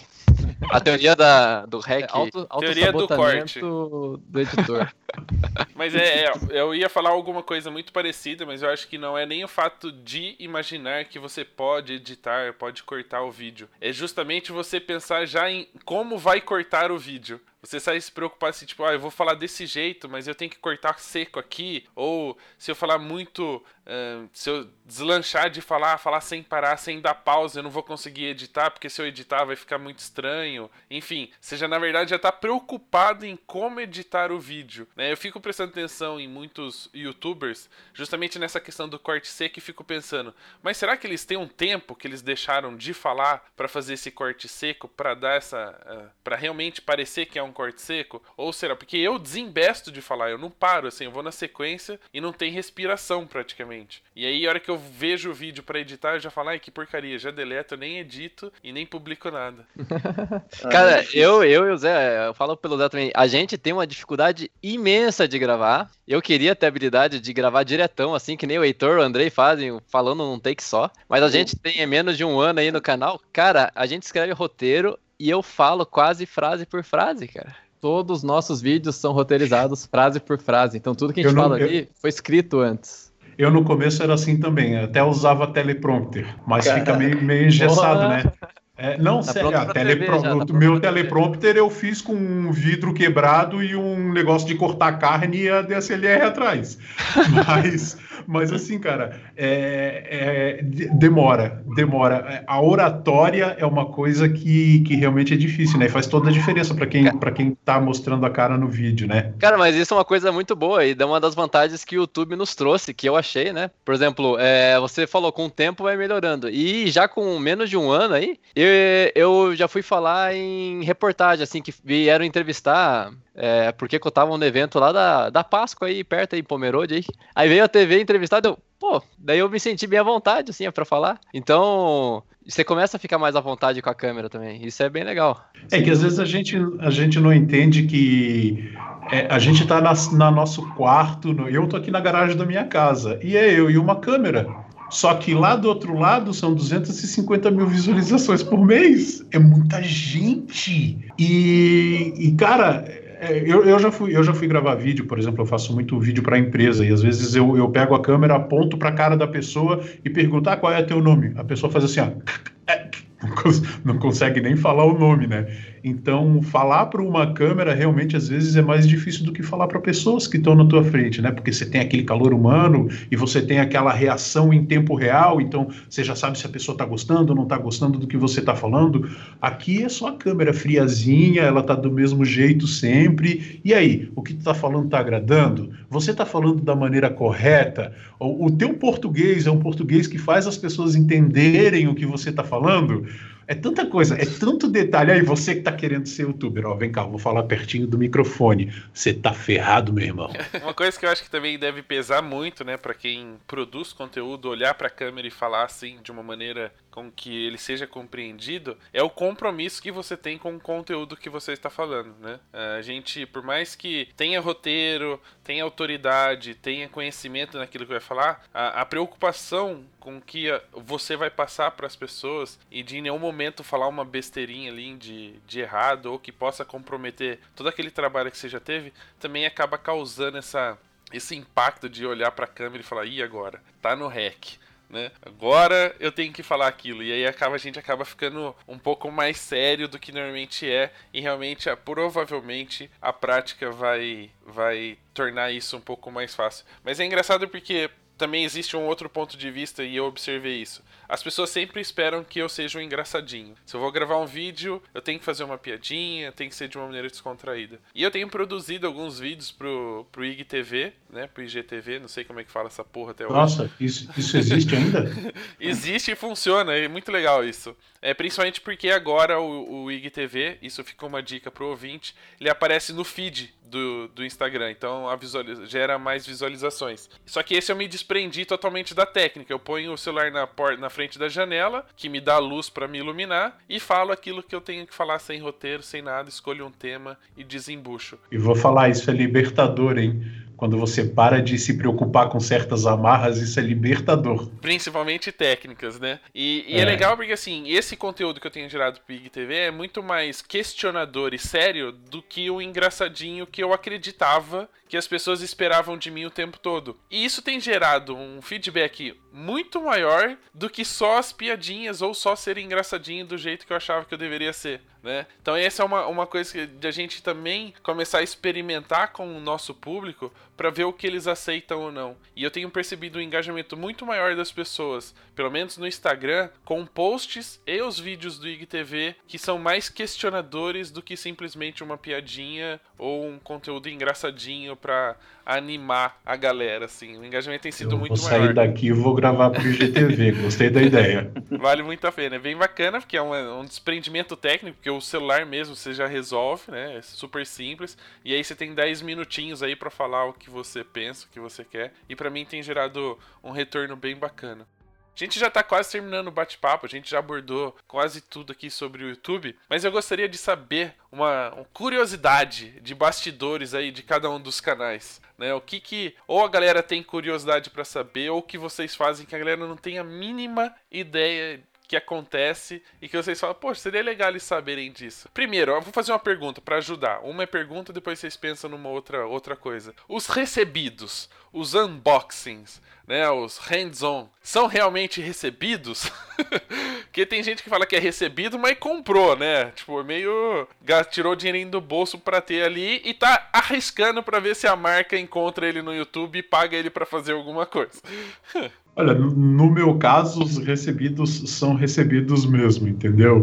A teoria da, do É hack. auto, Teoria do autossabotamento do editor. Mas é, é, eu ia falar alguma coisa muito parecida, mas eu acho que não é nem o fato de imaginar que você pode editar, pode cortar o vídeo. É justamente você pensar já em como vai cortar o vídeo. Você sai se preocupar assim, tipo, ah, eu vou falar desse jeito, mas eu tenho que cortar seco aqui. Ou se eu falar muito, ah, se eu deslanchar de falar, falar sem parar, sem dar pausa, eu não vou conseguir editar, porque se eu editar vai ficar muito estranho. Enfim, você já, na verdade, já tá preocupado em como editar o vídeo, né? Eu fico prestando atenção em muitos youtubers, justamente nessa questão do corte seco, e fico pensando, mas será que eles têm um tempo que eles deixaram de falar pra fazer esse corte seco, pra dar essa, uh, para realmente parecer que é um corte seco? Ou será? Porque eu desembesto de falar, eu não paro, assim, eu vou na sequência e não tem respiração praticamente. E aí, a hora que eu vejo o vídeo pra editar, eu já falo, ai, que porcaria, já deleto, eu nem edito e nem publico nada. Cara, eu, eu e o Zé, eu falo pelo Zé também, a gente tem uma dificuldade imensa de gravar. Eu queria ter a habilidade de gravar diretão, assim, que nem o Heitor e o Andrei fazem, falando num take só. Mas a gente tem menos de um ano aí no canal. Cara, a gente escreve roteiro e eu falo quase frase por frase, cara. Todos os nossos vídeos são roteirizados frase por frase. Então tudo que a gente Eu não- fala eu- ali foi escrito antes. Eu no começo era assim também, até usava teleprompter, mas fica meio, meio engessado, Porra. né? É, não, Tá sério, pronto a pra telepro- T V já, tá o pronto meu pra T V. teleprompter eu fiz com um vidro quebrado e um negócio de cortar carne e a D S L R atrás. Mas, mas assim, cara, é, é, de- demora, demora. A oratória é uma coisa que, que realmente é difícil, né? E faz toda a diferença para quem, para quem tá mostrando a cara no vídeo, né? Cara, mas isso é uma coisa muito boa e é uma das vantagens que o YouTube nos trouxe, que eu achei, né? Por exemplo, é, você falou com o tempo vai melhorando. E já com menos de um ano aí, eu, eu já fui falar em reportagem, assim, que vieram entrevistar, é, porque que eu tava no evento lá da, da Páscoa aí, perto aí, em Pomerode aí. Aí veio a T V entrevistada, eu, pô, daí eu me senti bem à vontade, assim, pra falar. Então, você começa a ficar mais à vontade com a câmera também. Isso é bem legal. É que às vezes a gente, a gente não entende que é, a gente tá na, na nosso quarto, no- eu tô aqui na garagem da minha casa, e é eu e uma câmera. Só que lá do outro lado são duzentas e cinquenta mil visualizações por mês. É muita gente. E, e cara, é, eu, eu, já fui, eu já fui gravar vídeo, por exemplo, eu faço muito vídeo para empresa, e às vezes eu, eu pego a câmera, aponto para a cara da pessoa e pergunto, ah, qual é teu nome? A pessoa faz assim, ó. Não cons- não consegue nem falar o nome, né? Então, falar para uma câmera realmente às vezes é mais difícil do que falar para pessoas que estão na tua frente, né? Porque você tem aquele calor humano e você tem aquela reação em tempo real, então você já sabe se a pessoa está gostando ou não está gostando do que você está falando. Aqui é só a câmera friazinha, ela tá do mesmo jeito sempre. E aí, o que tu tá falando está agradando? Você está falando da maneira correta? O, o teu português é um português que faz as pessoas entenderem o que você está falando? É tanta coisa, é tanto detalhe. Aí, você que tá querendo ser youtuber, ó, vem cá, eu vou falar pertinho do microfone. Você tá ferrado, meu irmão. Uma coisa que eu acho que também deve pesar muito, né, pra quem produz conteúdo, olhar pra câmera e falar assim de uma maneira com que ele seja compreendido, é o compromisso que você tem com o conteúdo que você está falando, né? A gente, por mais que tenha roteiro, tenha autoridade, tenha conhecimento naquilo que vai falar, a, a preocupação com que a, você vai passar para as pessoas e de em nenhum momento falar uma besteirinha ali de, de errado ou que possa comprometer todo aquele trabalho que você já teve, também acaba causando essa, esse impacto de olhar para a câmera e falar, ih, agora, tá no rec. Né? Agora eu tenho que falar aquilo. E aí acaba, a gente acaba ficando um pouco mais sério do que normalmente é. E realmente, provavelmente, a prática vai, vai tornar isso um pouco mais fácil. Mas é engraçado porque também existe um outro ponto de vista e eu observei isso. As pessoas sempre esperam que eu seja um engraçadinho. Se eu vou gravar um vídeo, eu tenho que fazer uma piadinha, tem que ser de uma maneira descontraída. E eu tenho produzido alguns vídeos pro, pro I G T V, né, pro I G T V, não sei como é que fala essa porra até hoje. Nossa, isso, isso existe ainda? Existe e funciona, é muito legal isso. É, principalmente porque agora o, o I G T V, isso fica uma dica pro ouvinte, ele aparece no feed do, do Instagram, então a visualiza, gera mais visualizações. Só que esse eu me desprendi totalmente da técnica, eu ponho o celular na, porta, na frente da janela, que me dá luz para me iluminar, e falo aquilo que eu tenho que falar sem roteiro, sem nada, escolho um tema e desembucho. E vou falar, isso é libertador, hein? Quando você para de se preocupar com certas amarras, isso é libertador. Principalmente técnicas, né? E, e é. é legal porque, assim, esse conteúdo que eu tenho gerado pro I G T V é muito mais questionador e sério do que o engraçadinho que eu acreditava que as pessoas esperavam de mim o tempo todo. E isso tem gerado um feedback muito maior do que só as piadinhas ou só ser engraçadinho do jeito que eu achava que eu deveria ser, né? Então essa é uma, uma coisa que de a gente também começar a experimentar com o nosso público para ver o que eles aceitam ou não. E eu tenho percebido um engajamento muito maior das pessoas, pelo menos no Instagram, com posts e os vídeos do I G T V que são mais questionadores do que simplesmente uma piadinha ou um conteúdo engraçadinho para animar a galera, assim. O engajamento tem sido eu muito maior. maior. Vou sair daqui e vou gravar pro I G T V, gostei da ideia. Vale muito a pena, é bem bacana, porque é um, um desprendimento técnico, porque o celular mesmo você já resolve, né, é super simples, e aí você tem dez minutinhos aí para falar o que você pensa, o que você quer, e para mim tem gerado um retorno bem bacana. A gente já tá quase terminando o bate-papo, a gente já abordou quase tudo aqui sobre o YouTube, mas eu gostaria de saber uma, uma curiosidade de bastidores aí de cada um dos canais, né? O que que ou a galera tem curiosidade para saber, ou o que vocês fazem que a galera não tem a mínima ideia que acontece e que vocês falam, poxa, seria legal eles saberem disso. Primeiro, eu vou fazer uma pergunta para ajudar. Uma é pergunta, depois vocês pensam numa outra, outra coisa. Os recebidos, os unboxings, né, os hands-on, são realmente recebidos? Porque tem gente que fala que é recebido, mas comprou, né? Tipo, meio... tirou o dinheirinho do bolso pra ter ali e tá arriscando pra ver se a marca encontra ele no YouTube e paga ele pra fazer alguma coisa. Olha, no meu caso, os recebidos são recebidos mesmo, entendeu?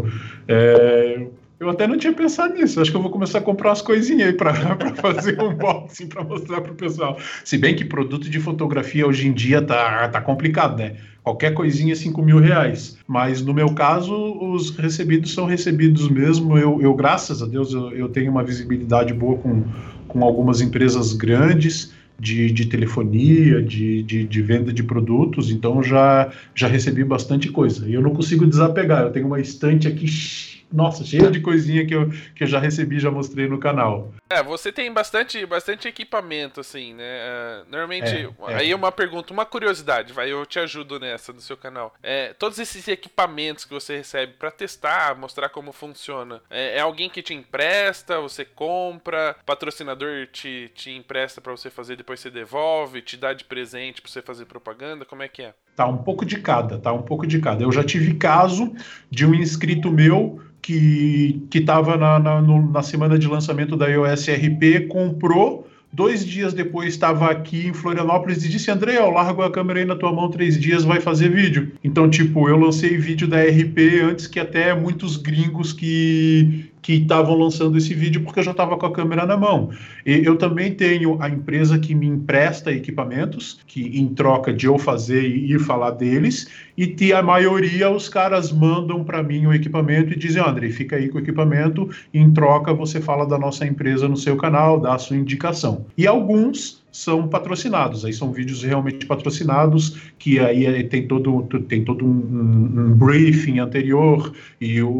É... Eu até não tinha pensado nisso. Acho que eu vou começar a comprar umas coisinhas aí para fazer um unboxing para mostrar pro pessoal. Se bem que produto de fotografia hoje em dia tá, tá complicado, né? Qualquer coisinha é cinco mil reais. Mas no meu caso, os recebidos são recebidos mesmo. Eu, eu graças a Deus, eu, eu tenho uma visibilidade boa com, com algumas empresas grandes de, de telefonia, de, de, de venda de produtos. Então já, já recebi bastante coisa. E eu não consigo desapegar. Eu tenho uma estante aqui... Nossa, cheio de coisinha que eu, que eu já recebi, já mostrei no canal. É, você tem bastante, bastante equipamento, assim, né? Uh, normalmente, é, é. aí uma pergunta, uma curiosidade, vai, eu te ajudo nessa no seu canal. É, todos esses equipamentos que você recebe pra testar, mostrar como funciona, é, é alguém que te empresta, você compra, patrocinador te, te empresta pra você fazer, depois você devolve, te dá de presente pra você fazer propaganda, como é que é? Tá um pouco de cada, tá um pouco de cada. Eu já tive caso de um inscrito meu que que estava na, na, na semana de lançamento da iOS R P, comprou, dois dias depois estava aqui em Florianópolis e disse: André, eu largo a câmera aí na tua mão, três dias vai fazer vídeo. Então, tipo, eu lancei vídeo da R P antes que até muitos gringos que que estavam lançando esse vídeo, porque eu já estava com a câmera na mão. E eu também tenho a empresa que me empresta equipamentos, que em troca de eu fazer e ir falar deles, e que a maioria os caras mandam para mim o equipamento e dizem: André, fica aí com o equipamento, e em troca você fala da nossa empresa no seu canal, dá a sua indicação. E alguns são patrocinados, aí são vídeos realmente patrocinados, que aí tem todo, tem todo um, um, um briefing anterior, e o,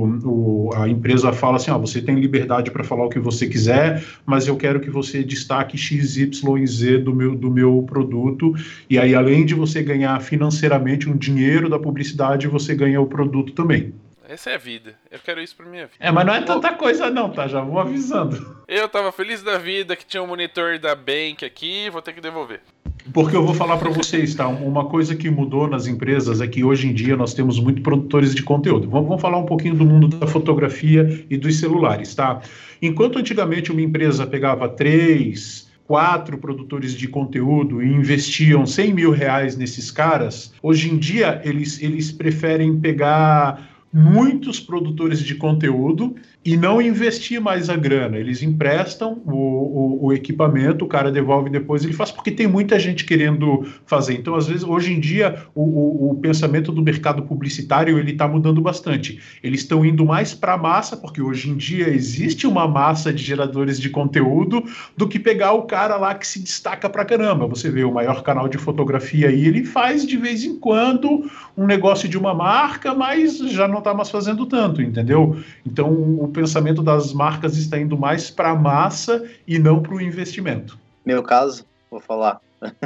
o, a empresa fala assim: ó, você tem liberdade para falar o que você quiser, mas eu quero que você destaque X, Y e Z do meu, do meu produto, e aí além de você ganhar financeiramente um dinheiro da publicidade, você ganha o produto também. Essa é a vida. Eu quero isso pra minha vida. É, mas não é tanta coisa não, tá? Já vou avisando. Eu tava feliz da vida que tinha um monitor da Bank aqui, vou ter que devolver. Porque eu vou falar para vocês, tá? Uma coisa que mudou nas empresas é que hoje em dia nós temos muitos produtores de conteúdo. Vamos, vamos falar um pouquinho do mundo da fotografia e dos celulares, tá? Enquanto antigamente uma empresa pegava três, quatro produtores de conteúdo e investiam cem mil reais nesses caras, hoje em dia eles, eles preferem pegar muitos produtores de conteúdo e não investir mais a grana. Eles emprestam o, o, o equipamento, o cara devolve depois, ele faz, porque tem muita gente querendo fazer. Então, às vezes, hoje em dia, o, o, o pensamento do mercado publicitário, ele está mudando bastante. Eles estão indo mais para a massa, porque hoje em dia existe uma massa de geradores de conteúdo, do que pegar o cara lá que se destaca pra caramba. Você vê o maior canal de fotografia aí, ele faz de vez em quando um negócio de uma marca, mas já não está mais fazendo tanto, entendeu? Então, o pensamento das marcas está indo mais para a massa e não para o investimento. Meu caso, vou falar.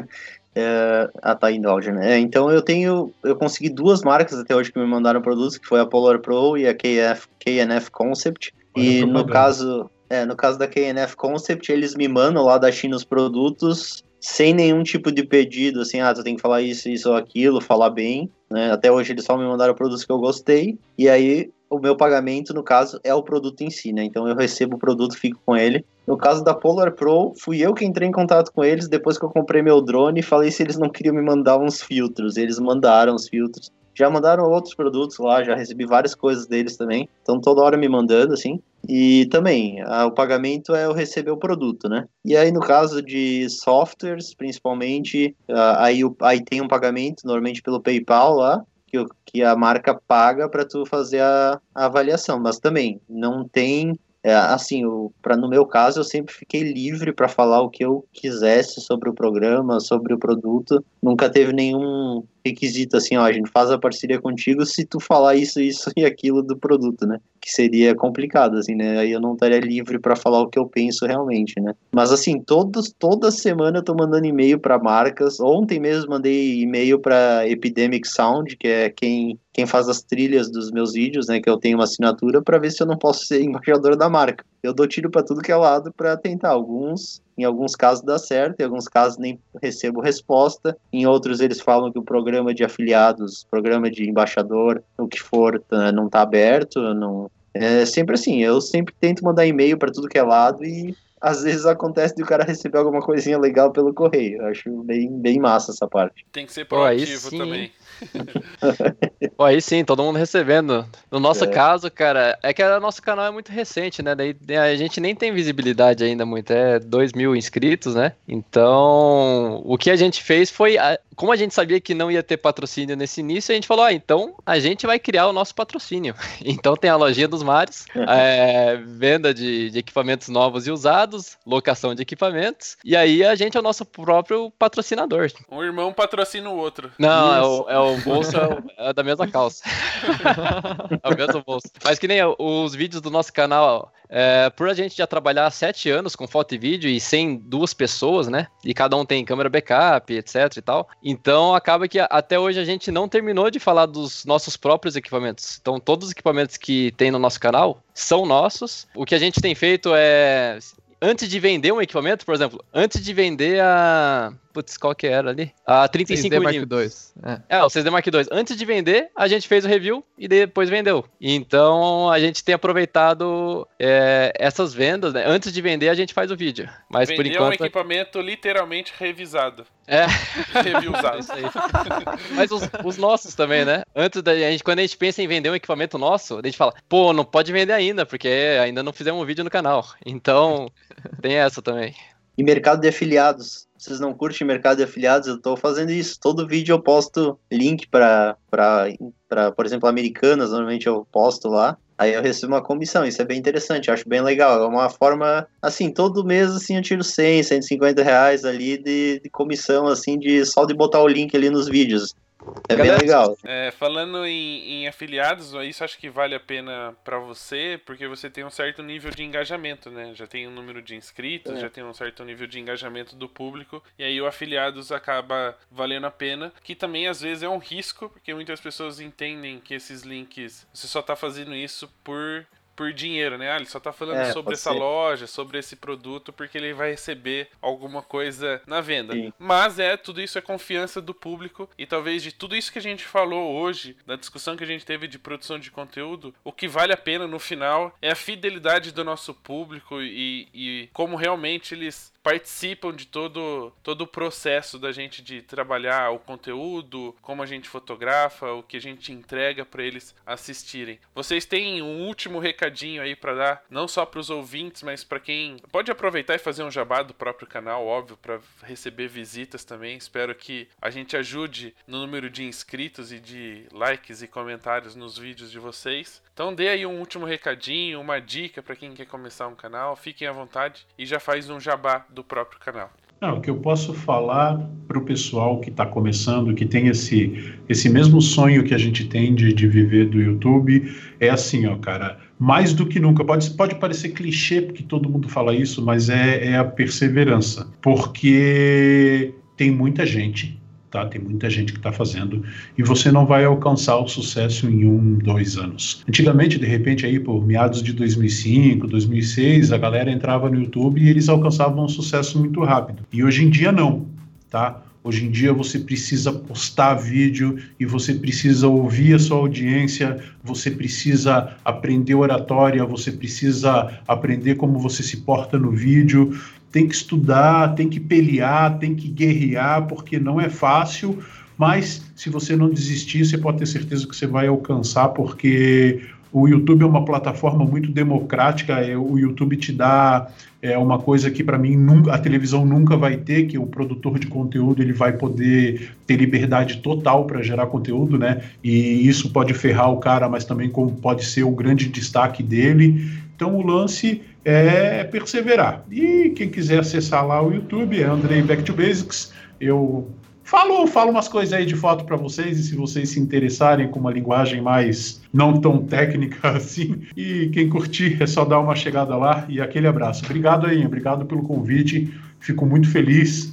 É, ah, tá indo áudio, né? É, então eu tenho, eu consegui duas marcas até hoje que me mandaram produtos, que foi a Polar Pro e a K F, K N F Concept. Olha, e no caso, é, no caso da K N F Concept, eles me mandam lá da China os produtos sem nenhum tipo de pedido, assim, ah, tu tem que falar isso, isso ou aquilo, falar bem, né? Até hoje eles só me mandaram produtos que eu gostei, e aí o meu pagamento, no caso, é o produto em si, né? Então eu recebo o produto, fico com ele. No caso da Polar Pro, fui eu que entrei em contato com eles depois que eu comprei meu drone e falei se eles não queriam me mandar uns filtros. Eles mandaram os filtros. Já mandaram outros produtos lá, já recebi várias coisas deles também. Então toda hora me mandando, assim. E também, a, o pagamento é eu receber o produto, né? E aí no caso de softwares, principalmente, uh, aí, o, aí tem um pagamento, normalmente pelo PayPal lá, que, que a marca paga para tu fazer a, a avaliação. Mas também, não tem... É, assim, o, pra, no meu caso, eu sempre fiquei livre para falar o que eu quisesse sobre o programa, sobre o produto. Nunca teve nenhum requisito assim, ó, a gente faz a parceria contigo se tu falar isso, isso e aquilo do produto, né? Que seria complicado, assim, né? Aí eu não estaria livre para falar o que eu penso realmente, né? Mas, assim, todos, toda semana eu tô mandando e-mail para marcas. Ontem mesmo mandei e-mail para Epidemic Sound, que é quem... quem faz as trilhas dos meus vídeos, né, que eu tenho uma assinatura, para ver se eu não posso ser embaixador da marca. Eu dou tiro para tudo que é lado para tentar. Alguns Em alguns casos dá certo, em alguns casos nem recebo resposta, em outros eles falam que o programa de afiliados, programa de embaixador, o que for, não está aberto, não... É sempre assim, eu sempre tento mandar e-mail para tudo que é lado e às vezes acontece de o cara receber alguma coisinha legal pelo correio. Eu acho bem, bem massa essa parte. Tem que ser Pô, aí proativo sim. também. Pô, aí sim, todo mundo recebendo. No nosso É. caso, cara, é que o nosso canal é muito recente, né? Daí a gente nem tem visibilidade ainda muito, é dois mil inscritos, né? Então, o que a gente fez foi, a- como a gente sabia que não ia ter patrocínio nesse início, a gente falou, ah, então a gente vai criar o nosso patrocínio. Então tem a lojinha dos mares, é, venda de, de equipamentos novos e usados, locação de equipamentos, e aí a gente é o nosso próprio patrocinador. Um irmão patrocina o outro. Não, é o, é o bolso é, o- é da mesma calça. É o mesmo bolso. Mas que nem os vídeos do nosso canal, é, por a gente já trabalhar há sete anos com foto e vídeo e sem duas pessoas, né? E cada um tem câmera backup, etc e tal. Então acaba que até hoje a gente não terminou de falar dos nossos próprios equipamentos. Então todos os equipamentos que tem no nosso canal são nossos. O que a gente tem feito é... Antes de vender um equipamento, por exemplo, antes de vender a... Putz, qual que era ali? A trinta e cinco seis D Mark milímetros. dois. É. É, o seis D Mark dois. Antes de vender, a gente fez o review e depois vendeu. Então, a gente tem aproveitado é, essas vendas, né? Antes de vender, a gente faz o vídeo. Mas, por Vender um enquanto... equipamento literalmente revisado. É, Reviewzado. isso aí. Mas os, os nossos também, né? Antes da gente, quando a gente pensa em vender um equipamento nosso, a gente fala, pô, não pode vender ainda, porque ainda não fizemos um vídeo no canal. Então, tem essa também. E mercado de afiliados. Vocês não curtem mercado de afiliados? Eu tô fazendo isso. Todo vídeo eu posto link para, por exemplo, Americanas, normalmente eu posto lá. Aí eu recebo uma comissão, isso é bem interessante, eu acho bem legal. É uma forma, assim, todo mês assim, eu tiro cem, cento e cinquenta reais ali de, de comissão, assim, de só de botar o link ali nos vídeos. É bem Galera, legal. É, falando em, em afiliados, isso acho que vale a pena pra você, porque você tem um certo nível de engajamento, né? Já tem um número de inscritos, É. já tem um certo nível de engajamento do público, e aí o afiliados acaba valendo a pena, que também às vezes é um risco, porque muitas pessoas entendem que esses links, você só tá fazendo isso por... por dinheiro, né? Ah, ele só tá falando É, sobre pode essa ser. loja, sobre esse produto, porque ele vai receber alguma coisa na venda. Sim. Mas é, tudo isso é confiança do público, e talvez de tudo isso que a gente falou hoje, da discussão que a gente teve de produção de conteúdo, o que vale a pena no final é a fidelidade do nosso público e, e como realmente eles participam de todo, todo o processo da gente de trabalhar o conteúdo, como a gente fotografa, o que a gente entrega para eles assistirem. Vocês têm um último recadinho aí para dar, não só para os ouvintes, mas para quem pode aproveitar e fazer um jabá do próprio canal, óbvio, para receber visitas também. Espero que a gente ajude no número de inscritos e de likes e comentários nos vídeos de vocês. Então dê aí um último recadinho, uma dica para quem quer começar um canal, fiquem à vontade e já faz um jabá do próprio canal. Não, o que eu posso falar para o pessoal que está começando, que tem esse, esse mesmo sonho que a gente tem de, de viver do YouTube, é assim, ó, cara, mais do que nunca, pode, pode parecer clichê, porque todo mundo fala isso, mas é, é a perseverança, porque tem muita gente, tá? Tem muita gente que está fazendo, e você não vai alcançar o sucesso em um, dois anos. Antigamente, de repente, aí por meados de dois mil e cinco, dois mil e seis, a galera entrava no YouTube e eles alcançavam um sucesso muito rápido. E hoje em dia não, tá? Hoje em dia você precisa postar vídeo e você precisa ouvir a sua audiência, você precisa aprender oratória, você precisa aprender como você se porta no vídeo, tem que estudar, tem que pelear, tem que guerrear, porque não é fácil, mas se você não desistir, você pode ter certeza que você vai alcançar, porque o YouTube é uma plataforma muito democrática, é, o YouTube te dá é, uma coisa que para mim nunca, a televisão nunca vai ter, que o produtor de conteúdo ele vai poder ter liberdade total para gerar conteúdo, né? E isso pode ferrar o cara, mas também como pode ser o grande destaque dele. Então o lance é perseverar. E quem quiser acessar lá o YouTube é Andrei Back to Basics. Eu falo, falo umas coisas aí de foto para vocês, e se vocês se interessarem com uma linguagem mais não tão técnica assim, e quem curtir é só dar uma chegada lá, e aquele abraço. Obrigado aí, obrigado pelo convite, fico muito feliz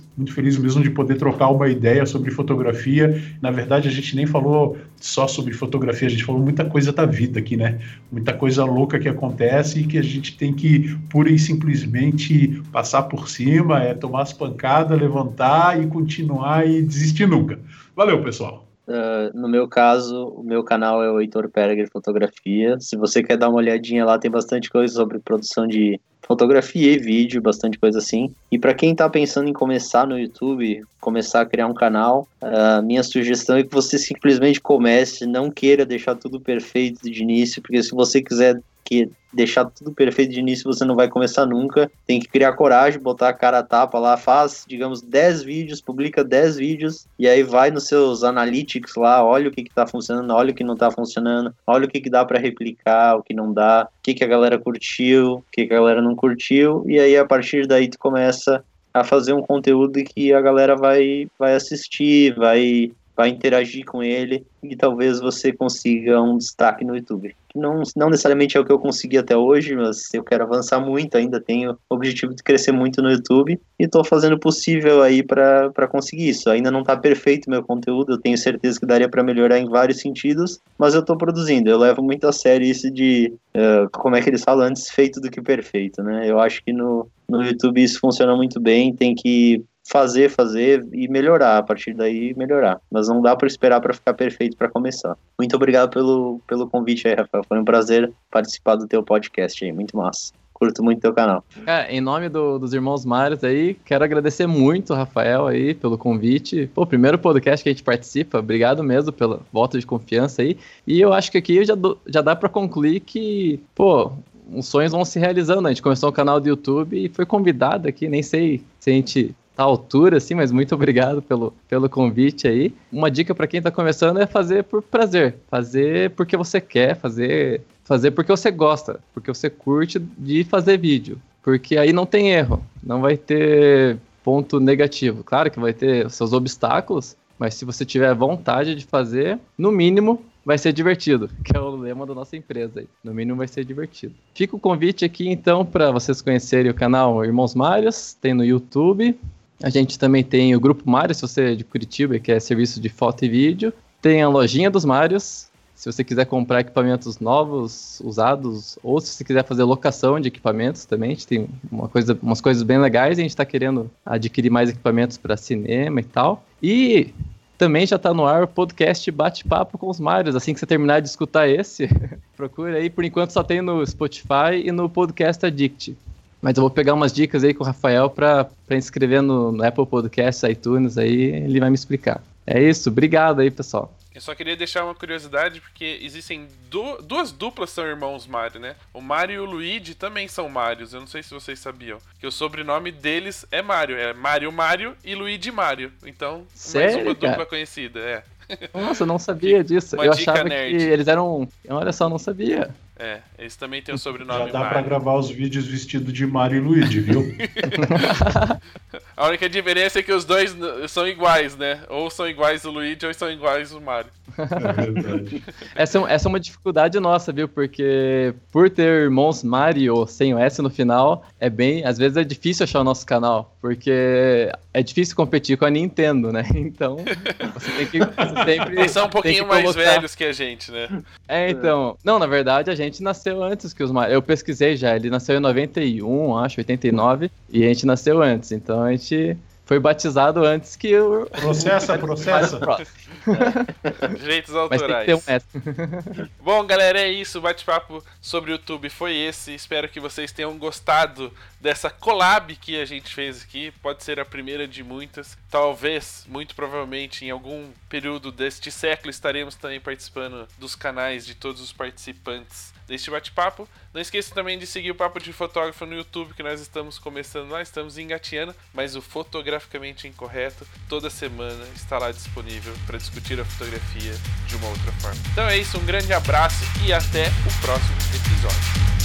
muito feliz mesmo de poder trocar uma ideia sobre fotografia. Na verdade, a gente nem falou só sobre fotografia, a gente falou muita coisa da vida aqui, né? Muita coisa louca que acontece e que a gente tem que pura e simplesmente passar por cima, é tomar as pancadas, levantar e continuar e desistir nunca. Valeu, pessoal! Uh, no meu caso, o meu canal é o Heitor Perger Fotografia. Se você quer dar uma olhadinha lá, tem bastante coisa sobre produção de fotografia e vídeo, bastante coisa assim. E para quem tá pensando em começar no YouTube, começar a criar um canal, a minha sugestão é que você simplesmente comece, não queira deixar tudo perfeito de início, porque se você quiser que deixar tudo perfeito de início, você não vai começar nunca. Tem que criar coragem, botar a cara a tapa lá, faz, digamos, dez vídeos, publica dez vídeos, e aí vai nos seus analytics lá, olha o que que tá funcionando, olha o que não tá funcionando, olha o que que dá para replicar, o que não dá, o que que a galera curtiu, o que que a galera não curtiu, e aí a partir daí tu começa a fazer um conteúdo que a galera vai, vai assistir, vai, vai interagir com ele, e talvez você consiga um destaque no YouTube. Não, não necessariamente é o que eu consegui até hoje, mas eu quero avançar muito, ainda tenho o objetivo de crescer muito no YouTube e estou fazendo o possível aí para conseguir isso. Ainda não está perfeito o meu conteúdo, eu tenho certeza que daria para melhorar em vários sentidos, mas eu estou produzindo, eu levo muito a sério isso de, uh, como é que eles falam, antes feito do que perfeito, né? Eu acho que no, no YouTube isso funciona muito bem, tem que fazer, fazer e melhorar, a partir daí melhorar. Mas não dá para esperar para ficar perfeito para começar. Muito obrigado pelo, pelo convite aí, Rafael. Foi um prazer participar do teu podcast aí, muito massa. Curto muito teu canal. Cara, em nome do, dos irmãos Marios aí, quero agradecer muito o Rafael aí pelo convite. Pô, primeiro podcast que a gente participa, obrigado mesmo pela volta de confiança aí. E eu acho que aqui já, do, já dá para concluir que, pô, os sonhos vão se realizando. A gente começou um canal do YouTube e foi convidado aqui, nem sei se a gente à altura, assim, mas muito obrigado pelo, pelo convite aí. Uma dica para quem tá começando é fazer por prazer, fazer porque você quer, fazer, fazer porque você gosta, porque você curte de fazer vídeo, porque aí não tem erro, não vai ter ponto negativo. Claro que vai ter os seus obstáculos, mas se você tiver vontade de fazer, no mínimo vai ser divertido, que é o lema da nossa empresa aí. No mínimo vai ser divertido. Fica o convite aqui então para vocês conhecerem o canal Irmãos Marios, tem no YouTube. A gente também tem o Grupo Marios, se você é de Curitiba, que é serviço de foto e vídeo. Tem a Lojinha dos Marios, se você quiser comprar equipamentos novos, usados, ou se você quiser fazer locação de equipamentos também. A gente tem uma coisa, umas coisas bem legais e a gente está querendo adquirir mais equipamentos para cinema e tal. E também já está no ar o podcast Bate-Papo com os Marios. Assim que você terminar de escutar esse, procura aí. Por enquanto só tem no Spotify e no Podcast Addict. Mas eu vou pegar umas dicas aí com o Rafael para inscrever no, no Apple Podcasts, iTunes, aí ele vai me explicar. É isso, obrigado aí, pessoal. Eu só queria deixar uma curiosidade, porque existem du- duas duplas são irmãos Mário, né? O Mário e o Luigi também são Mários, eu não sei se vocês sabiam. Que o sobrenome deles é Mário, é Mário Mário e Luigi Mário. Então, sério, mais uma cara? dupla conhecida, é. Nossa, eu não sabia disso. Uma eu dica achava nerd. que eles eram... Olha só, eu não sabia. É, eles também têm o sobrenome Já dá Mário. pra gravar os vídeos vestidos de Mario e Luigi, viu? A única diferença é que os dois n- são iguais, né? Ou são iguais o Luigi ou são iguais o Mario. É verdade. Essa, é- essa é uma dificuldade nossa, viu? Porque por ter irmãos Mario sem o S no final, é bem... Às vezes é difícil achar o nosso canal, porque é difícil competir com a Nintendo, né? Então, você tem que você sempre... Eles são um tem pouquinho que mais colocar- velhos que a gente, né? É, então... Não, na verdade, a gente nasceu antes que os Mario. Eu pesquisei já, ele nasceu em noventa e um, acho, oitenta e nove, e a gente nasceu antes. Então, a gente foi batizado antes que o... Processa, processa. Direitos Mas tem autorais. que ter um S. Bom, galera, é isso. O bate-papo sobre o YouTube foi esse. Espero que vocês tenham gostado dessa collab que a gente fez aqui. Pode ser a primeira de muitas. Talvez, muito provavelmente, em algum período deste século, estaremos também participando dos canais de todos os participantes deste bate-papo. Não esqueça também de seguir o Papo de Fotógrafo no YouTube, que nós estamos começando lá, estamos engateando, mas o Fotograficamente Incorreto toda semana está lá disponível para discutir a fotografia de uma outra forma. Então é isso, um grande abraço e até o próximo episódio.